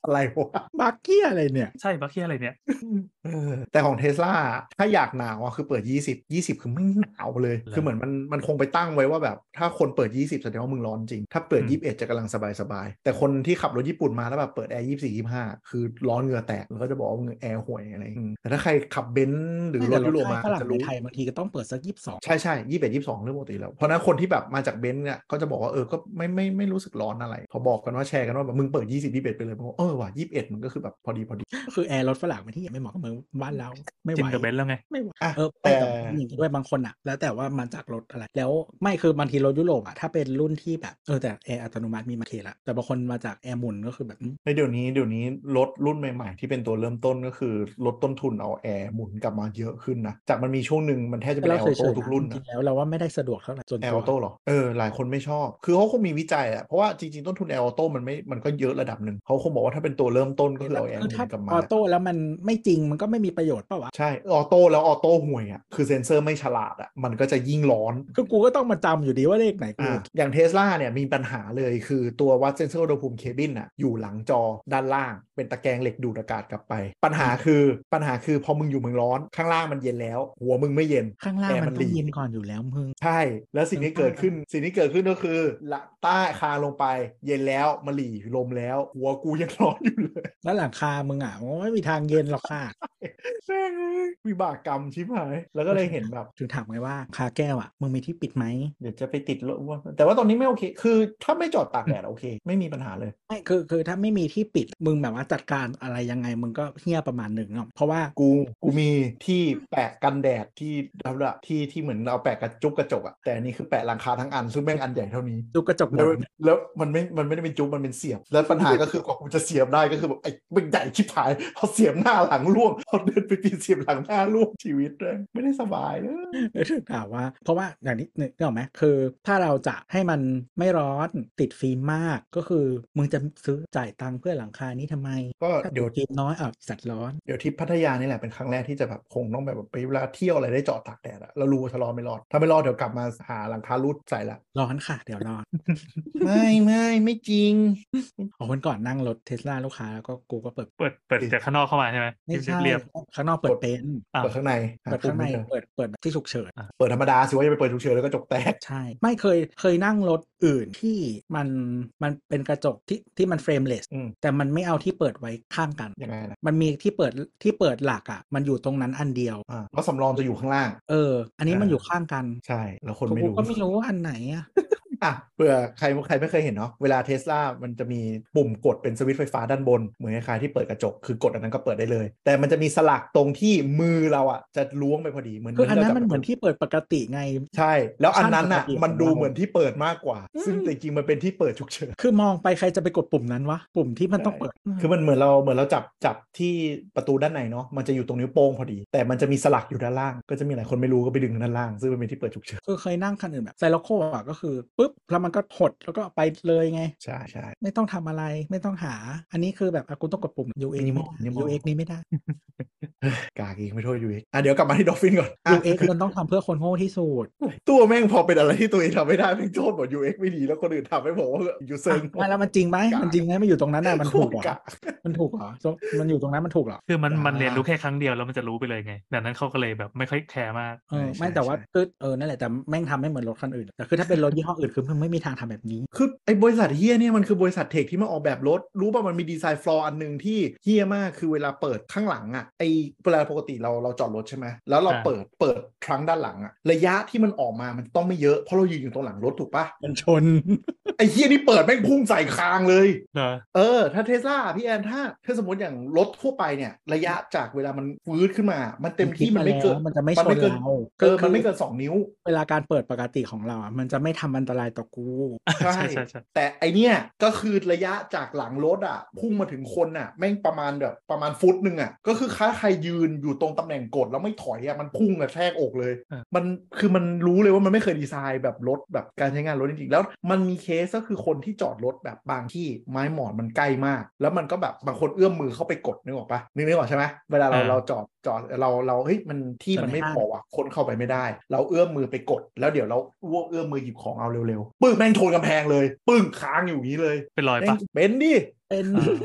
อะไรวะบักเกี้ยอะไรเนี่ยใช่บักเกี้ยอะไรเนี่ยเออแต่ของ Tesla ถ้าอยากหนาวอ่ะคือเปิดยี่สิบ ยี่สิบคือไม่หนาวเลยเหรอคือเหมือนมันมันคงไปตั้งไว้ว่าแบบถ้าคนเปิดยี่สิบแสดงว่ามึงร้อนจริงถ้าเปิดอืมยี่สิบเอ็ดจะกำลังสบายๆแต่คนที่ขับรถญี่ปุ่นมาแล้วแบบเปิดแอร์ยี่สิบสี่ ยี่สิบห้าคือร้อนเหงื่อแตกแล้วก็จะบอกว่ามึงแอร์ห่วยอะไรอืมแต่ถ้าใครขับเบนซ์หรือไม่รแต่ถรยุถโรปไทยมาฝรั่งจะในรู้ไทยบางทีก็ต้องเปิดสักยี่สิบสองใช่ใช่ยี่สิบเอ็ด ยี่สิบสองเรื่องปกติแล้วเพราะนั้นคนที่แบบมาจากเบนซ์เนี่ยก็จะบอกว่าเออก็ไม่ไม่ไม่รู้สึกร้อนอะไรเขาบอกกันว่าแชร์กันว่าแบบมึงเปิดยี่สิบ ยี่สิบเอ็ดไปเลยบอกเออว่ะยี่สิบเอ็ดมันก็คือแบบพอดีพอดีก็คือแอร์รถฝรั่งมันที่ไม่เหมาะกับเมืองบ้านเราไม่ไหจิวนกับเบนซ์แล้วไงไม่ไหวอ่ะเออแต่แต่แต่มันอย่างนี้ด้วยบางคนอ่ะ แล้วแต่ว่ามาจากรถอะไร แล้วไม่คือบางทีรถยุโรปอ่ะถ้าเป็นรุ่นที่แบบเออแต่แอร์อัตโนมัติมีมาเคละแต่บางคนมาจากแอร์หมุนก็คือแบบอืมในเดี๋ยวนี้เดี๋ยวนี้รถรุ่นใหม่ๆที่เป็นตัวเริ่มต้นก็คือลดต้นทุนเอาแอร์หมุนกลับมาเยอะขึ้นนะจากมันมีช่วงหนึ่งมันแทบจะแต่เป็นเราแอร์อเฉอโต้ยๆทุกนะรุ่นจรินะงๆแล้วเราว่าไม่ได้สะดวกเท่าไหร่ส่วนแอร์ตัอวอโต้หรอเออหลายคนไม่ชอบคือเขาคงมีวิจัยแหละเพราะว่าจริงๆต้นทุนแอร์ออโต้มันไม่มันก็เยอะระดับหนึ่งเขาคงบอกว่าถ้าเป็นตัวเริ่มต้นก็คือเอาแอร์หคือมุถ้านกลับอมาอโต้แล้วมันไม่จริงมันก็ไม่มีประโยชน์เปล่าวะใช่ออโต้แล้วออโต้ห่วยอ่ะคือเซ็นเซอร์ไม่ฉลาดอ่ะมันก็จะยิ่งร้อนคือกูก็ต้องมาจำอยู่ดีว่าเลขไหนกูอ่าอย่างเทสลาเนี่ยมีปัญหาเลยคือตัววัดเซนเซอร์อุณหภูมิเคบินอ่ะอยู่หลังจอด้านล่างเป็นตะแกรงเหล็กดูดอากาศกลับไป ปัญหาคือปัญหาคือพอมึงอยู่มึงร้อนข้างล่างมันเย็นแล้ว หัวมึงไม่เย็นข้างล่างแอร์มันต้องหเย็นก่อนอยู่แล้วมึงใช่แล้วสิ่งที่เกิดขึ้นสิ่งที่เกิดขึ้นก็คือละใต้คาลงไปเย็นแล้วมาหลีลมแล้ว หัวกูยังร้อนอยู่เลยแล้วหลังคามึงอ่ะมันไม่มีทางเย็นหรอกค่ะแม่งเอ้ยวิบากกรรมชิบหายแล้วก็เลยเห็นแบบถึงถามไงว่าคาแก้วอ่ะมึงมีที่ปิดไหมเดี๋ยวจะไปติดรถว่าแต่ว่าตอนนี้ไม่โอเค คือถ้าไม่จอดตากแดดโอเค ไม่มีปัญหาเลยไม่คือคือถ้าไม่มีที่ปิดมึงแบบว่าจัดการอะไรยังไงมึงก็เฮี้ยประมาณหนึ่งเนาะเพราะว่ากูกูมีที่แปะกันแดดที่แล้วละที่ที่เหมือนเราแปะกระจุกกระจกอะแต่อันนี้คือแปะหลังคาทั้งอันซึ่งแม่งอันใหญ่เท่านี้ดูกระจกแล้วดำแล้วมันไม่มันไม่ได้เป็นจุ๊บมันเป็นเสียบ แล้วปัญหาก็คือกว่ากูจะเสียบได้ก็คือแบบไอ้มันใหญ่ชิบหายพอเสียบหน้าหลังร่วงพอเดินไปปีนเสียบหลังหน้าร่วงชีวิตเลยไม่ได้สบายเลยถึงถามว่าเพราะว่าอย่างนี้นึกออกไหมคือถ้าเราจะให้มันไม่ร้อนติดฟิล์มมากก็คือมึงจะซื้อจ่ายตังค์เพื่อหลังคานี้ทำไมก็ถ้าเดี๋ยวฟิล์มน้อยอ่ะสัตว์ร้อนเดี๋ยวทริปพัทยานี่แหละเป็นครั้งแรกที่จะแบบคงต้องแบบไปเวลาเที่ยวอะไรได้จอดตากแดดอะแล้วรู้ว่าจะรอดไม่รอดถ้าไม่รอดเดี๋ยวกลับมาหาหลังคารูดใส่ละร้อนค่ะเดี๋ยวร้อนไม่ไม่ไม่จริงอ๋อคนก่อนนั่งรถเทสลาลูกค้าแล้วก็กูก็เปิดเปิดเปิดจากข้างนอกเข้ามาใช่ไหมไม่ใช่เรียบข้างนอกเปิดเป็นอ่ะเปิดข้างในหเปิดข้างในปุ่มไม่เจอเปิดเปิดแบบที่ฉุกเฉินเปิดธรรมดาสิว่าจะไปเปิดฉุกเฉินแล้วก็จกแตกใช่ ไม่เคยเคยนั่งรถอื่นที่มันมันเป็นกระจกที่ที่มันเฟรมเลสอืมแต่มันไม่เอาที่เปิดไว้ข้างกันยังไงนะมันมีที่เปิดที่เปิดหลักอ่ะ มันอยู่ตรงนั้นอันเดียวอ่าแล้วสำรองจะอยู่ข้างล่างเออ อันนี้อ่ามัมันอยู่ข้างกันใช่แล้วคนไม่กูรู้ก็ไม่รู้ว่าอันไหนอ่ะอ่ะเผื่อใครใครไม่เคยเห็นเนาะเวลาเทสลามันจะมีปุ่มกดเป็นสวิตช์ไฟฟ้าด้านบนเหมือนคล้ายๆที่เปิดกระจกคือกดอันนั้นก็เปิดได้เลย แต่มันจะมีสลักตรงที่มือเราอ่ะจะล้วงไปพอดีเหมือนคืออันนั้นราจับมันเหมือนที่เปิดปกติไงใช่ แล้วอันนั้นอ่ะขั้นปกติของมันดูเราเหมือนที่เปิดมากกว่า ซึ่งแต่จริงๆมันเป็นที่เปิดฉุกเฉินคือมองไปใครจะไปกดปุ่มนั้นวะ ปุ่มที่มันต้องเปิดคือมันเหมือนเราเหมือนเราจับจับที่ประตูด้านในเนาะมันจะอยู่ตรงนิ้วโป้งพอดี แต่มันจะมีสลักอยู่ด้านล่าง ก็จะมีหลายคนไม่รู้ก็ไปดึงด้านล่าง ซึ่งมันเป็นที่เปิดฉุกเฉินคือเคยนั่งคันอื่นแบบไซโลโคอ่ะก็คือปุ๊บแล้วมันก็หดแล้วก็ไปเลยไงใช่ใช่ไม่ต้องทำอะไรไม่ต้องหา อันนี้คือแบบอ่ะกูต้องกดปุ่ม ยู เอ็กซ์ Minimal ไม่ได้ Minimal ยู เอ็กซ์ นี้ไม่ได้เฮ้ยกากอีกไม่โทษยูเอ็กอ่ะเดี๋ยวกลับมาที่ดอฟฟินก่อนอ่ะยู เอ็กซ์ มันต้องทำเพื่อคนโง่ที่สุดตัวแม่งพอเป็นอะไรที่ตัวเองทำไม่ได้แม่งโทษบอก ยู เอ็กซ์ ไม่ดีแล้วคนอื่นทำไม่บอกว่ายูเซออ่ะร์ไม่แล้วมันจริงไหมกากมันจริงไหมมันอยู่ตรงนั้นน่ะมันถูกเหรอโคตรกะมันถูกเหรอมันอยู่ตรงนั้นมันถูกเหรอคือมันอ่ามัมันเรียนรู้แค่ครั้งเดียวแล้วมันจะรู้ไปเลยไงดังนั้นเขาก็เลยแบบไม่ค่อยแคร์มากเออใช่ไม่แต่ว่าใช่คือเออนั่นแหละแต่แม่งทำไม่เหมือนรถคันอื่นแต่คือถ้าเป็นรถยี่ห้ออื่นคือมันไม่มีทางทำแบบนี้คือไอ้บริษัทเฮียเนี่ยมันคือบริษัทเทคที่มาออกแบบรถรู้ป่ะมันมีดีไซน์ฟลอร์อันหนึ่งที่เฮียมากคือเวลาเปิดข้างหลังอ่ะไอ้เวลาปกติเราเราจอดรถใช่ไหมแล้วเราอ่าเปิดเปิดทรังด้านหลังอ่ะระยะที่มันออกมามันต้องไม่เยอะเพราะเรายืนอยู่ตรงหลังรถถูกป่ะมันชนไอ้เฮียนี่เปิดแม่งพุ่งใส่คางเลยเหรอเออถ้าเทสลาพี่แอนถ้าถ้าสมมติอย่างรถทั่วไปเนี่ยระยะจากเวลามันฟื้นขึ้นมา มันเต็มที่มันไม่เกินมันจะไม่มันไม่ชนเกินเราเออมันไม่เกินสองนิ้วเวลาการเปิดปกติของเราอ่ะมันจะไม่ทำอันตรายต่อกูใช่ใช่ใช่ใช่แต่ไอเนี้ยก็คือระยะจากหลังรถอ่ะพุ่งมาถึงคนอ่ะแม่งประมาณแบบประมาณฟุตหนึ่งอ่ะก็คือค้าใครยืนอยู่ตรงตำแหน่งกดแล้วไม่ถอยอ่ะมันพุ่งกระแทกอกเลยอ่ะมันคือมันรู้เลยว่ามันไม่เคยดีไซน์แบบรถแบบการใช้งานรถจริงๆแล้วมันมีเคสก็คือคนที่จอดรถแบบบางที่ไม้หมอนมันใกล้มาก แล้วมันก็แบบบางคนเอื้อมมือเข้าไปกดนึกออกปะนึกนึกออกใช่ไหมเวลาเราเราจอดจอดเราเราเฮ้ยมันที่มันไม่พอว่ะคนเข้าไปไม่ได้ เราเอื้อมมือไปกด แล้วเดี๋ยวเราเอื้อมมือหยิบของเอาเร็วๆปึ้งแม่งชนกำแพงเลยปึ้งค้างอยู่อย่างนี้เลยเป็นรอยแม่ปะงเป็นดิเป็นอ่า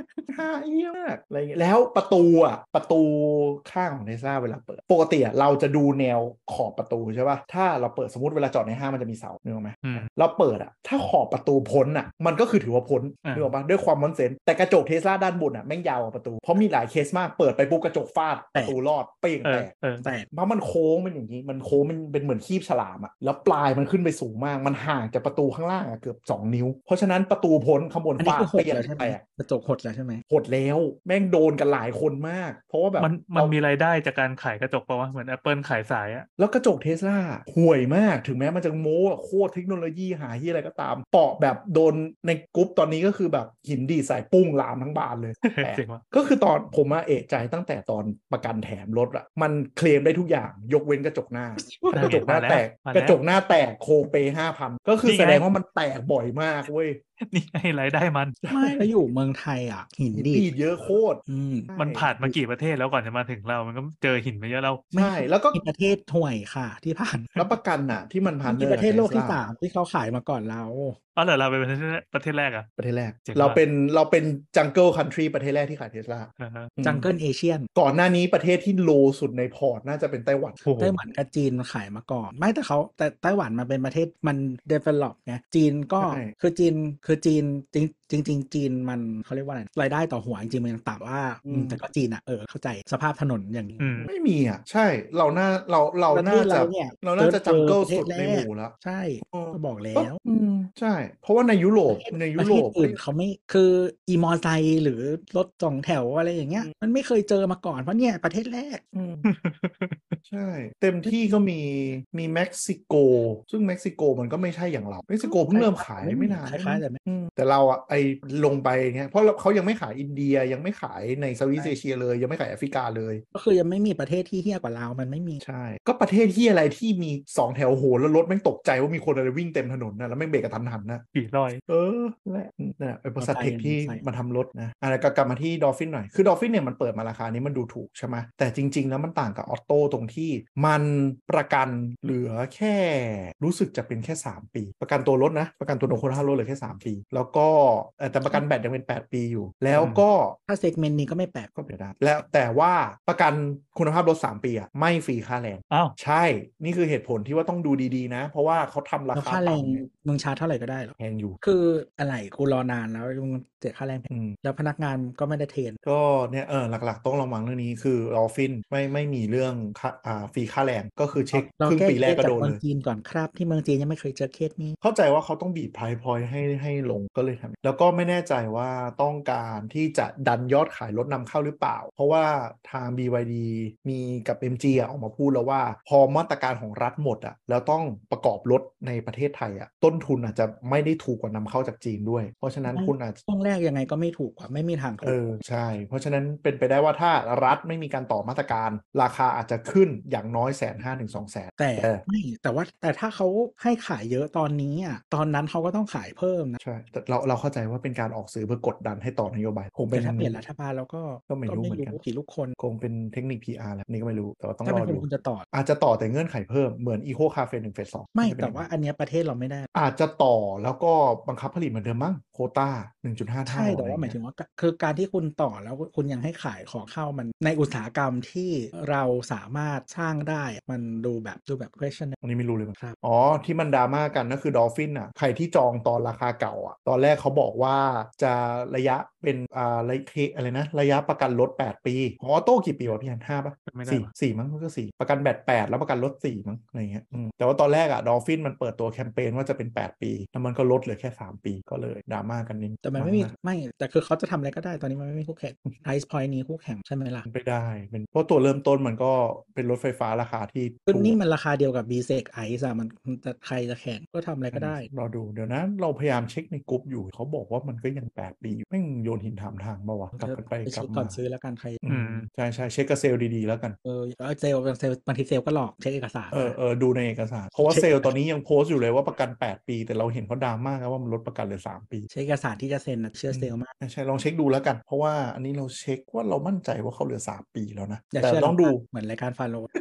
ฮ่าเยี่ยมากอะไรเงี้ยแล้วประตูอ่ะประตูข้างของ Tesla เวลาเปิดปกติอ่ะเราจะดูแนวขอบประตูใช่ป่ะถ้าเราเปิดสมมติเวลาจอดในห้างมันจะมีเสานึกออกไหมอืมเราเปิดอ่ะถ้าขอบประตูพ้นอ่ะมันก็คือถือว่าพ้นอ่านึกออกปะด้วยความมอนเซนแต่กระจก Tesla ด้านบนอ่ะแม่งยาวกว่าประตูเพราะมีหลายเคสมากเปิดไปปุ๊บกระจกฟาดประตูรอดเป้งเอแตอก เออแต่เพราะมันโค้งเป็นอย่างนี้มันโค้งมันเป็นเหมือนคีบฉลามอะแล้วปลายมันขึ้นไปสูงมากมันห่างจากประตูข้างล่างอะเกือบสองนิ้วเพราะฉะนั้นประตูพ้นข้างบนอันนี้ฟาคืดอหดเปี้ยงแล้วใช่ไหมแตกกระจกหดแล้วใช่ไหมหดแล้วแม่งโดนกันหลายคนมาก เพราะว่าแบบมันมันเรามีรายได้จากการขายกระจกป่าวะเหมือน Apple ขายสายอะแล้วกระจกเทสลาห่วยมากถึงแม้มันจะโม้อะโคตรเทคโนโลยีหาที่อะไรก็ตามเปาะแบบโดนในกรุ๊ปตอนนี้ก็คือแบบหินดีดใส่ปุ้งลามทั้งบานเลยแตกเจ๋งว่ะก็คือตอนผมมาเอะใจตั้งแต่ตอนประกันแถมรถอะมันเคลมได้ทุกอย่างยกเว้นกระจกหน้าถ้ากระจกหน้าแตกมาแล้วกระจกหน้าแตกโคเปห้าพันก็คือนี่ไงแสดงว่ามันแตกบ่อยมากเว้ยนี่ไงรายได้มันไม่แล้วอยู่เมืองไทยอ่ะ หินหินดีดีดดเยอะโคตรอืมมันผ่านมากี่ประเทศแล้วก่อนจะมาถึงเรา มันก็เจอหินมาเยอะแล้วไม่ใช่แล้วก็มีประเทศห่วยค่ะ ที่ผ่านแล้วประกันน่ะที่มันพันเนมีอร์ประเทศโลกที่กับ Tesla สามที่เขาขายมาก่อนเราอ๋อเหรอเราเป็นประเทศประเทศแรกอะประเทศแรกเจ๋งเราว่ะเป็นเราเป็นจังเกิลคันทรีประเทศแรกที่ขายเทสลาอ่าฮะจังเกิลเอเชียนก่อนหน้านี้ประเทศที่โลสุดในพอร์ตน่าจะเป็นไต้หวันโอ้โหไต้หวันกับจีนขายมาก่อน ไม่แต่เขาแต่ไต้หวันมันเป็นประเทศมัน develop ไงจีนก็ใช่คือจีนคือจีนจริงจริงๆจีนมันเขาเรียกว่าอะไรรายได้ต่อหัวจริงๆมันยังต่ำว่าอืมแต่ก็จีนอ่ะเออเข้าใจสภาพถนนอย่างนี้อืมไม่มีอ่ะ ใช่เราน่าเราเราประเทน่าศจะเราเนี่ยเราน่าจะเจจัองเกิลประเทสุศดแรในกหมู่แล้วใช่อืมก็บอกแล้ก็วอืมใช่ เพราะว่าในยุโรปในยุประโรเทศปอื่นเขาไม่คืออีมอไซค์หรือรถสองแถวอะไรอย่างเงี้ย มันไม่เคยเจอมาก่อนเพราะเนี่ยประเทศแรกอืม ใช่ เต็มที่ก็มีมีเม็กซิโก ซึ่งเม็กซิโกมันก็ไม่ใช่อย่างเราเม็กซิโกเพิ่งเริ่มขายไม่นานคล้ายๆแต่ไม่อืมแต่เราอะไอลงไปเงี้ยเพราะเราเขายังไม่ขายอินเดียยังไม่ขายในเซาท์อีสต์เอเชียเลยยังไม่ขายแอฟริกาเลยก็คือยังไม่มีประเทศที่เฮี้ยกว่าเรามันไม่มีใช่ ก็ประเทศที่อะไรที่มีสองแถวโหนแล้วรถแม่งตกใจว่ามีคนอะไรวิ่งเต็มถนนนะแล้วแม่งเบรกกระทันหันนะกี่ร้อยเออแหละนะไอ้บริษัทมอไซค์เทคที่มอไซค์มาทำรถนะอะไรก็กลับมาที่ดอฟฟินหน่อย คือดอฟฟินเนี่ยมันเปิดมาราคานี้มันดูถูกใช่ไหมแต่จริง ๆ แล้วมันต่างกับออโต้ตรงที่มันประกันเหลือแค่รู้สึกจะเป็นแค่ สาม ปี ประกันตัวรถนะ ประกันตัวคุณภาพรถเหลือแค่ สาม ปี แล้วก็เอ่อแต่ประกันแบตยังเป็น แปด ปีอยู่ แล้วก็ถ้าเซกเมนต์นี้ก็ไม่แปลกก็เปลี่ยนได้แล้วแต่ว่าประกันคุณภาพรถ สาม ปีอ่ะไม่ฟรีค่าแรงอ้าวใช่ นี่คือเหตุผลที่ว่าต้องดูดีๆนะ เพราะว่าเขาทำราแล้วคาค่าแรงต่ำเนี่ยมึงชาร์จเท่าไหร่ก็ได้เหรอแพงอยู่คืออะไรกูรอนานแล้วมึงเสียค่าแรงแพงอืมแล้วพนักงานก็ไม่ได้เทรนก็เนี่ยเออหลักๆต้องระวังเรื่องนี้คือดอฟฟินไม่ไม่มีเรื่องค่าอ่าฟรีค่าแรงก็คือเช็คเราครึ่งแก้ปีเคแรกสก็จากโดนเมือเลงยจีนก่อนครับ ที่เมืองจีนยังไม่เคยเจอเคสนี้เข้าใจว่าเขาต้องบีบไพร์พอยต์ให้ให้ลงก็เลยทำแล้วก็ไม่แน่ใจว่าต้องการที่จะดันยอดขายรถนำเข้าหรือเปล่า เพราะว่าทาง บี วาย ดี มีกับ เอ็ม จี อ่ะออกมาพูดแล้วว่าพอมาตรการของรัฐหมดอ่ะแล้วต้องประกอบรถในประเทศไทยอ่ะต้นทุนอาจจะไม่ได้ถูกกว่านำเข้าจากจีนด้วย เพราะฉะนั้นคุณอาจช่วงแรกยังไงก็ไม่ถูกกว่าไม่มีทางถูเอก อใช่ เพราะฉะนั้นเป็นไปได้ว่าถ้ารัฐไม่มีการต่อมาตรการ ราคาอาจจะขึ้นอย่างน้อยแสนห้าถึงสองแสนแต่แต่ไม่แต่ว่าแต่ถ้าเขาให้ขายเยอะตอนนี้อ่ะตอนนั้นเขาก็ต้องขายเพิ่มนะใช่แต่เราเราเข้าใจว่าเป็นการออกสื่อเพื่อกดดันให้ต่อนโยบายคงเป็แต่นถ้าเปลี่ยนรัฐบาลแล้วก็ก็ไม่รู้เหมือนกันกี่ลูกคนคงเป็นเทคนิค พี อาร์ แล้วนี่ก็ไม่รู้แต่ว่าต้องถ้ารอเป็นคนดูคุณจะต่ออาจจะต่อแต่เงื่อนไขเพิ่มเหมือน Eco Cafe หนึ่งเฟสสองไม่จะเป็นแต่อย่งว่านั้นอันเนี้ยประเทศเราไม่ได้อาจจะต่อแล้วก็บังคับผลิตเหมือนเดิมมั้งโควต้า หนึ่งจุดห้า เท่าใช่แต่อะไรว่าหมายเงี้ถึยงว่าคือการที่คุณต่อแล้วคุณยังให้ขายของเข้ามันในอุตสาหกรรมที่เราสามารถสร้างได้อะมันดูแบบดูแบบ question อันนี้ไม่รู้เลยมั้งครับอ๋อ ที่มันดราม่ากันก็คือดอลฟินอ่ะ ใครที่จองตอนราคาเก่าอ่ะ ตอนแรกเขาบอกว่าจะระยะเป็นอ่าระยะอะไรนะ ระยะประกันรถ แปด ปีของออโต้กี่ปีวะพี่อันห้าป่ะไม่ได้สี่ว่ะสี่มั้งมันก็สี่ประกันแบตแปดแล้วประกันรถสี่มั้งอะไรเงี้ยอืมแต่ว่าตอนแรกอ่ะดอลฟินมันเปิดตัวแคมเปญว่าจะเป็น แปด ปี แล้วมันก็ลดเหลือแค่ สาม ปีก็เลยดราม่ากันนิดแต่มันไม่มีไม่แต่คือเขาจะทำอะไรก็ได้ตอนนี้มันไม่มีคู่แข่ง price point นี้คู่แข่งใช่ไหมล่ะไปได้เป็นเพราะตัวเริ่มต้นมันก็เป็นรถไฟฟ้าราคาที่คือถูกนี่มันราคาเดียวกับ B เซก Ice อะมันมันจะใครจะแข่งก็ทำอะไรก็ได้รอดูเดี๋ยวนะเราพยายามเช็คในกลุ่มอยู่เขาบอกว่ามันก็ยังแปดปีอยู่แม่งโยนหินถามทางมาวะกลับกันไปไปกลัเช็บคก่มาอนซื้อแล้วกันใครอืมใช่ใช่เช็คกับเซลล์ดีๆแล้วกันเออเอาเซลล์เซลล์บางทีเซลล์ก็หลอกเช็คเอกสารเออเออดูในเอกสารเพราะว่าเซลล์ตอนนี้ยังโพสต์อยู่เลยว่าประกันแปดปีแต่เราเห็นเขาดราม่ากันว่ามันลดประกันเหลือสามปีเช็คเอกสารที่จะเซ็นนะเชื่อเซลล์มากใช่ใช่ลองเช็คดูแล้วกัน เพราะว่าอันนี้เราเช็คว่าเรามั่นใจว่าเขาเหลือสามปีแล้วนะอย่าแต่เชื่อต้องดูเหมือนรายการฟาโรห์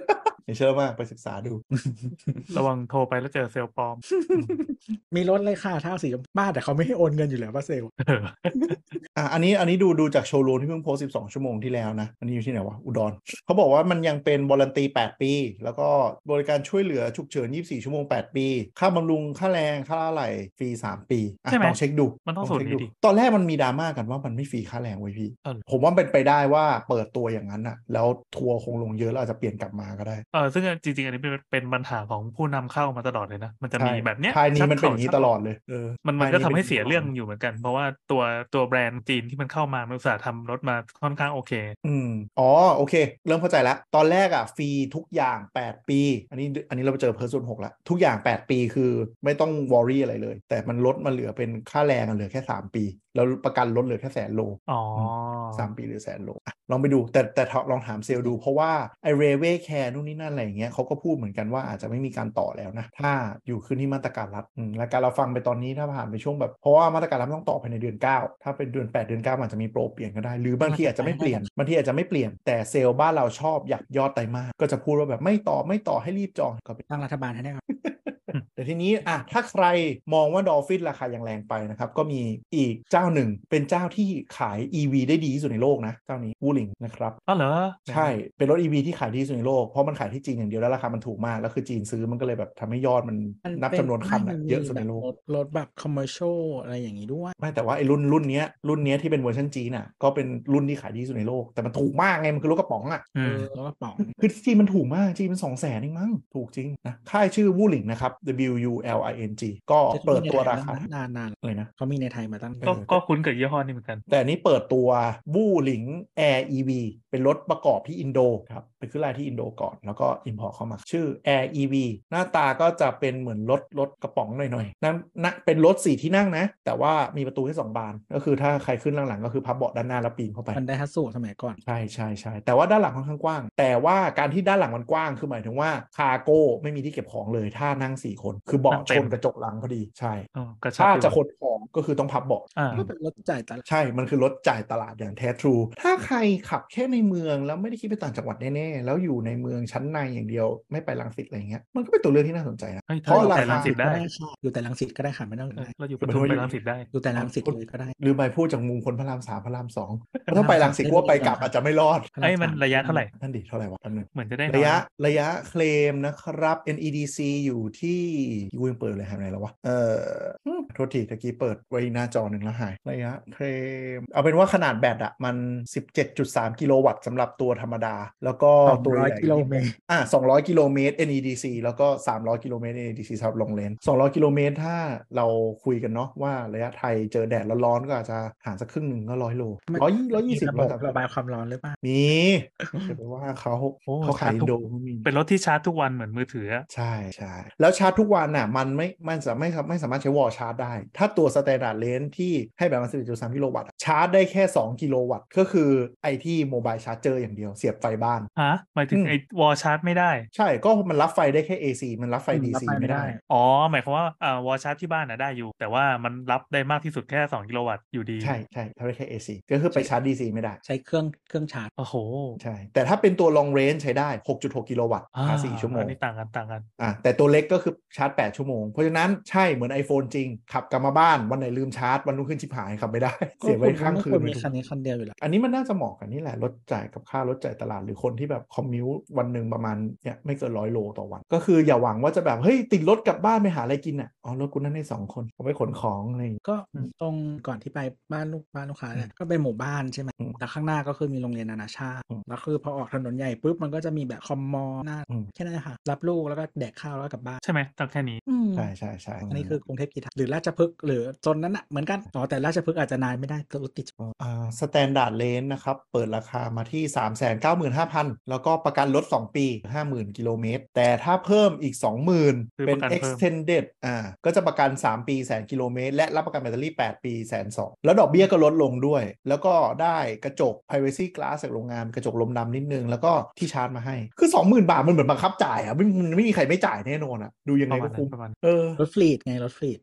อย่าเชื่อมากไปศึกษาดูระวังโทรไปแล้วเจอเซลล์ปลอมมีรถเลยค่ะถ้าสีบ้าแต่เขาไม่ให้โอนเงินอยู่แล้วว่าเซลล์เอออ่ะอันนี้อันนี้ดูดูจากโชว์รูมที่เพิ่งโพสต์สิบสองชั่วโมงที่แล้วนะอันนี้อยู่ที่ไหนวะอุดรเขาบอกว่ามันยังเป็นวารันตีแปดปีแล้วก็บริการช่วยเหลือฉุกเฉินยี่สิบสี่ชั่วโมงแปดปีค่าบำรุงค่าแรงค่าอะไหล่ฟรีสามปีอ่ะใช่ไหมลองเช็คดูมันต้องลสูตรเช็คนี้ดูดิตอนแรกมันมีดราม่ากันว่ามันไม่ฟรีค่าแรงไว้ยพี่เออผมว่าเป็นไปได้ว่าเปิดตัวอย่างนั้นอ่ะแล้วทัวร์คงลงเยอะแล้วอาจจะเปลี่ยนกลับมาก็ได้เออซึ่งจริงๆอันนี้เป็นเป็นปัญหาของผู้นำเข้ามาตลอดเลยนะมันจะใช่มีแบบเนี้ยทายนี้ชักมันเป็นอย่างนี้ข้ชักตลกอดเลยเออมันมันทายก็นี้ทำป็นให้เสียตลดเรื่องอยู่เหมือนกัน เพราะว่าตัวตัวแบรนด์จีนที่มันเข้ามามันอุตส่าห์ทำรถมาค่อนข้างโอเคอืมอ๋อโอเคเริ่มเข้าใจแล้วตอนแรกอ่ะฟรีทุกอย่างแปดปีอันนี้อันนี้เราไปเจอเพอร์ซูนหกแล้วทุกอย่างแปดปีคือไม่ต้องวอรี่อะไรเลยแต่มันลดมาเหลือเป็นค่าแรงเหลือแค่สามปีแล้วประกันลดเหลือแค่แสนโลอ๋อสามปีหรือแสนโลอ่ะลองไปดูแต่แต่ลองถามเซลล์ดูเพราะว่าไอเรเวแคร์นู่นนี่นั่นอะไรอย่างเงี้ยเขาก็พูดเหมือนกันว่าอาจจะไม่มีการต่อแล้วนะถ้าอยู่ขึ้นที่มาตรการรัฐอืมและการเราฟังไปตอนนี้ถ้าผ่านไปช่วงแบบเพราะว่ามาตรการรัฐต้องต่อภายในเดือนเก้าถ้าเป็นเดือนแปดเดือนเก้าอาจจะมีโปรเปลี่ยนก็ได้หรือบางทีอาจจะไม่เปลี่ยนบางทีอาจจะไม่เปลี่ยนแต่เซลล์บ้านเราชอบอยากยอดไตรมาสก็จะพูดว่าแบบไม่ต่อไม่ต่อให้รีบจองก็เป็นตั้งรัฐบาลให้ได้ครับแต่ทีนี้อ่ะถ้าใครมองว่าดอลฟินราคายังแรงไปนะครับก็มีอีกเจ้าหนึ่งเป็นเจ้าที่ขาย อี วี ได้ดีที่สุดในโลกนะเจ้านี้วูลิงนะครับอ๋อเหรอใช่เป็นรถ อี วี ที่ขายดีที่สุดในโลกเพราะมันขายที่จีนอย่างเดียวแล้วราคามันถูกมากแล้วคือจีนซื้อมันก็เลยแบบทำให้ยอดมันมันนับเป็นจำนวนคันไม่อะมันเยอะมีสุดแบในบโลกรถรถแบบ commercial อะไรอย่างนี้ด้วยไม่แต่ว่าไอ้รุ่นรุ่นเนี้ยรุ่นเนี้ยที่เป็นเวอร์ชันจีนอ่ะก็เป็นรุ่นที่ขายดีที่สุดในโลกแต่มันถูกมากไงมันคือรถกระป๋องอ่ะอืเอมอแล้วก็ป๋องคือที่จีนมันถูกมากจีนมันสองแสนเองมั้งถูกจริงนะค่ายชื่อวูหลิงนะครับ W U L I N G ก็เปิดตัวราคานานนานเลยนะเขามีในไทยมาตั้งก็เออก็คุ้นกับยี่ห้อนี้เหมือนกันแต่อันนี้เปิดตัววูหลิง Air อี วี เป็นรถประกอบที่อินโดครับไปขึ้นรายที่อินโดก่อนแล้วก็ import เข้ามาชื่อ Air อี วี หน้าตาก็จะเป็นเหมือนรถรถกระป๋องหน่อยๆนั่นนะเป็นรถสี่ที่นั่งนะแต่ว่ามีประตูแค่สองบานก็คือถ้าใครขึ้นหลังๆก็คือพับเบาะด้านหน้าแล้วปีนเข้าไปมันได้ฮัตสูสมัยก่อนใช่ใช่ใช่แต่ว่าด้านหลังค่อนข้างกว้างแต่ว่าการที่ด้านหลังมันกว้างคือหมายถึงว่าคาร์โก้ไม่มีที่เก็บของเลยถ้านั่งสี่คนคือเบาะนั่งชเต็มนกระจกหลังพอดีใช่อ๋อกระชับถ้าอยู่จะขนของก็คือต้องพับเบาะอ่าก็เป็นรถจ่ายตลาดใช่ มันคือรถจ่ายตลาดอย่างแท้ทรูถ้าใครขับแค่ในเมืองแล้วไม่ได้คิดไปต่างจังหวัดแน่ๆแล้วอยู่ในเมืองชั้นในอย่างเดียวไม่ไปรังสิตอะไรเงี้ยมันก็เป็นตัวเลือกที่น่าสนใจนะเฮ้ยเพถ้าราะอยู่ราแต่รัคางสิตได้ค่ะอยู่แต่รังสิตก็ได้ค่ะไม่ต้องเออเราอยู่ปหมายทุถึมงว่าไปอยู่รังสิตได้อยู่แต่รังสิตเลยก็ได้หรือไปพูดจากมุมคนพระรามสามพระรามสองแล้วถ้าไปรังสิตว่าไปกลับอาจจะไม่รอดไอ้ยมันระยะเท่าไหร่นั่นดิเท่าไหร่วะแป๊บนึงเหมือนจะได้น้ระอยยะนะระยะเคลมนะครับ เอ็น อี ดี ซี อยู่ที่ยูยังเปิดเลยหายไปไหนแล้ววะเอ่ออืมโทษทีตะกี้เปิดไว้หน้าจอหนึ่งแล้วหายระยะเคลมเอาเป็นว่าขนาดแบตอะมัน สิบเจ็ดจุดสาม กิโลวัตต์สำหรับตัวธรรมดา แล้วก็สองตัวร้อยใหญ่กิโลเมตรอ่ะสองร้อยกิโลเมตร เอ็น อี ดี ซี แล้วก็สามร้อยกิโลเมตร เอ็น อี ดี ซี สำหรับลงเลนสองร้อยกิโลเมตรถ้าเราคุยกันเนาะว่าระยะไทยเจอแดดร้อนๆก็อาจจะห่างสักครึ่งหนึ่งก็ร้อยโลร้อยร้อยยี่สิบระบบระบายความร้อนหรือเปล่ามีจะไปว่าเขาโอ้เขาขายชาร์จอิทุนกโดก็มีเป็นรถที่ชาร์จทุกวันเหมือนมือถืออะใช่ใช่แล้วชาร์จทุกวันน่ะมันไม่มันสามารถไม่สามารถใช้วอลชาร์จได้ ถ้าตัวสแตนดาร์ดเลนที่ให้แบบมา สิบเอ็ดจุดสาม กิโลวัตต์อะชาร์จได้แค่สองกิโลวัตต์ก็คือไอที่โมบายชาร์จเจอร์อย่างเดียวเสียบไฟบ้านฮะหมายถึงอืมไอ้วอลชาร์จไม่ได้ใช่ก็มันรับไฟได้แค่ เอ ซี มันรับไฟอืมดีรับซีไฟไม่ไม่ได้ได้อ๋อ หมายความว่าอ่าวอลชาร์จที่บ้านน่ะได้อยู่ แต่ว่ามันรับได้มากที่สุดแค่สองกิโลวัตต์อยู่ดีใช่ใช่ทำได้แค่ เอ ซี ก็คือไปชาร์จ ดี ซี ไม่ได้ใช้เครื่องเครื่องชาร์จโอ้โหใช่แต่ถ้าเป็นตัว long range ใช้ได้ หกจุดหก กิโลวัตต์อ่าชาร์จสี่ชั่วโมอังนนี้ต่างกันต่างกันอ่ะแต่ตัวเล็กก็คือชาร์จแปดชั่วโมงเพราะฉะนั้นใช่เหมือน iPhone จริงขับกลับมาบ้านวันไหนลืมชาร์จวันรุ่งขึ้นชิบหายขับไม่ได้ เสียไว้ข้างคืนไม่ไปมีทุกคันนี้คันเดียวอยู่แล้วอันนี้มันน่าจะเหมาะกันนี่แหละรถจ่ายกับค่ารถจ่ายตลาดหรือคนที่แบบคอมมิววันหนึ่งประมาณเนี่ยไม่เกินร้อยโลต่อวันก็คืออย่าหวังว่าจะแบบเฮ้ยติดรถกลับบ้านไปหาอะไรกินอ่ะอ๋อรถกูนั่นได้สองคนเอาไปขนของอะไรอย่างงี้ก็อืมตรงก่อนที่ไปบ้านลูกบ้านลูกค้าเนี่ยอืมก็เป็นหมู่บ้านใช่ไหมอืมแล้วข้างหน้าก็คือมีโรงเรียนนานาชาติอืมแล้วคือพอออกถนนใหญ่ปุ๊บมันก็จะมีแบบคอมมอหน้าอืมแค่นั้นแหละค่ะรับลูกแล้วก็แดกข้าวแล้วก็กลับบ้านใช่ไหมต้องแค่นี้อืมใช่ใช่ใช่อันนี้คือกรุงเทพกีฬาหรือราชพฤกษ์หรือโซนนั้นอ่ะเหมือนกันอ๋อแต่ราชพฤกษ์อาจจะนานไม่ได้รถติดอ่าสแตนดาร์ดเลนนะครับเปิดราคามาที่ สามแสนเก้าหมื่นห้าพัน แล้วก็ประกันรถสองปี ห้าหมื่น กิโลเมตรแต่ถ้าเพิ่มอีก สองหมื่นคือเป็นประกันเพิ่ม extended อ่าก็จะประกันสามปีแสนกิโลเมตรและรับประกันแบตเตอรี่แปดปีแสนสองแล้วดอกเบี้ยก็ลดลงด้วย แล้วก็ได้กระจก privacy glass จากโรงงานกระจกลมดำนิดนึงแล้วก็ที่ชาร์จมาให้คือ สองหมื่น บาทมันเหมือนบังคับจ่ายอ่ะไม่มันไม่มีใครไม่จ่ายแน่นอนอ่ะดูยังปไงระมาก็ณนั้คุ้มนประมาณเออรถฟลีดไงรถฟลีดแต่ก็ไม่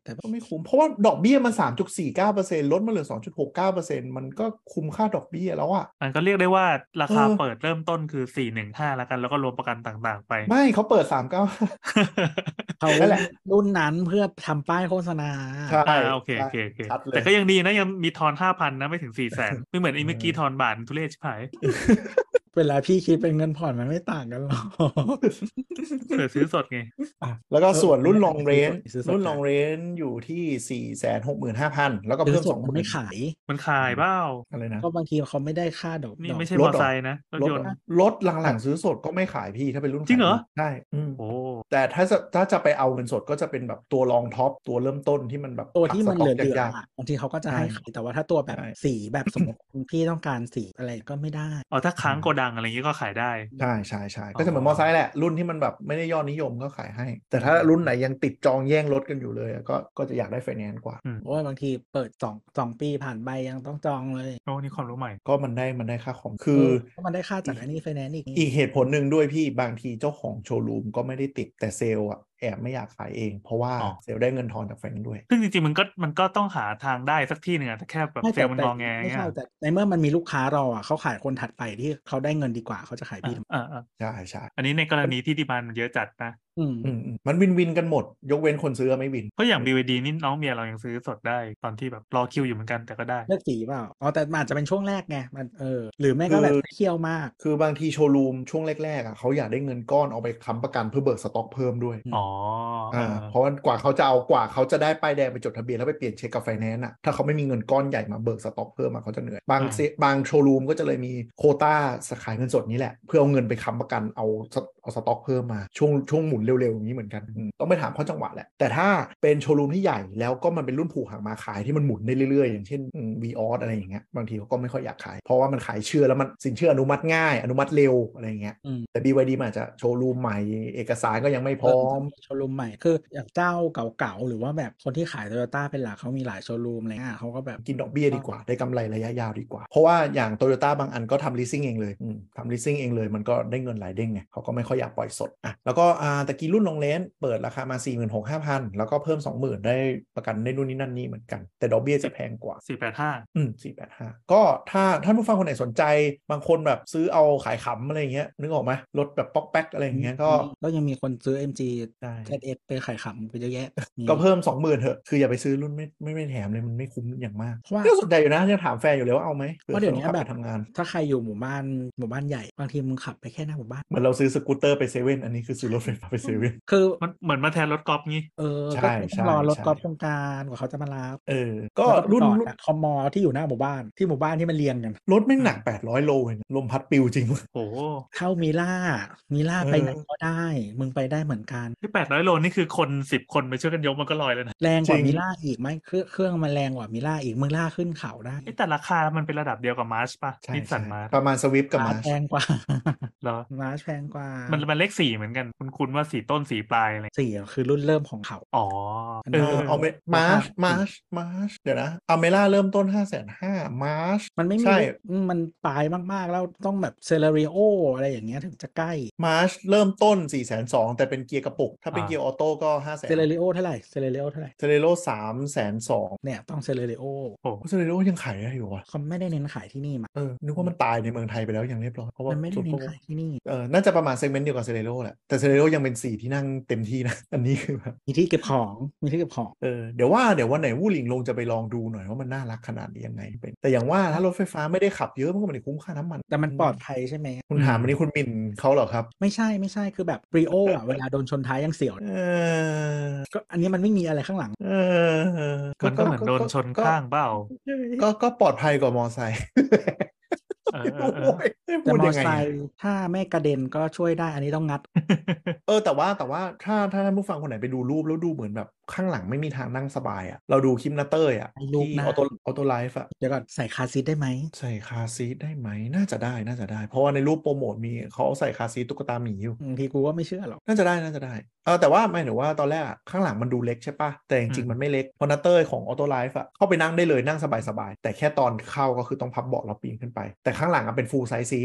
คุ้มเพราะว่าดอกเบี้ยมัน สามจุดสี่เก้าเปอร์เซ็นต์ ลดมาเหลือ สองจุดหกเก้าเปอร์เซ็นต์ มันก็คุ้มค่าดอกเบี้ยแล้วอ่ะมันก็เรียกได้ว่าราเอคาอเปิดเริ่มต้นคือสี่หนึ่งห้าแล้วกันแล้วก็รวมประกันต่างๆไปไม่เขาเปิดสามเก้าเขานั่นแหละรุ่นนั้นเพื่อทำป้ายโฆษณาใช่อ่าโอเคใช่โอเคโอเคชัดเลยแต่ก็ยังดีนะยังมีทอนห้าพันนะไม่ถึงสี่แสนไม่เหมือนไอ้เมื่อกี้ทอนบาททุเรศชิบหายเวลาพี่คิดเป็นเงินผ่อนมันไม่ต่างกันหรอกเผื่อซื้อสดไงอ่ะแล้วก็ส่วนรุ่นเออ long ซื้อสด range ซื้อสดรุ่นนะ long range อยู่ที่ สี่แสนหกหมื่นห้าพัน แล้วก็ซื้อเพิ่มสสดองหมันมื่ไม่นขายมันขายเปล่าอะไรนะก็บางทีเขาไม่ได้ค่าดอกนี่ดอกไม่ใช่รมถอเหรอไซค์นะรถรถยนต์รถหลังๆซื้อสดก็ไม่ขายพี่ถ้าเป็นรุ่นจริงเหรอขายดีใช่อืมโอ้แต่ถ้าจะถ้าจะไปเอาเงินสดก็จะเป็นแบบตัวรองท็อปตัวเริ่มต้นที่มันแบบตัวที่มันขาดเหสต็อกลือๆยากอะบางทีเขาก็จะใช่ให้ขายแต่ว่าถ้าตัวแบบใช่สีแบบสมมติพี่ต้องการสีอะไรก็ไม่ได้เอาถ้าค้างโกดังอะไรอย่างงี้ก็ขายได้ใช่ใช่ใช่อ๋อก็จะเหมือนมอไซค์แหละรุ่นที่มันแบบไม่ได้ยอดนิยมก็ขายให้ แต่ถ้ารุ่นไหนยังติดจองแย่งรถกันอยู่เลยอะก็ก็จะอยากได้ไฟแนนซ์กว่าอืมเพราะว่าบางทีเปิดสองสองปีผ่านไปยังต้องจองเลยโอ้นี่ความรู้ใหม่ก็มันได้มันได้ค่าคอมคือเออเพราะมันได้ค่าจากอันนี้ไฟแนนซ์อีกอีกเหตุผลหนึ่งด้วยพี่บางทีเจ้าของโชว์รูมก็ไม่ได้ติดแต่เซลล์อะแอบไม่อยากขายเอง เพราะว่าอ๋อเซลล์ได้เงินทอนจากไฟแนนซ์ด้วยซึ่งจริงๆมันก็มันก็ต้องหาทางได้สักที่หนึ่งอะแต่แค่แบบไม่เซลแต่ล์มันแต่งอแงไม่เงี้ยใช่แต่ในเมื่อมันมีลูกค้ารออ่ะเขาขายคนถัดไปที่เขาได้เงินดีกว่าเขาจะขายพี่ทำไมอ่าอ่าใช่ใช่อันนี้ในกรณีที่ดีมานด์มันเยอะจัดนะอืมอืมอืมมันวินวินกันหมด ยกเว้นคนซื้อไม่วินเพราะอย่าง บี วาย ดี นี่น้องเมียเรายังซื้อสดได้ตอนที่แบบรอคิวอยู่เหมือนกันแต่ก็ได้เลือกสีเปล่าอ๋อแต่มันอาจจะเป็นช่วงแรกไงมันเออหรือไม่ก็แบบคือเที่ยวมากคือบางทีโชว์รูมช่วงแรกๆอ่ะเขาอยากได้เงินก้อนเอาไปค้ำประกันเพื่อเบิกสต็อกเพิ่มด้วยอ๋อเออ่าอเพราะว่ากว่าเขาจะเอากว่าเขาจะได้ป้ายแดงไปจดทะเบียนแล้วไปเปลี่ยนเช็คกับไฟแนนซ์อ่ะถ้าเขาไม่มีเงินก้อนใหญ่มาเบิกสต็อกเพิ่มมาเขาจะเหนื่อยบางอ่าเซบางโชว์รูมก็จะเลยมีโควต้าขายเงินสดนี้แหละเพื่อเอาเงินไปค้ำประกันเอาสเอาสต็อกเพิ่มมาช่วงช่วงหมุนเร็วๆอย่างนี้เหมือนกันอืมต้องไปถามข้อจังหวะแหละแต่ถ้าเป็นโชว์รูมที่ใหญ่แล้วก็มันเป็นรุ่นผูกหางมาขายที่มันหมุนได้เรื่อยๆอย่างเช่นวีออสอะไรอย่างเงี้ยบางทีเขาก็ไม่ค่อยอยากขายเพราะว่ามันขายเชื่อแล้วมันสินเชื่ออนุมัติง่ายอนุมัติเร็วอะไรอย่างเงี้ยอืมแต่ บี วาย ดี มันอาจจะโชว์รูมใหม่เอกสารก็ยังไม่พร้อมโชว์รูมใหม่คืออย่างเจ้าเก่าๆหรือว่าแบบคนที่ขายโตโยต้าเป็นหลักเขามีหลายโชว์รูมอะไรเงี้ยเขาก็แบบกินดอกเบี้ยดีกว่าได้กำไรระยะยาวดีกว่า เพราะว่าอย่างโตโยต้าบางอันก็ทำ leasing เองเลยอืมทำ leasing เองเลยมันก็ได้เงินหลายเด้งไงเขาก็ไม่ค่อยอยากปล่อยสดอ่ะแล้วก็อ่าตะกี้รุ่นลงเลนเปิดราคามา สี่หมื่นหกพันห้าพัน แล้วก็เพิ่ม สองหมื่น ได้ประกันได้นู่นนี่นั่นนี่เหมือนกันแต่ดอกเบี้ยจะแพงกว่าสี่แปดห้าอืมสี่แปดห้าก็ถ้าท่านผู้ฟังคนไหนสนใจบางคนแบบซื้อเอาขายขำอะไรอย่างเงี้ยนึกออกไหมรถแบบป๊อกแป๊กอะไรอย่างเงี้ยก็ก็ยังมีคนซื้อ เอ็ม จีใช่แซด เอส ไปขายขำไปเยอะแยะมีก็เพิ่ม สองหมื่น เถอะคืออย่าไปซื้อรุ่นไม่ไม่ไม่แถมเลยมันไม่คุ้มอย่างมากเพราะว่าก็สนใจอยู่นะยังถามแฟนอยู่เลยว่าเอาไหมเพราะเดี๋ยวนี้ขัแบบไปทำงานถ้าใครอยู่หมู่บ้านหมู่บ้านใหญ่บางทีมึงขับไปแค่หน้าหมู่บ้านเหมือนเราซื้อสกูตเตอร์ไปเซเว่นอันนี้คือซื้อรถไฟฟ้าไปเซเว่นคือมันเหมือนมาแทนรถกอล์ฟงี้เออใช่ก็ใช่ต้องรอรถใช่กอล์ฟโครงการกว่าเขาจะมารับเออก็แล้วก็รุ่นจอดรุ่นอะคอมมอที่อยู่หน้าหมู่บ้านที่หมู่บ้านที่มันเรียงกันรถไม่งหนักแปดร้อยโลเองลมพัดปิวจริงโอ้โหเท่ามีล่ามีล่าเออไปไหนก็ได้ มึงไปได้เหมือนกันที่แปดร้อยโลนี่คือคนสิบคนไปช่วยกันยกมันก็ลอยเลยนะแรงกว่าจริงมิล่าอีกไหมเครื่องเครื่องมันแรงกว่ามิล่าอีกมึงล่าขึ้นเขาได้เอ๊ะแต่ราคามันเป็นระดับเดียวกับมาร์ชป่ะใช่นิสสันใช่มาร์ชประมาณสวิฟกับมามาร์ชแพงกว่าเหรอมาร์ชแพงกว่ามันมันเลขสี่เหมือนกัน คุณคุณว่าสีต้นสีปลายอะไรสี่อะคือรุ่นเริ่มของเขาอ๋ออันเอนี้เอออเอาเมมาร์ชมาร์ชมาร์ชเดี๋ยวนะเอาเมล่าเริ่มต้นห้าแสนห้ามาร์ชมันไม่มีใช่อืมมันปลายมากๆ แล้วต้องแบบเซเลริโออะไรอย่างเงี้ยถึงจะใกล้มาร์ชเริ่มต้นสี่แสนสองแต่เป็นเกียร์กระปุก ถ้าเป็นอ่าเกียร์ออโต้ก็ห้าแสนเซเลริโอเท่าไหร่เซเลริโอเท่าไหร่เซเลโร่สามแสนสองเนี่ยต้องเซเลริโอโอ้เซเลโร่ยังขายได้อยู่วะเขาไม่ได้เน้นขายที่นี่มาเออนึกว่ามันตายในเมืองไทยไปแล้วอย่างเรียบร้อยเพราะว่ามันไม่ได้ส่วนเน้พวน กขายที่นี่เออน่าจะประมาณเซกเมนต์เดียวกับเซเลโร่แหละแต่เซเลโร่ยังเป็นสีที่นั่งเต็มที่นะ อันนี้คือแบบมีที่เก็บของมีที่เก็บของเออเดี๋ยวว่าเดี๋ยววันไหนวู่หลิงลงจะไปลองดูหน่อยว่ามันน่ารักขนาดนี้ยังไงเป็นแต่อย่างว่าถ้ารถไฟฟ้าไม่ได้ขับเยอะมันก็ไม่ได้คุ้มค่าน้ำมันแต่มันปลอดภัยใช่ไหมคุณถามอันนี้คุณหมิ่นเขาเหรอครับไม่ใช่ไม่ใช่คือแบบบริโออ่ะ เวลาโดนชนท้ายยังเสียวเออก็อันนี้มันไม่มีอะไรข้างหลังเออมันก็เหมือนโดนชนข้างเปล่าก็ก็ปลอดภัยกว่ามอไซค์เออเออเออโอ้ยให้แต่พูดมอยังไงไซอะค์ถ้าไม่กระเด็นก็ช่วยได้อันนี้ต้องงัดเออแต่ว่าแต่ว่าถ้าถ้าท่านผู้ฟังคนไหนไปดูรูปแล้วดูเหมือนแบบข้างหลังไม่มีทางนั่งสบายอ่ะเราดูคลิปนาเต้ยอ่ะไอ้รูปที่หน้าออโต้ออโต้ไลฟ์อ่ะเดี๋ยวก่อนใส่คาร์ซีทได้ไหมใส่คาร์ซีทได้ไหมน่าจะได้น่าจะได้ เพราะว่าในรูปโปรโมทมีเขาเอาใส่คาร์ซีทตุ๊กตาหมีอยู่บางทีกูว่าไม่เชื่อหรอกน่าจะได้น่าจะได้เออแต่ว่าไม่หนูว่าตอนแรกอะข้างหลังมันดูเล็กใช่ปะแต่จริงๆมันไม่เล็กเพราะนาเต้ยของออโต้ไลฟ์อะเข้าไปนั่งได้เลยนั่งสบายๆแต่แค่ตอนเข้าก็คือต้องพับเบาะแล้วปีนขึ้นไปแต่ข้างหลังอะเป็นฟูลไซส์ซีท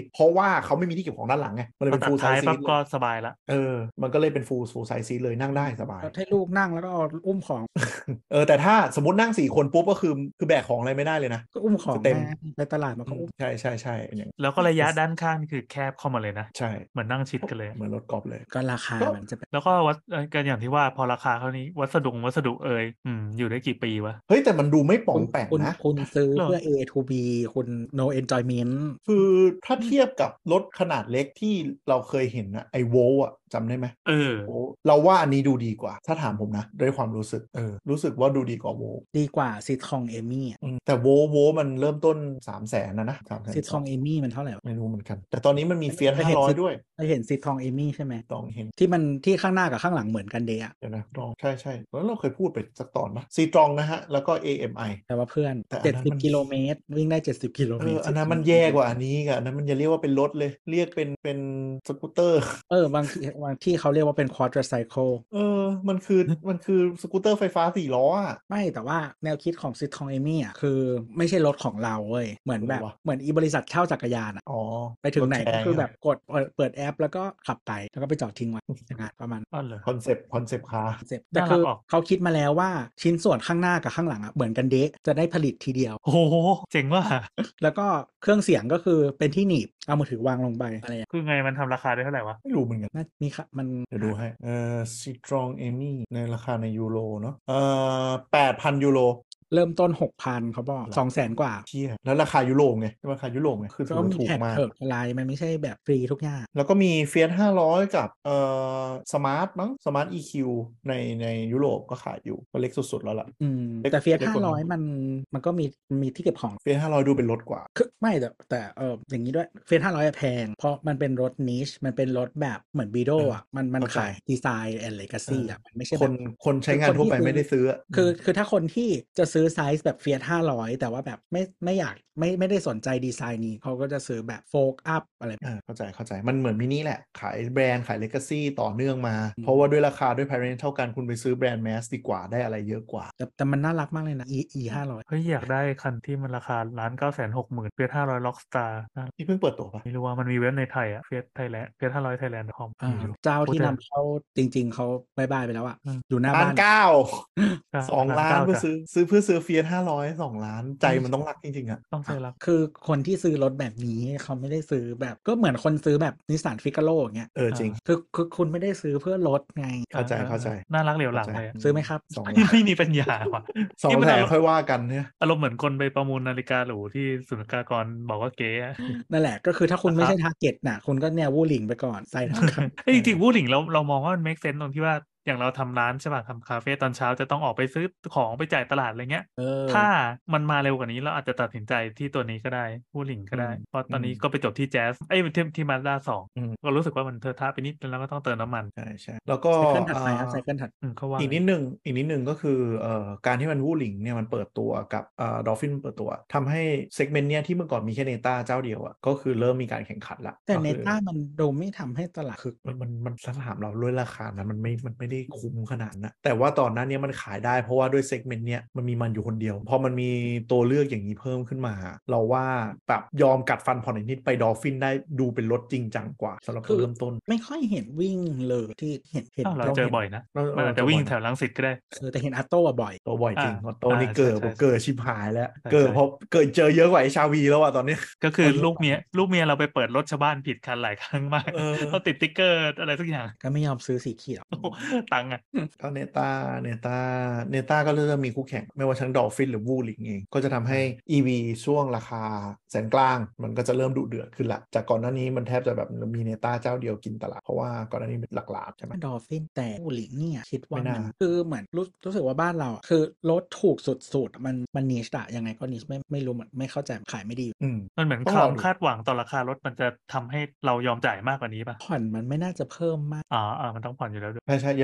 seat เพราะว่าเขาไม่มีที่เก็บของด้านหลังไงมันเลยพอเป็นตัด full ท้าย size ปั๊บ seat เลก็ยสบายละเออมันก็เลยเป็น full full size seat เลยนั่งได้สบายก็ให้ลูกนั่งแล้วก็เอาอุ้มของเออแต่ถ้าสมมตินั่งสี่คนปุ๊บก็คือคือแบกของอะไรไม่ได้เลยนะก็อุ้มของคือเต็มแม่ไปตลาดมันอืก็มอุ้มใช่ใช่ใช่อย่างแล้วก็ระยะด้านข้างนี่คือแคบเข้ามาเลยนะใช่เหมือนนั่งชิดกันเลยเหมือนรถกอล์ฟเลยก็ราคาก็มันจะเป็นแล้วก็วัดเอ่อกันอย่างที่ว่าพอราคาเท่านี้วัสดุวัสดุเอ่ยอืมอยู่ได้กี่ปีวะเฮ้ยแต่มันดูไม่ป๋อคุงณแปงคุณนะคุณซื้อเหรอเพื่อ A to B คุณ no enjoyment คือถ้าเทียบกับรถขนาดเล็กที่เราเคยเห็นนะไอ้โวลอะจำได้ไหมเออโอ้เราว่าอันนี้ดูดีกว่า ถ้าถามผมนะด้วยความรู้สึกเออรู้สึกว่าดูดีกว่าโวลดีกว่าซิทคองเอมี่อืมแต่โวลโวลมันเริ่มต้นสามแสนนะนะสามแสนซิทคองเอมี่มันเท่าไหร่วะไม่รู้เหมือนกัน แต่ตอนนี้มันมีเฟียสเคห้าเห็นร้อยซิทด้วยเคยเห็นซิทคองเอมี่ใช่ไหมต้องเห็นที่มันที่ข้างหน้ากับข้างหลังเหมือนกันเดะเดี๋ยวนะลองใช่ใช่แล้วเราเคยพูดไปสักตอนปะซีตรองนะฮะ แล้วก็ เอ เอ็ม ไอแต่ว่าเพื่อนแต่อันเจ็ดนั้นสิบมันกิโลเมตร วิ่งได้ เจ็ดสิบ กิโลเอเมตอรอันนั้นมันแย่กว่าอันนี้กันอันนั้นมันจะเรียกว่าเป็นรถเลย เรียกเป็นเป็นสกูตเตอร์เออบางทีบางที่เขาเรียกว่าเป็น quadricycle เออ มันคือ มันคือสกูตเตอร์ไฟฟ้าสี่ล้ออ่ะไม่แต่ว่าแนวคิดของซิทคองเอมี่อ่ะคือไม่ใช่รถของเราเว้ยเหมือนแบบเออว่ะเหมือนอีบริษัทเช่าจักรยานอ่ะอ๋อไปถึงไหนรถแชก็ร์คือแบบกดเปิดเปิดแอป แล้วก็ขับไปแล้วก็ไปจอดทิ้งไว้อย่างนั้นประมาณอ๋อเหรอคอนเซปต์คอนเซปต์คาร์เสร็จแต่น่ารักคือออกเขาคิดมาแล้วว่าชิ้นส่วนข้างหน้ากับข้างหลังอ่ะเหมือนกันเดะจะได้ผลิตทีเดียวโอ้โหเจ๋งว่ะแล้วก็เครื่องเสียงก็คือเป็นที่หนีบเอามือถือวางลงไปอะไรอย่างคือไงมันทำราคาได้เท่าไหร่วะไม่รู้เหมือนกันน่ามีค่ะมันเดี๋ยวดูให้ เอ่อซีตรองเอมี่ในราคาในยูโรเนาะ เอ่อแปดพันยูโรเริ่มต้น หกพัน เขาบอก สองแสน กว่าเที่ยแล้วราคายุโรปไงราคายุโรปไงคือถือก็ว่ามีถูกแท็กมากเถิกอะไรมันไม่ใช่แบบฟรีทุกอย่างแล้วก็มีเฟียสห้าร้อยกับเอ่อสมาร์ทมั้งสมาร์ท อี คิว ในในยุโรปก็ขายอยู่ก็เล็กสุดๆแล้วล่ะอืมเล็กแต่เฟียสเล็กห้ากว่าร้อยมันมันก็มีมีที่เก็บของเฟียสห้าร้อยดูเป็นรถกว่าคือไม่แต่แต่เอออย่างนี้ด้วยเฟียสห้าร้อยแพง เพราะมันเป็นรถนิชมันเป็นรถแบบเหมือนบีโดเอออ่ะมันมันเข้าใจขายดีไซน์แอนด์เลกาซี่อ่ะมันไม่ใช่คแบนบคนใช้งานทั่วไปไม่ได้ซื้ออะคือคือถ้าคนที่จะซื้อไซส์แบบเฟียสห้าร้อยแต่ว่าแบบไม่ไม่อยากไม่ไม่ได้สนใจดีไซน์นี้เขาก็จะซื้อแบบโฟกอัพอะไรแบบเออเข้าใจเข้าใจมันเหมือนมินิแหละ ขายแบรนด์ขายเลกาซี่ต่อเนื่องมาอืมเพราะว่าด้วยราคาด้วย parent เท่ากันคุณไปซื้อแบรนด์แมสดีกว่าได้อะไรเยอะกว่าแต่แต่มันน่ารักมากเลยนะ e e ห้าร้อยเฮ้ยอยากได้คันที่มันราคาล้านเก้าแสนหกหมื่นเฟียสห้าร้อยล็อกสตาร์ที่เพิ่งเปิดตัวปะไม่รู้ว่ามันมีเว็บในไทยอะเฟียสไทยแลนด์เฟียสห้าร้อยไทยแลนด์คอมอ่าเจ้าที่นำเข้าจริง ๆเขาบายบายไปแล้วอ่ะอืมอยู่หน้าล้านบ้านเก้าใช่สองล้านเก้เพื่อจ้ะซื้อซื้อเพื่อซื้อเฟียสห้าร้อยสองล้านใจมันต้องรักจริงๆอะต้องใช่รักคือคนที่ซื้อรถแบบนี้เขาไม่ได้ซื้อแบบก็เหมือนคนซื้อแบบนิสสันฟิกาโร่อย่างเงี้ยเออจริงคือคือคุณไม่ได้ซื้อเพื่อรถไงเข้าใจเข้าใจน่ารักเหลียวหลังเลยอะซื้อไหมครับสองไม่ล้านไม่มีปัญญาว่ะสองนี่มัแสนอารมณ์ค่อยว่ากันเนี่ยอารมณ์เหมือนคนไปประมูลนาฬิกาหรูที่ศุลกากรบอกว่าเก๋อะนั่นแหละก็คือถ้าคุณนะครับไม่ใช่ทาร์เก็ตน่ะคุณก็เนี่ยวูหลิงไปก่อนใส่ทางครับเอ้ยจริงๆพูดถึงเราเรามองว่ามัน make sense ตรงที่ว่าอย่างเราทำร้านใช่ป่ะทำคาเฟ่ตอนเช้าจะต้องออกไปซื้อของไปจ่ายตลาดอะไรเงี้ยเออถ้ามันมาเร็วกว่านี้เราอาจจะตัดสินใจที่ตัวนี้ก็ได้พูดหลิงก็ได้อืมเพราะตอนนี้อืมก็ไปจบที่แจ๊สเอ้ยที่ที่มาด้าสองอืมก็รู้สึกว่ามันเทอะทะไปนิดนึงแล้วก็ต้องเติมน้ำมันใช่ใช่แล้วก็ไซเคิลถัดไปครับอ่าไซเคิลถัดอืมเขาว่าอีกนิดนึงอีกนิดนึงก็คือเอ่อการที่มันวูหลิงเนี่ยมันเปิดตัวกับเอ่อดอลฟินเปิดตัวทำให้เซกเมนต์เนี้ยที่เมื่อก่อนมีแค่เนต้าเจ้าเดียวอ่ะก็คือเริ่มมีการแข่งขันละแต่ก็เนคือต้ามันดูไม่ทำให้ตลาดคือมันมันมันถามเราด้วยราคานั้นมันไม่มันไม่ได้คุ้มขนาดนะแต่ว่าตอนนั้นเนี่ยมันขายได้เพราะว่าด้วยเซกเมนต์เนี้ยมันมีมันอยู่คนเดียวพอมันมีตัวเลือกอย่างนี้เพิ่มขึ้นมา เราว่าแบบยอมกัดฟันผ่อนนิดๆไปดอลฟินได้ดูเป็นรถจริงจังกว่าสำหรับคนเริ่มต้นไม่ค่อยเห็นวิ่งเลยที่เห็นเห็นอ้าวเราเจอบ่อยนะเรามันอาจจะวิ่งแถวรังสิตก็ได้เออแต่เห็นอัตโต้อะบ่อยตัวบ่อยจริงอ่าออโต้นี่เกิดอ่าใช่แบบใช่เกิดชิบหายแล้วใช่เกิดใช่เพราะเกิดเจอเยอะกว่าไอชาวีแล้วอ่ะตอนนี้ก็คือเอาเยอะลูกเมียลูกเมียเราไปเปิดรถชาวบ้านผิดคันหลายครั้งมากเออเขาติดติ๊กเกอร์อะไรสักอย่างก็ไม่ยอมซื้อสีเขียวโอ้โหตังค์อ่ะก็เนต้าเนต้าเนต้าก็เริ่มมีคู่แข่งไม่ว่าทั้งดอลฟินหรือวูลิงเองก็จะทำให้ อี วี ช่วงราคาแสนกลาง มันก็จะเริ่มดุเดือดขึ้นละจากก่อนหน้านี้มันแทบจะแบบมีเนต้าเจ้าเดียวกินตลาดเพราะว่าก่อนหน้านี้เป็นหลักล้านใช่ไหมดอลฟินแต่อูหลิงเนี่ยคิดว่าไม่น่ามันคือเหมือนรู้รู้สึกว่าบ้านเราอะคือรถถูกสุดๆมันมันนิชอะยังไงก็นิชไม่ไม่รู้เหมือนไม่เข้าใจขายไม่ดีอืมมันเหมือนต้องครวาอมดูคาดหวังต่อราคารถมันจะทำให้เรายอมจ่ายมากกว่านี้ป่ะผ่อนมันไม่น่าจะเพิ่มมากอ๋ออ่ามันต้องผ่อนอยู่แล้วด้วยใช่ใช่อย่า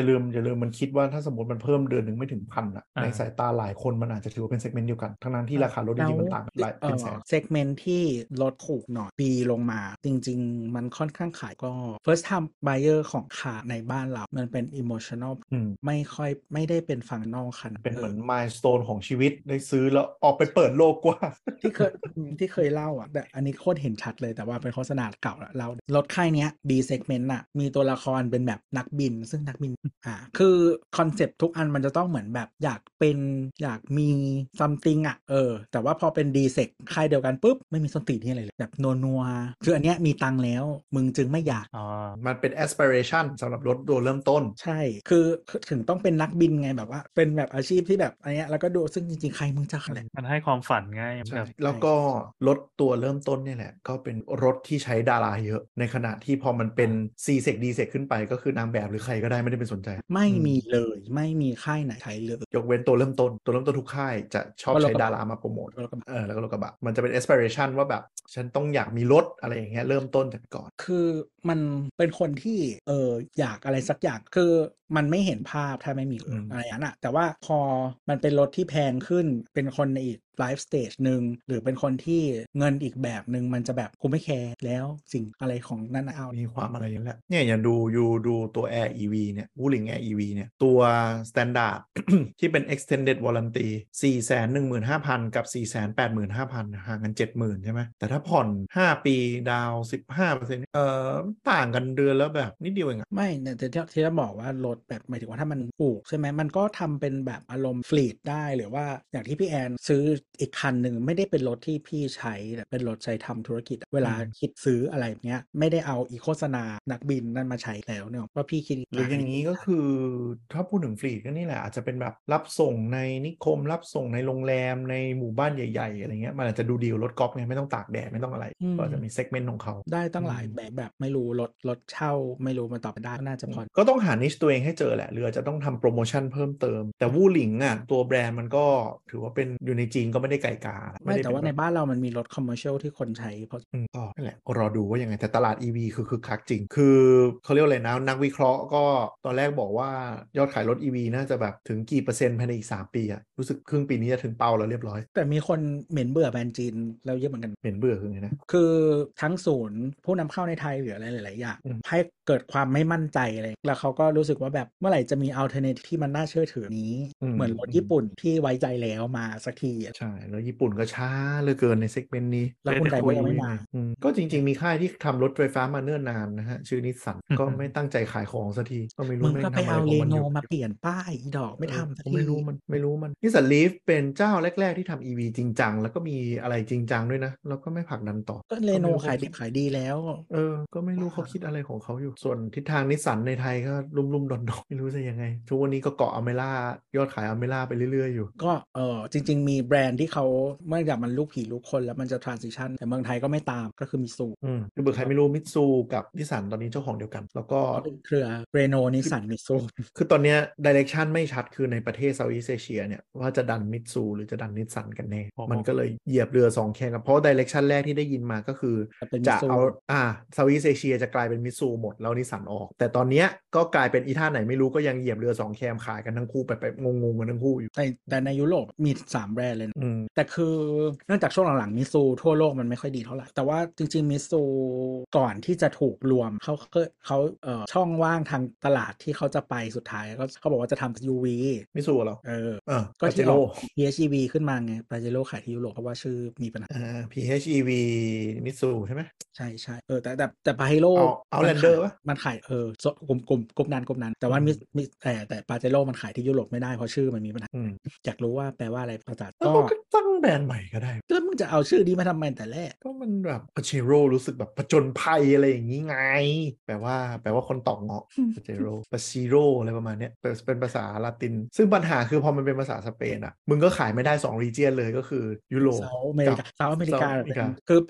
ลืมอย่าลืมมันคิดว่าถ้าสมมติมันเพิ่มเดือนหนึ่งไม่ถึงพันอะอ่าในสายตาหลายคนมันอาจจะถือว่าเป็นเซกเมนต์เดียวกันทั้งนั้นที่ราคารถจแล้ริวงๆมันต่างหลายเอเป็นแสอน เซกเมนต์ที่ลดถูกหน่อยปีลงมา จริง ๆ มันค่อนข้างขายก็ first time buyer ของขาในบ้านเรา มันเป็น emotional อืมไม่ค่อยไม่ได้เป็น functional ขนาดเป็นเหมือนออมายสโตนของชีวิตได้ซื้อแล้วออกไปเปิดโลกกว้างที่เคย ที่เคยเล่าอ่ะแต่อันนี้โคตรเห็นชัดเลยแต่ว่าเป็นโฆษณาเก่าแล้วเรารถค่ายเนี้ย B segment น่ะมีตัวละครเป็นแบบนักบิน ซึ่งนักบินอ่าคือคอนเซปต์ทุกอันมันจะต้องเหมือนแบบอยากเป็นอยากมี something อ่ะเออแต่ว่าพอเป็น D seg ค่ายเดียวกันปุ๊บไม่มีส้นตีนที่อะไรเลยแบบนัวๆคืออันเนี้ยมีตังค์แล้วมึงจึงไม่อยากอ๋อมันเป็น aspiration สำหรับรถตัวเริ่มต้นใช่คือคือถึงต้องเป็นนักบินไงแบบว่าเป็นแบบอาชีพที่แบบอันเนี้ยแล้วก็ดูซึ่งจริงๆใครมึงจะอะไรมันให้ความฝันไงใช่แบบแล้วก็รถตัวเริ่มต้นเนี่ยแหละ ก็เป็นรถที่ใช้ดาราเยอะ ในขณะที่พอมันเป็น C seg D seg ขึ้นไปก็คือนางแบบหรือใครก็ได้ไม่ได้เป็นสนใจไม่อืมีเลยไม่มีค่ายไหนใช้เลยยกเว้นตัวเริ่มต้น ตัวเริ่มต้นทุกค่ายจะชอบก็รถใช้กระบะดารามาโปรโมทแล้วก็เออแล้วก็รถกระบะมันจะเป็น aspiration ว่าแบบฉันต้องอยากมีรถอะไรอย่างเงี้ยเริ่มต้นจากก่อนคือมันเป็นคนที่เอออยากอะไรสักอย่างคือมันไม่เห็นภาพถ้าไม่มีอืมอะไรอย่างนั้นอะแต่ว่าพอมันเป็นรถที่แพงขึ้นเป็นคนในอีกไลฟ์สเตจหนึ่งหรือเป็นคนที่เงินอีกแบบหนึ่งมันจะแบบกูไม่แคร์แล้วสิ่งอะไรของนั่นนะเอามีความอะไรอย่างนี้แหละเนี่ยอย่างดูอยู่ดูตัว Air อี วี เนี่ย Wuling Air อี วี เนี่ยตัว Standard ที่เป็น extended warranty สี่แสนหนึ่งหมื่นห้าพัน กับ สี่แสนแปดหมื่นห้าพัน ห่างกัน เจ็ดหมื่น ใช่ไหมแต่ถ้าผ่อนห้าปีดาว สิบห้าเปอร์เซ็นต์ เอ่อต่างกันเดือนแล้วแบบนิดเดียวเองอะไม่เนี่ยแต่ที่ที่จะบอกว่ารถแบบหมายถึงว่าถ้ามันถูกใช่ไหมมันก็ทำเป็นแบบอารมณ์ฟลีดได้หรือว่าอย่างที่พี่แอนซื้ออีกคันหนึ่งไม่ได้เป็นรถที่พี่ใช้แต่เป็นรถใช้ทำธุรกิจเวลาอืมคิดซื้ออะไรเนี้ยไม่ได้เอาอีโฆษณานักบินนั่นมาใช้แล้วเนี่ยว่าพี่คิดหรืออย่างนี้ก็คือถ้าพูดถึงฟลีดก็นี่แหละอาจจะเป็นแบบรับส่งในนิคมรับส่งในโรงแรมในหมู่บ้านใหญ่ๆอะไรเงี้ยมันอาจจะดูดีลรถกอล์ฟไงไม่ต้องตากแดดไม่ต้องอะไรอืมก็จะมีเซกเมนต์ของเขาได้ตั้งหลายอืมแบบแบบไม่รู้รถรถเช่าไม่รู้มันตอบไปได้ก็น่าจะพอก็ต้องหานิชตัวเองให้เจอแหละหรืออาจจะต้องทำโปรโมชั่นเพิ่มเติม แต่วู่หลิงอ่ะตัวแบรนด์มันก็ถือว่าเป็นอยู่ในจีนก็ไม่ได้ไกลกาไม่ด้แต่ว่าเป็ในบบบ้านเรามันมีรถคอมเมอร์เชียลที่คนใช้เพราะอืมก็นั่นแหละรอดูว่ายังไงแต่ตลาด อี วี คือคือคักจริง คือเขาเรียกอะไรนะนักวิเคราะห์ก็ตอนแรกบอกว่ายอดขายรถ อี วี น่าจะแบบถึงกี่เปอร์เซ็นต์ภายในอีกสามปีอะรู้สึกครึ่งปีนี้จะถึงเป้าแล้วเรียบร้อยแต่มีคนเหม็นเบื่อแบรนด์จีนแล้วเยอะเหมือนกันเห็นเบื่อคือไงนะคือทั้งศูนย์ผู้นำเข้าในไทยหรืออะไรหลาย ๆ อย่างอืมให้เกิดความไม่มั่นใจอะไรแล้วเขาก็รู้สึกว่าแบบเมื่อไหร่จะมีอัลเทอร์เนทีฟที่มันน่าเชื่อถือนี้ เหมือนรถญี่ปุ่นที่ไว้ใจแล้วมาสักทีอะใช่แล้วญี่ปุ่นก็ช้าเหลือเกินในเซกเมนต์นี้แล้วคุณไดก็ยังไม่มาอืมก็จริงๆมีค่ายที่ทำรถไฟฟ้ามาเนิ่นนานนะฮะ ชื่อนิสสัน ก็ไม่ตั้งใจขายของสักที ก็ไม่รู้มึงแม่ก็งไปทำอะไรเอาขอเลงมันโนอยู่มาเปลี่ยนป้ายอีดอกไม่ทำสักผมทีไม่รู้มันไม่รู้มันนิสสันลีฟเป็นเจ้าแรก ๆ ที่ทำ อี วี จริงจังแล้วก็มีอะไรจริงจังด้วยนะ แล้วก็ไม่ผลักดันต่อก็เลโนไม่รู้ขายเขดิบขายดีแล้วเออ ก็ไม่รู้เขาคิดอะไรของเขาอยู่ ส่วนทิศทางนิสสันในไทยก็ลุ่มๆดอนๆไม่รู้จะยังไง ทุกวันนี้ก็เกาะอเมร่ายอดขายอเมร่าไปเรื่อยๆอยู่ก็เออจริง ๆ มีแบรนด์ที่เขาเมื่อจากมันลูกผีลูกคนแล้วมันจะ transition แต่เมืองไทยก็ไม่ตามก็คือมิซูอืมคือเบื่อใครไม่รู้มิตซูกับนิสสันตอนนี้เจ้าของเดียวกัน แล้วก็ก็เป็นเครือเรโนนิสันมิซูคือตอนเนี้ยดิเรกชันไม่ชัดคือในประเทศเซาท์อีสต์เอเชียเนี่ยว่าจะดันมิตซูหรือจะดันนิสสันกันแน่โอ้โหมันก็เลยเหยียบเรือสองแคมกันเพราะดิเรกชันแรกที่ได้ยินมาก็คือจะเป็นจะ Mitsu เอาอ่าเซาท์อีสต์เอเชียจะกลายเป็นมิตซูหมดแล้วนิสสันออก แต่ตอนเนี้ยก็กลายเป็นอีท่าไหนไม่รู้ก็ยังเหยียบเรือสองแคมขายกันทั้งคู่ไปไปงงๆกันทั้งคู่อยู่แต่แต่ในยุโรปมีสามแบรนด์เลยนะอืมแต่คือเนื่องจากช่วงหลังๆมิซูทั่วโลกมันไม่ค่อยดีเท่าไหร่ แต่ว่าจริงๆมิซูก่อนที่จะถูกรวมเขาเคยเขาเอ่อช่องว่างทางตลาดที่เขาจะไปสุดท้ายก็เขาบอกว่าจะทำ ยู วีมิตซูเหรอเออเออก็ปาเจที่อโร่อก พี เอช อี วี ขึ้นมาไงปาเจโร่ขายที่ยุโรปเพราะว่าชื่อมีปัญหาอ่า พี เอช อี วี มิตซูใช่ไหมใช่ใช่เออแต่แต่แต่ปาเจโร่เอาเอาแลนเดอร์ปะมันขายเออกลุ่มกลุ่มกลุ่มนั้นกลุ่มนั้น แต่ว่ามิมิแต่แต่ปาเจโร่มันขายที่ยุโรปไม่ได้เพราะชื่อมันมีปัญหาอืมอยากรู้ว่าแปลว่าอะไรภาษาแล้วก็เขาก็ตั้งแบรนด์ใหม่ก็ได้แล้วมึงจะเอาชื่อนี้มาทำไมแต่แรกก็มันแบบปาเจโร่รู้สึกแบบผจญภัยอะไรอย่างนี้ไง แปลว่าแปลว่าคนตอกเงาะปาเจโร่ปาชิโร่อะไรประมาณเนี้ยเป็นเป็นภาษาละติน ซึ่งปัญหาคือพอมันเป็นภาษาสเปนอ่ะ มึงก็ขายไม่ได้สองรีเจียนเลยก็คือยุโรปเซาท์อเมริกาเซาท์อเมริกา South เป็นคือเป็น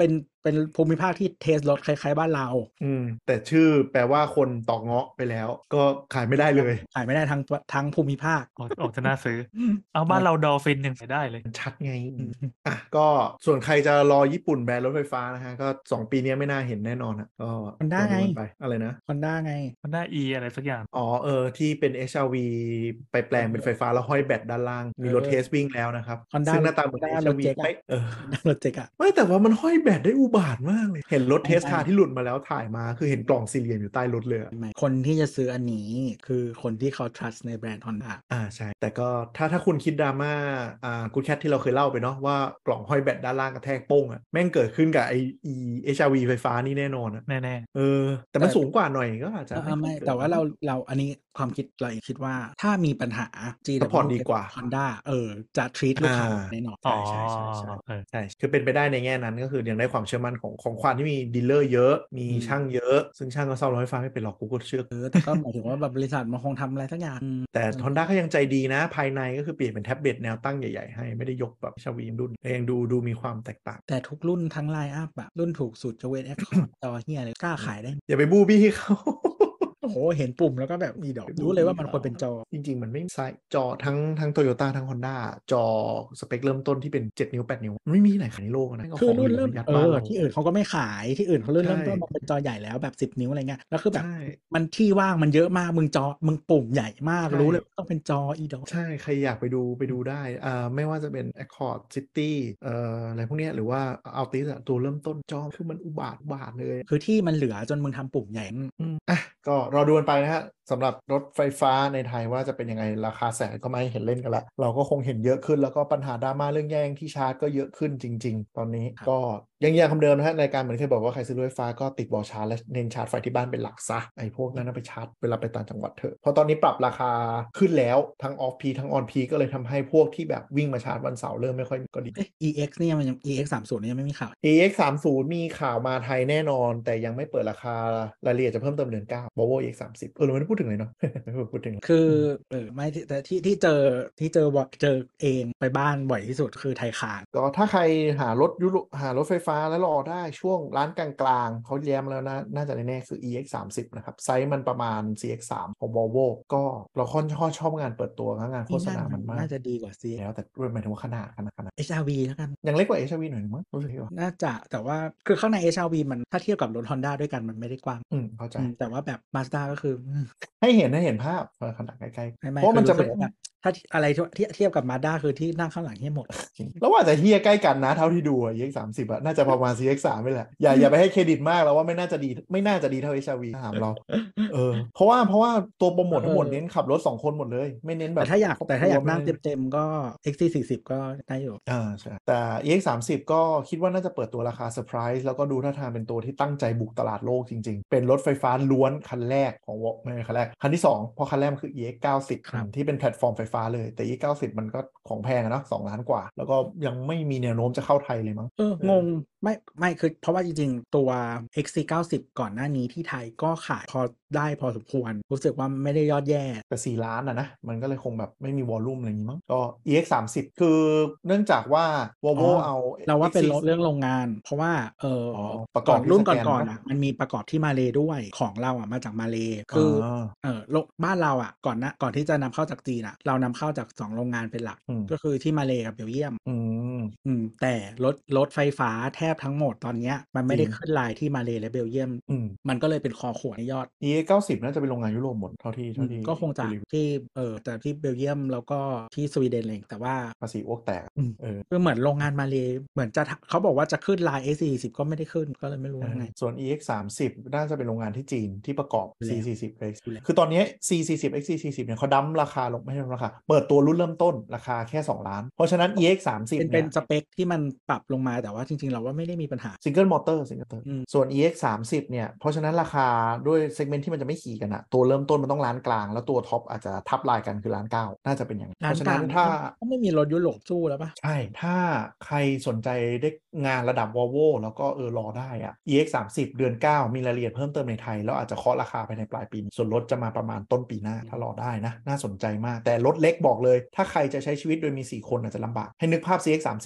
เป็นภูมิภาคที่เทสรถคล้ายๆบ้านเราอืมแต่ชื่อแปลว่าคนตอกเงาะไปแล้วก็ขายไม่ได้เลยขายไม่ได้ทั้งทั้งภูมิภาคออกออกจะน่าซื้อ เอาบ้านเราดอลฟินยังใช้ได้เลยมันชัดไงอืมอ่ะก็ส่วนใครจะรอญี่ปุ่นแบรนด์รถไฟฟ้านะฮะก็สองปีนี้ไม่น่าเห็นแน่นอนอ่ะก็ Honda รอดูไงกันไปอะไรนะ Honda ไง Honda E อะไรสักอย่างอ๋อเออที่เป็น เอช อาร์ วี ไปแปลงเป็นไฟฟ้าแล้วห้อยแบตด้านล่างมีรถเออเทสวิ่งแล้วนะครับ Honda ซึ่งหน้าตาเหมือน Honda รเอช อาร์ถวีเจ๊กอะเป๊ะเออ Honda รถเจ๊กอะไม่แต่ว่ามันห้อยแบตได้อุบาทมากเลยเห็นรถเทสไม่คาร์ที่หลุดมาแล้วถ่ายมาคือเห็นกล่องสี่เหลี่ยมอยู่ใต้รถเลยอะไม่คนที่จะซื้ออันนี้คือคนที่เขา trust ในแบรนด์ Honda อ่าใช่แต่ก็ถ้าถ้าคุณคิดดราม่าอ่ากูแคทที่เราเคยเล่าไปเนาะว่ากล่องห้อยแบตด้านล่างกระแทกโป้งอะแม่งเกิดขึ้นกับไอเอชอาร์วีไฟฟ้านี่แน่นอนอะแน่เออแต่มันสูงกว่าหน่อยก็อาจจะเออไม่ไม่ค่อยเกิดแต่ว่าเราเราอันนี้ความคิดเราคิดว่าถ้ามีปัญหา จี ดับเบิลยู Support ดีกว่า Honda เออจะ treat ลูกค้าอ่าแน่นอนๆอ๋อใช่ใช่ใช่เออใช่คือเป็นไปได้ในแง่นั้นก็คือยังได้ความเชื่อมั่นของของความที่มีดีลเลอร์เยอะมีอืมช่างเยอะซึ่งช่างก็ซ่อมรถไฟฟ้าไม่เป็นหรอกกูก็เชื่อเออแต่ก็หมายถึงว่าแบบบริษัทมันคงทำอะไรสักอย่างอืมแต่ Honda ก็ยังใจดีนะ ภายในก็คือเปลี่ยนเป็นแท็บเล็ตแนวตั้งใหญ่ๆให้ไม่ได้ยกแบบชาวีรุ่นยังดูดูมีความแตกต่างแต่ทุกรุ่นทั้งไลน์อัพแบบรุ่นถูกสุดจะเว้นแอคคอร์ดจอเฮียเลยกล้าขายได้อย่าไปบูบี้เขาโอ้โหเห็นปุ่มแล้วก็แบบมีดอกรู้เลยว่ามันควรเป็นจอจริงๆ มันไม่ใช่จอทั้งทั้งโตโยต้าทั้ง Honda จอสเปคเริ่มต้นที่เป็นเจ็ดนิ้วแปดนิ้วมันไม่มีไหนขายในโลกนะคือรุ่นเริ่มยัดเอบ้านอเราที่อื่นเขาก็ไม่ขายที่อื่นเขาเริ่มใช่เริ่มต้นมาเป็นจอใหญ่แล้วแบบสิบนิ้วอะไรเงี้ยแล้วคือแบบใช่มันที่ว่างมันเยอะมากมึงจอมึงปุ่มใหญ่มากใช่รู้เลยว่าต้องเป็นจออีดอกใช่ใครอยากไปดูไปดูได้อ่าไม่ว่าจะเป็น Accord City เอ่ออะไรพวกเนี้ยหรือว่า Altis อะตัวเริ่มต้นจอคือมันอุบาทอุบาทเลยคือที่มันเหลือจนมึงทำปุ่มใหญ่อืมอ่ะก็รอดูกันไปนะฮะสำหรับรถไฟฟ้าในไทยว่าจะเป็นยังไงราคาแสนก็ไม่เห็นเล่นกันละเราก็คงเห็นเยอะขึ้นแล้วก็ปัญหาดราม่าเรื่องแย่งที่ชาร์จก็เยอะขึ้นจริง ๆ ตอนนี้ครับก็ยังยังคำเดิมนะฮะในการเหมือนเคยบอกว่าใครซื้อรถไฟฟ้าก็ติดวอลชาร์จและเน้นชาร์จไฟที่บ้านเป็นหลักซะไอ้พวกนั้นเอาไปชาร์จเวลาไปต่างจังหวัดเถอะเพราะตอนนี้ปรับราคาขึ้นแล้วทั้งออฟพีทั้งออนพีก็เลยทำให้พวกที่แบบวิ่งมาชาร์จวันเสาร์เริ่มไม่ค่อยก็ดีเอ๊ะ อี เอ็กซ์ เนี่ยมันยัง อี เอ็กซ์ สามสิบ เนี่ยยังไม่มีข่าวอี เอ็กซ์ สามสิบ มีข่าวมาไทยแน่นอนแต่ยังไม่เปิดราคารายละเอียดจะเพิ่มเติมเดือนเก้า Volvo อี เอ็กซ์ สามสิบ เออเราไม่ได้พูดถึงเลยเนาะ ไม่ได้พูดถึงเลยคือเออไม่ที่แต่ที่ที่เจอที่เจอบ่อยเจอเองไปบ้านบ่อยที่สุดคือไทยคานก็ถ้าใครหารถยุโรหารถไฟฟ้าแล้วรอได้ช่วงร้านกลางๆเขาแย้มแล้วนะน่าจะแน่ๆคือ อี เอ็กซ์ สามสิบ นะครับไซส์มันประมาณ ซี เอ็กซ์ สาม ของ Volvo ก็เราค่อนข้างชอบงานเปิดตัวงานโฆษณามันมากน่าจะดีกว่า ซีแล้วแต่หมายถึงว่าขนาดขนาดขนาดเอช อาร์ วี แล้วกันยังเล็กกว่า เอช อาร์ วี หน่อยนึงมั้งรู้สึกว่าน่าจะแต่ว่าคือข้างใน เอช อาร์ วี มันถ้าเทียบกับรถ Honda ด้วยกันมันไม่ได้กว้างอืมเข้าใจอืมแต่ว่าแบบ Mazda ก็คืออืมให้เห็นให้เห็นภาพขนาดใกล้ๆไม่ไม่เพราะมันจะคือไม่รู้สึกว่าแบบถ้าอะไรที่เทียบกับ Mazda คือที่นั่งข้างหลังเฮียหมดแล้วว่าจะเฮียใกล้กันนะเท่าที่ดูอะ อี เอ็กซ์ สามสิบ อะน่าจะประมาณ ซี เอ็กซ์ สาม นี่แหละอย่าอย่าไปให้เครดิตมากแล้วว่าไม่น่าจะดีไม่น่าจะดีเท่า เอช อาร์ วี ถามเราเออเพราะว่าเพราะว่าตัวโปรโมททั้งหมดเออเน้นขับรถสองคนหมดเลยไม่เน้นแบบแต่ถ้าอยากครบแต่ถ้าอยากครัวนั่งไม่ได้เต็มๆก็ เอ็กซ์ ซี สี่สิบ ก็ได้อยู่อ่าใช่แต่ อี เอ็กซ์ สามสิบ ก็คิดว่าน่าจะเปิดตัวราคาเซอร์ไพรส์แล้วก็ดูท่าทางเป็นตัวที่ตั้งใจบุกตลาดโลกจริงๆเป็นรถไฟฟ้าล้วนคันแรกของวอไม่ใช่คันแรกคันที่สองเพราะคันแรกมันคือ อี เอ็กซ์ เก้าสิบครับที่เป็นแพลตฟอร์มไฟฟ้าเลยแต่ อี เอ็กซ์ เก้าสิบ มันก็ของแพงอะเนาะสองล้านกว่าแล้วก็ยังไม่มีแนวโน้มจะเข้าไทยเลยมั้งเอองงไม่ไม่คือเพราะว่าจริงๆ ตัว เอ็กซ์ ซี เก้าสิบ ก่อนหน้านี้ที่ไทยก็ขายพอได้พอสมควร รู้สึกว่าไม่ได้ยอดแย่แต่สี่ล้านอะนะมันก็เลยคงแบบไม่มีวอลลุ่มอะไรอย่างงี้มั้งก็ อี เอ็กซ์ สามสิบ คือเนื่องจากว่า Volvo อ๋อเอาเราว่าเป็นเอ็กซ์เรื่องโรงงาน เพราะว่าเอออ๋อประกก่ออบ นรุ่นที่สแกนก่อนๆปะอ่ะมันมีประกอบที่มาเลด้วยของเราอ่ะมาจากมาเลคือออเออโรงบ้านเราอ่ะก่อนนะก่อนที่จะนำเข้าจากจีนอ่ะเรานำเข้าจากสองโรงงานเป็นหลักอืมก็คือที่มาเลกับเบลเยียมอืมอืมแต่รถรถไฟฟ้าแทบทั้งหมดตอนเนี้ยมันไม่ได้จริงขึ้นไลน์ที่มาเลและเบลเยียมอืมมันก็เลยเป็นคอขวดในยอดอี เอ็กซ์ เก้าสิบ น่าจะเป็นโรงงานยุโรปหมดเท่าที่อืเท่าม ที่ก็คงจะรีวิวที่เออแต่ที่เบลเยียมแล้วก็ที่สวีเดนเองแต่ว่าภาษีอ้วกแตกอืมเออคือเหมือนโรงงานมาเลเหมือนจะทำเขาบอกว่าจะขึ้นไลน์ เอ สี่สิบ ก็ไม่ได้ขึ้นก็เลยไม่รู้ว่าไงส่วน อี เอ็กซ์ สามสิบ น่าจะเป็นโรงงานที่จีนที่ประกอบอยู่ซีแล้วสี่สิบ X อยู่แล้วคือตอนนี้ ซี สี่สิบ X ซี สี่สิบ เนี่ยเขาดั้มราคาลงไม่ใช่ราคาเปิดตัวรุ่นเริ่มต้นราคาแค่สองล้านเพราะฉะนั้น อี เอ็กซ์ สามสิบเป็นเนี่เป็ยนสเปคที่มันปรับลงมาแต่ว่าจริงๆ เราว่าไม่ได้มีปัญหาซิงเกิลมอเตอร์ซิงเกิลมอเตอร์อืมส่วน อี เอ็กซ์ สามสิบ เนี่ยเพราะฉะนั้นราคาด้วยเซกเมนต์ที่มันจะไม่ขี่กันอะตัวเริ่มต้นมันต้องล้านกลางแล้วตัวท็อปอาจจะทับลายกันคือล้านเก้าน่าจะเป็นอย่างนั้นเพร้านราะฉะกลานั้งนถ้าก็ไม่มีรถยุโรปสู้แล้วปะใช่ถ้าใครสนใจได้งานระดับ Volvo แล้วก็เออรอได้อะ อี เอ็กซ์ สามสิบ เดือนเก้ามีรายละเอียดเพิ่มเติมในไทยแล้วอาจจะเคาะราคาภายในปลายปีนี้ส่วนรถจะมาประมาณต้นปีหน้าถ้ารอได้นะน่าสนใจมากแต่รถเล็กบอกเลยถ้าใครจะใช้ชีวิตโดยมีสี่คนอาจจะลำบากให้นึกภาพ ซี เอ็กซ์ สามสิบ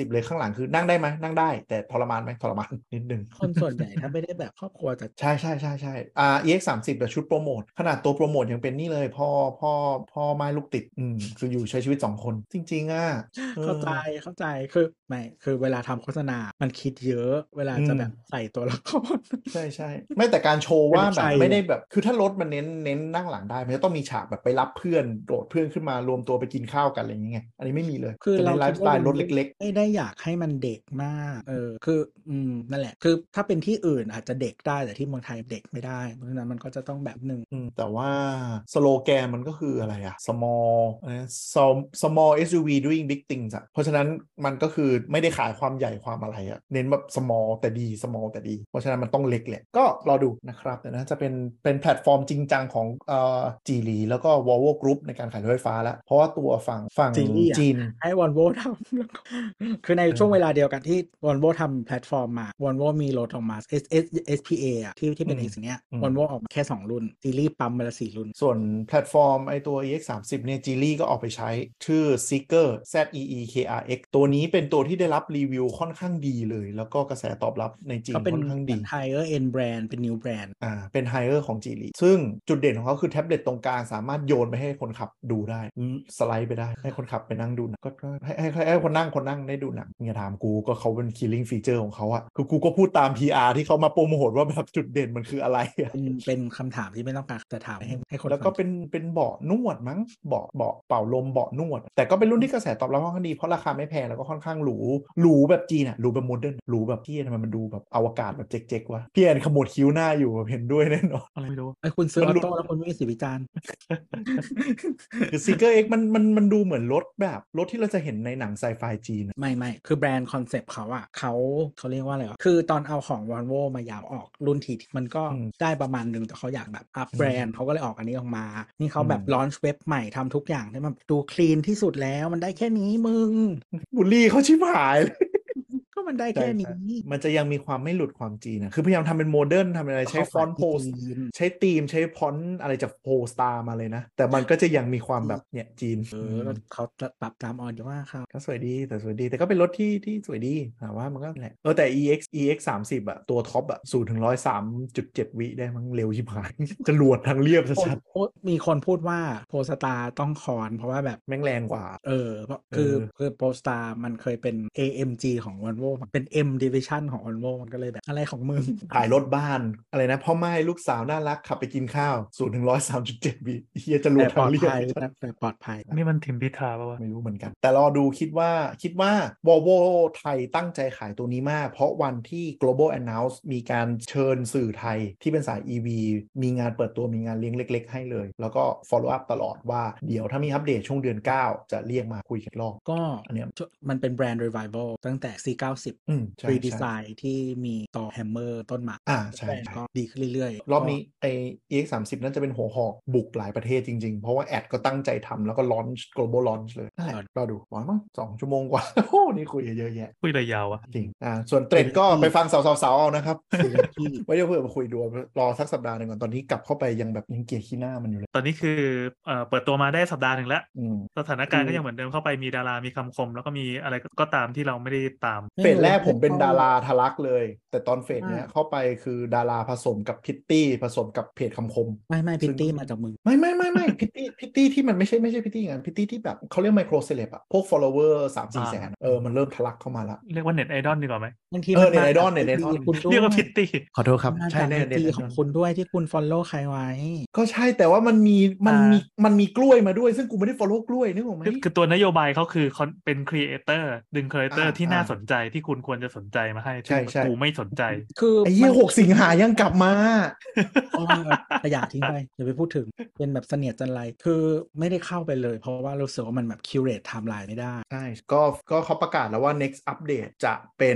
สิบเลยข้างหลังคือนั่งได้ไหมนั่งได้แต่ทรมานไหมทรมานนิดนึงคนส่วนใหญ่ถ้าไม่ได้แบบครอบครัวจะใช่ใช่ใช่ใช่อ่า อี เอ็กซ์ สามสิบแต่ชุดโปรโมทขนาดตัวโปรโมทยังเป็นนี่เลยพ่อพ่อพ่อไม้ลูกติดอืมคืออยู่ใช้ชีวิตสองคนจริงๆอ่ะเอเข้าใจอเข้าใจคือไม่คือเวลาทำโฆษณา มันคิดเยอะเวลาอืจะมแบบใส่ตัวละครใช่ใช่ไม่แต่การโชว์เป็นว่าใคแบรบไม่ได้อ่ะแบบคือถ้ารถมันเน้นเน้นนั่งหลังได้มันจะต้องมีฉากแบบไปรับเพื่อนโดดเพื่อนขึ้นมารวมตัวไปกินข้าวกันอะไรอย่างเงี้ยอันนี้ไม่มีเลยคือจะเราเน้นไลคิดฟ์สไตว่าล์รถไม่เล็กไม่ได้อยากให้มันเด็กมากเออคืออืมนั่นแหละคือถ้าเป็นที่อื่นอาจจะเด็กได้แต่ที่เมืองไทยเด็กไม่ได้เพราะฉะนั้นมันก็จะต้องแบบหนึ่งๆอืมแต่ว่าสโลแกนมันก็คืออะไรอะ small อะไรนะ small small เอส ยู วี doing big things อะเพราะฉะนั้นมันก็คือไม่ได้ขายความใหญ่ความอะไรอะเน้นแบบ small แต่ดี small แต่ดีเพราะฉะนั้นมันต้องเล็กแหละก็รอดูนะครับแต่นะจะเป็นเป็นแพลตฟอร์มจริงจังของเอ่อจีลีแล้วก็ Volvo Group ในการขายรถไฟฟ้าแล้วเพราะว่าตัวฝั่งฝั่งซีรีส์อ่ะจีนให้วอลโวทำแล้วก็คือในเออช่วงเวลาเดียวกันที่วอลโวทำแพลตฟอร์มมาวอลโวมีรถออกมา S S เอส พี เอ อ่ะที่ที่เป็นอืม X เนี้ยอืมวอลโวออกมาแค่สองรุ่นซีรีส์ปั๊มมาละสี่รุ่นส่วนแพลตฟอร์มไอตัว อี เอ็กซ์ สามสิบเนี่ยจีลี่ก็ออกไปใช้ชื่อ Zeekr แซด อี อี เค อาร์ เอ็กซ์ ตัวนี้เป็นตัวที่ได้รับรีวิวค่อนข้างดีเลย แล้วก็กระแสตอบรับในจีก็นเป็นค่อนข้างเหมืดีอน higher end brand เป็น new brand อ่าเป็นไฮเออร์ของจีลีซึ่งจุดเด่นของเขาคือแท็บเล็ตตรงกลางสามารถโยนไปให้คนขับดูได้สไลด์ไปได้ให้คนขับไปนั่งดูหนังก็ก็ให้ให้ให้ให้คนนั่งคนนั่งได้ดูหนังอย่าถามกูก็เขาเป็น killing feature ของเขาอะคือกูก็พูดตาม พี อาร์ ที่เขามาโปรโมทว่าแบบจุดเด่นมันคืออะไรอะเป็นเป็นคำถามที่ไม่ต้องการจะถามให้ให้คนแล้วก็ฟังเป็นเป็นเบาะนวดมั้งเบาะเบาะเป่าลมเบาะนวด แต่ก็เป็นรุ่นที่กระแสตอบรับค่อนข้างดีเพราะราคาไม่แพงแล้วก็ค่อนข้างหรูหรูแบบจีนอะหรูแบบโมเดิร์นหรูแบบพี่ทำไมมันดูแบบอวกาศแบบเจ๊กๆวะพี่แอนขมวดคิ้วหน้าอยู่แบบเห็นด้วยแน่นอนอะไรไม่รู้ไอ้คุณซื้อมัอน อหลุดโต้แล้วคุณไม่มีสิทธิวิจารณ์คือ Zeekr X มันมันมันดูเหมือนรถแบบรถที่เราจะเห็นในหนังไซไฟจีนอะไม่ไม่คือแบรนด์คอนเซปต์เขาอะเขาเขาเรียกว่าอะไรวะคือตอนเอาของ Volvo มายาวออกรุ่นทีมันก็อืมได้ประมาณหนึ่งแต่เขาอยากแบบอัพอืมแบรนด์เขาก็เลยออกอันนี้ออกมา นี่เขาแบบอืมลอนช์เว็บใหม่ทำทุกอย่างให้มันดูคลีนที่สุดแล้วมันได้แค่นี้มึงบูลลี่เขาชิบหายเลยก็มันได้ใช่แค่ใช่นี้มันจะยังมีความไม่หลุดความจีนนะคือพยายามทำเป็นโมเดิร์นทำเป็นอะไรใช้เขาฟอนขายต์โพที่สจีนใช้ธีมใช้ฟอนต์อะไรจากโพสตาร์มาเลยนะ แต่มันก็จะยังมีความแบบเนี่ยจีนเออือมแล้วเขาจะปรับตามออเดียว่าครับก็สวยดีแต่สวยดีแต่ก็เป็นรถที่ที่สวยดีถามว่ามันก็แหละเออแต่ อี เอ็กซ์ อี เอ็กซ์ สามสิบอะตัวท็อปอะศูนย์ถึงร้อยสามจุดเจ็ดวิได้มั้งเร็วชิบหาย จะรวดทางเรียบโพชัดโพมีคนพูดว่าโพสตาร์ต้องคอนเพราะว่าแบบๆแม่งแรงกว่าเออเพราะคือเออคือโพสตาร์มันเคยเป็น เอ เอ็ม จี ของ Volvo มันเป็น M Division ของ Volvo มันก็เลยแบบอะไรของมึงขายรถบ้านอะไรนะพ่อไม้ลูกสาวน่ารักขับไปกินข้าวศูนย์ถึงร้อยสามจุดเจ็ดวิเฮียจะรวแต่ดปลทาอง ดเรียบภัยนะแต่ปลอดภัยนี่มันทิมพิธาปะวะไม่รู้เหมือนกัน แต่รอดูคิดว่าคิดว่า Volvo ไทยตั้งใจขายตัวนี้มาก เพราะวันที่ global announce มีการเชิญสื่อไทยที่เป็นสาย อี วี มีงานเปิดตัวมีงานเลี้ยงเล็กๆให้เลย แล้วก็ follow up ตลอดว่าเดี๋ยวถ้ามีอัปเดตช่วงเดือนเก้าจะเรียกมาคุยกันรอบก็อันเนี้ยมันเป็นแบรนด์ revival ตั้งแต่ ซี เก้าสิบอืมใช่ redesign ใช่ที่มีต่อแฮมเมอร์ต้นหมากอ่าใช่แบรนด์ใช่ก็ดีขึ้นเรื่อยๆรอบก็นี้ไอ อี เอ็กซ์ สามสิบนั่นจะเป็นหัวหอกบุกหลายประเทศจริงๆ เพราะว่าแอดก็ตั้งใจทำแล้วก็ launch global launch เลยนั่นแหละรอดูหวังมั้งสองชั่วโมงกว่า โอ้โหนี่คุยเยอะแยะคุยระยาวอะจริงอ่าส่วนเทรดก็ไปฟังสาวๆๆเอานะครับคุยกันที่ไว้เดี๋ยวเพื่อนมาคุยดูรอสักสัปดาห์หนึ่งก่อนตอนนี้กลับเข้าไปยังแบบยังเกลียดขี้หน้ามันอยู่เลยตอนนี้คือเอ่อเปิดตัวมาได้สัปดาห์หนึ่งแล้วอืมสถานการณ์ก็ยังเหมือนเดิมเข้าไปมีดารามีคำคม แล้วก็มีอะไรก็ตามที่เราไม่ได้ตามเฟสแรกผมเป็นดาราทะลักเลย แต่ตอนเฟสเนี้ยเข้าไปคือดาราผสมกับพิตตี้ผสมกับเพจคำคมไม่ไม่พิซึ่ตงตี้มาจากมึงไม่ไม่ไม่ไม่พิตตี้พิตตี้ที่มันไม่ใช่ไม่ใช่พิตตี้งานพิตตี้ที่แบบเขาเรียกไมโครเซเลบอะพวก follower สามสี่อ่าแสนเออมันเริ่มทะลักเข้ามาละเรียกว่าเน็ตไอดอลดีกว่าไหมบางทีเออมัน Net มา Idol จาก Net Idol ไอจีคุณด้วยเรียกว่าพิตตี้ขอโทษครับมาใช่จากแน่ไอเน็ตจีไอดขอองลคุณด้วยที่คุณ follow ใครไว้ก็ใช่แต่ว่ามันมีมันอ่ามีมีมันมีกล้วยมาด้วย ซึ่งกูไม่ได้ follow กล้วยนึกออกไหมคือคือตัวนโยบายเขาคือคนเป็นครีเอเตอร์ดึงครีเอเตอร์อ่าที่น่าอ่าสนใจที่คุณควรจะสนใจมาให้ใช่ซึ่งใช่กูไม่สนใจคือไอ้เหี้ยมันหกสิงหายังกลับมาโอ้ยขยะทิ้งไปอย่าไปพูดถึงเป็นแบบเสนียดจันไรคือไม่ได้เข้าไปเลย เพราะว่ารู้สึกว่ามันแบบ curate timeline ไม่ได้ใช่ก็ก็เขาประกาศแล้วว่า next update จะเป็นเรื่อง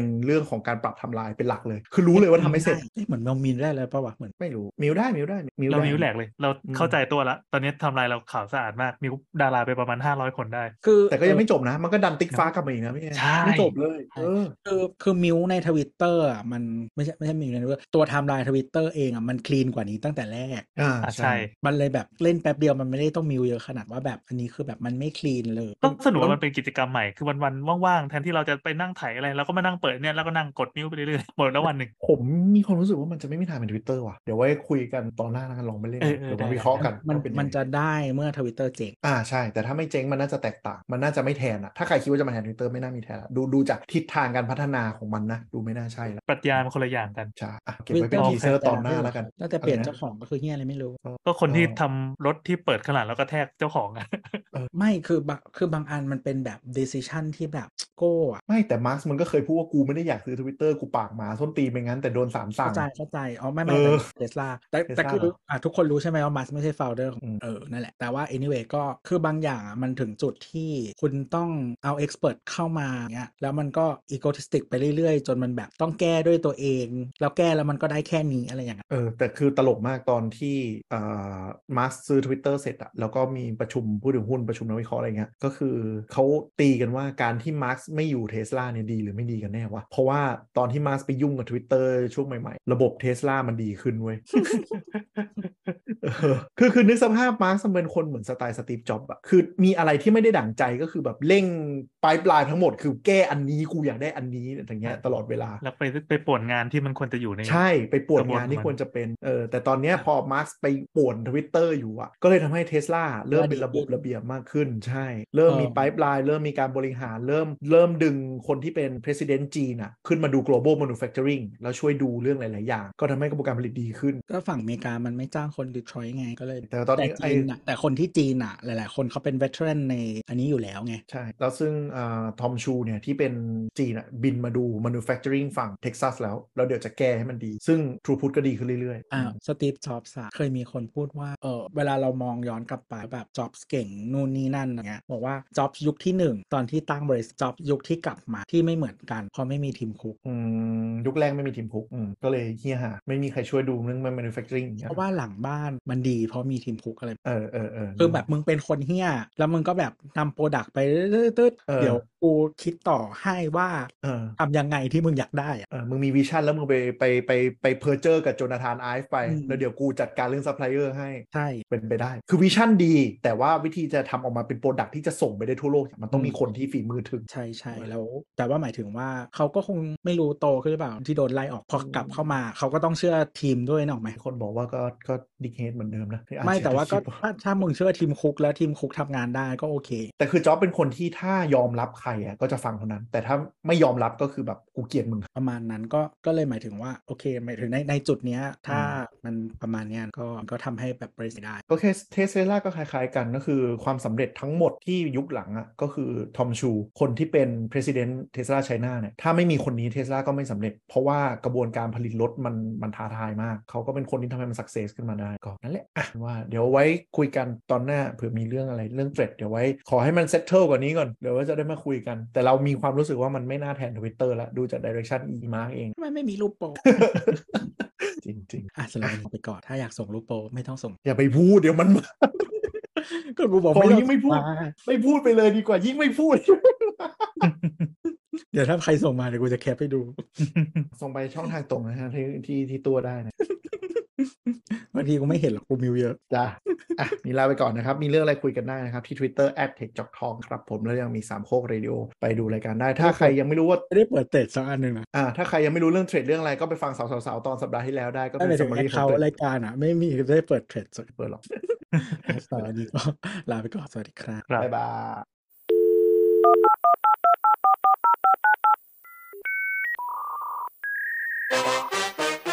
รื่องของการปรับไทม์ไลน์เป็นหลักเลยคือรู้เลยว่าทำไม่เสร็จเหมือนเรามีได้เลยป่าววะเหมือนไม่รู้มิวได้มิวได้มิวเราได้มิวแหลกเลยเราเข้าใจตัวละตอนนี้ทำลายเราข่าวสะอาดมากมีดาราไปประมาณห้าร้อยคนได้คือแต่ก็ยังไม่จบนะมันก็ดันติ๊กฟ้ากลับมาอีกนะพี่แอนใช่ไม่จบเลยเออคือคือมิวในทวิตเตอร์อ่ะมันไม่ใช่ไม่ใช่มิวในทวิตเตอร์ตัวไทม์ไลน์ทวิตเตอร์เองอ่ะมันคลีนกว่านี้ตั้งแต่แรกอ่าอ่าใช่ใช่มันเลยแบบเล่นแป๊บเดียวมันไม่ได้ต้องมิวเยอะขนาดว่าแบบอันนี้คือแบบมันไม่คลีนเลยก็สนุกว่ามันเป็นกิจกรรมใหม่คือวันๆว่างๆแทนที่เราจะไปนั่งไถอะไรเราก็มานั่งเปิดเนี่ยแล้วก็นั่งกดนิ้วไปเรื่อยๆหมดแล้ววันหนึ่งผมมีความรู้สึกว่ามันจะไม่มีทางเป็น Twitter ว่ะเดี๋ยวไว้คุยกันตอนหน้าแล้วกันลองไปเล่นเออเออเดี๋ยวมาได้วิเคราะห์กันมันว่าเป็นยังไงมันจะได้เมื่อทวิตเตอร์เจ๊งอ่าใช่แต่ถ้าไม่เจ๊งมันน่าจะแตกต่างมันน่าจะไม่แทนอะถ้าใครคิดว่าจะมาแทน Twitter ไม่น่ามีแทนอะดูดูจากทิศทางการพัฒนาของมันนะดูไม่น่าใช่แล้วปรัชญามันคนละอย่างกันใช่อ่ะเก็บไว้เป็นทีเซอร์ตอนหน้าแล้วกันตั้งแต่เปลี่ยนอะไรนะเจ้าของก็คือเฮียอะไรไม่รู้ก็คนที่ทำรถที่เปิดข้างหลังแล้วก็แทกเจ้าของอะไม่คือบางคือบางอันมันเป็นแบบ decision ที่แบบโก้อะไม่แต่มาร์คมันก็เคยพูดว่ากูไม่ได้อยากซื้อ Twitter กูปากหมาส้นตีนไปงั้นแต่โดนสามสั่เข้าง ใจเข้าใจอ๋อไม่ไม่เอแต่อเทสลาแต่ Tesla แต่คือเหรออ่ะทุกคนรู้ใช่ไหมว่ามัสไม่ใช่ founder ของอืมเออนั่นแหละแต่ว่า anyway ก็คือบางอย่างอ่ะมันถึงจุดที่คุณต้องเอา expert เข้ามาเงี้ยแล้วมันก็ egotistic ไปเรื่อยๆ จนมันแบบต้องแก้ด้วยตัวเอง แล้วแก้แล้วมันก็ได้แค่นี้อะไรอย่างเงี้ยเออแต่คือตลกมากตอนที่อ่ามาร์คซื้อ Twitter เสร็จอะแล้วก็มีประชุมผู้ถือหุ้นประชุมนักวิเคราะห์อะไรเงี้ยก็คือเขาตีกันว่าการที่มาร์คไม่อยู่เทสลาเนี่ยดีหรือไม่ดีกันแน่วะเพราะว่าตอนที่มาร์คไปยุ่งกับ Twitter ช่วงใหม่ๆ ระบบเทสลามันดีขึ้นเว้ย เออคือคือนึกสภาพมาร์คเป็นคนเหมือนสไตล์สตีฟจ็อบส์อะคือมีอะไรที่ไม่ได้ดั่งใจก็คือแบบเร่งปลายปลายทั้งหมดคือแก้อันนี้กูอยากได้อันนี้อย่างเงี้ยตลอดเวลาแล้วไปไปป่วนงานที่มันควรจะอยู่ในใช่ไปป่วนกระบวนงานที่ของมันควรจะเป็นเออแต่ตอนเนี้ยพอมาร์คไปป่วน Twitter อยู่อ่ะก็เลยทำให้ Tesla เริ่มเป็นระบบระเบียบมากขึ้นใช่เริ่มมีไ i ป์ไลน์เริ่มมีการบริหารเริ่มเริ่มดึงคนที่เป็น President จีนอ่ะขึ้นมาดู global manufacturing แล้วช่วยดูเรื่องหลาย ๆ อย่าง ก็ทำให้กระบวนการผลิตดีขึ้นก็ฝั่งอเมริกามันไม่จ้างคนดีทรอยต์ไงก็เลยแต่ตอนนี้แต่จีนอ่ะแต่คนที่จีนอ่ะหลายๆคนเขาเป็น veteran ในอันนี้อยู่แล้วไงใช่แล้วซึ่งทอมชูเนี่ยที่เป็นจีนอ่ะบินมาดู manufacturing ฝั่งเท็กซัสแล้วแล้วเดี๋ยวจะแก้ให้มันดีซึ่ง Throughput ก็ดีขึ้นเรื่อยๆอ่าสตีฟ จ็อบส์เคยมีคนพูดว่าเออเวลาเรามองย้อนกลับไปแบบจ็อบส์เก่งนู่นนี่นั่นอย่างเงี้ยบอกว่าจ็อบส์ยุคที่หนึ่งตอนที่ตั้งบริษัทจ็อบส์ยุคที่กลับมาที่ไม่เหมือนกันเพราะไม่มีทีมคุกอืมยุคแรกไม่มีทีมคุกอืมก็เลยเฮียหาไม่มีใครช่วยดูเรื่อง manufacturing อย่างเงี้ยเพราะว่าหลังบ้านมันดีเพราะมีทีมคุกอะไรเออเออเออคือแบบมึงเป็นคนเฮี้ยแล้วมึงก็แบบนำโปรดักต์ไปตืดเออๆเดี๋ยวกูคิดต่อให้ว่าเออทำยังไงที่มึงอยากได้อะเออมึงมีวิชั่นแล้วมึงไปไปไปไปเพอร์เจอร์กับโจนาธานไอฟ์ไปอืมแล้วเดี๋ยวกูจัดการเรื่องซัพพลายเออร์ให้ใช่เป็นไปได้ คือวิชั่นดี แต่ว่าวิธีจะทำออกมาเป็นโปรดักที่จะส่งไปได้ทั่วโลกมันต้องมีคนที่ฝีมือถึงใช่ใช่แล้ว แต่ว่าหมายถึงว่าเขาก็คงไม่รู้โตขึ้นหรือเปล่าที่โดนไล่ออกพอกลับเข้ามาเขาก็ต้องเชื่อทีมด้วยนะออกไหมคนบอกว่าก็ก็ดิเฮดเหมือนเดิมนะที่อ่านไม่แต่ว่าก็เขียนในคลิปถ้าถ้ามึงเชื่อทีมคุกแล้วทีมคุกทำงานได้ก็โอเคแต่คือจ๊อบเป็นคนที่ถ้ายอมรับใครอ่ะก็จะฟังคนนั้น แต่ถ้าไม่ยอมรับก็คือแบบกูเกลียดมึงประมาณนั้นก็ก็เลยหมายถึงว่าโอเคหมายถึงในในจุดเนี้ยถ้าอืมมันประมาณเนี้ยก็ก็ทำให้แบบบริษัทได้ก็แค่เทสลาก็คล้ายๆกันก็คือความสำเร็จทั้งหมดที่ยุคหลังอ่ะก็คือทอมชูคนที่เป็น president Tesla China เนี่ยถ้าไม่มีคนนี้เทสลาก็ไม่สำเร็จ เพราะว่ากระบวนการผลิตรถมันมันท้าทายมากเขาก็เป็นคนที่ทำให้มันสักเซสขึ้นมาได้ก็นั่นแหละอ่ะว่าเดี๋ยวไว้คุยกันตอนหน้าเผื่อมีเรื่องอะไรเรื่องเทรดเดี๋ยวไว้ขอให้มันเซตเทิลกว่านี้ก่อนเดี๋ยวว่าจะได้มาคุยกัน แต่เรามีความรู้สึกว่ามันไม่น่าแทน Twitter แล้วดูจาก direction อีมาร์กเองทำไมไม่มีรูปโปรจริงอ่ะสำหรับวันนี้ไปก่อนถ้าอยากส่งรูปโปรไม่ต้องส่งๆ อย่าไปพูดเดี๋ยวมันมาก็กูบอกพอไม่ต้องยิ่งไม่พูดส่งาไม่พูดไปเลยดีกว่ายิ่งไม่พูดเดี๋ยวถ้าใครส่งมาเดี๋ยวกูจะแคปให้ดูส่งไปช่องทางตรงนะฮะที่ที่ที่ตัวได้นะบางทีกูไม่เห็นหรอกกูมิวเยอะจ้าอ่ะมีลาไปก่อนนะครับ มีเรื่องอะไรคุยกันได้นะครับ ที่ Twitterแอท เทค จ็อก ทอง ครับผมแล้วยังมีสามโคกเรดิโอไปดูรายการได้ ถ้าใครยังไม่รู้ว่าไม่ได้เปิดเตจสักอันหนึ่งนะอ่าถ้าใครยังไม่รู้เรื่องเทรดเรื่องอะไรก็ไปฟังสาวๆๆตอนสัปดาห์ที่แล้วได้ก็ไม่เป็หมาน ยถึงแอ summary คของเคาท์เทรดรายการอ่ะ ไม่มีได้เปิดเทรดสักเปิดหรอกสำหรับวันนี้ก็ลาไปก่อนสวัสดีครับครับบ๊ายบาย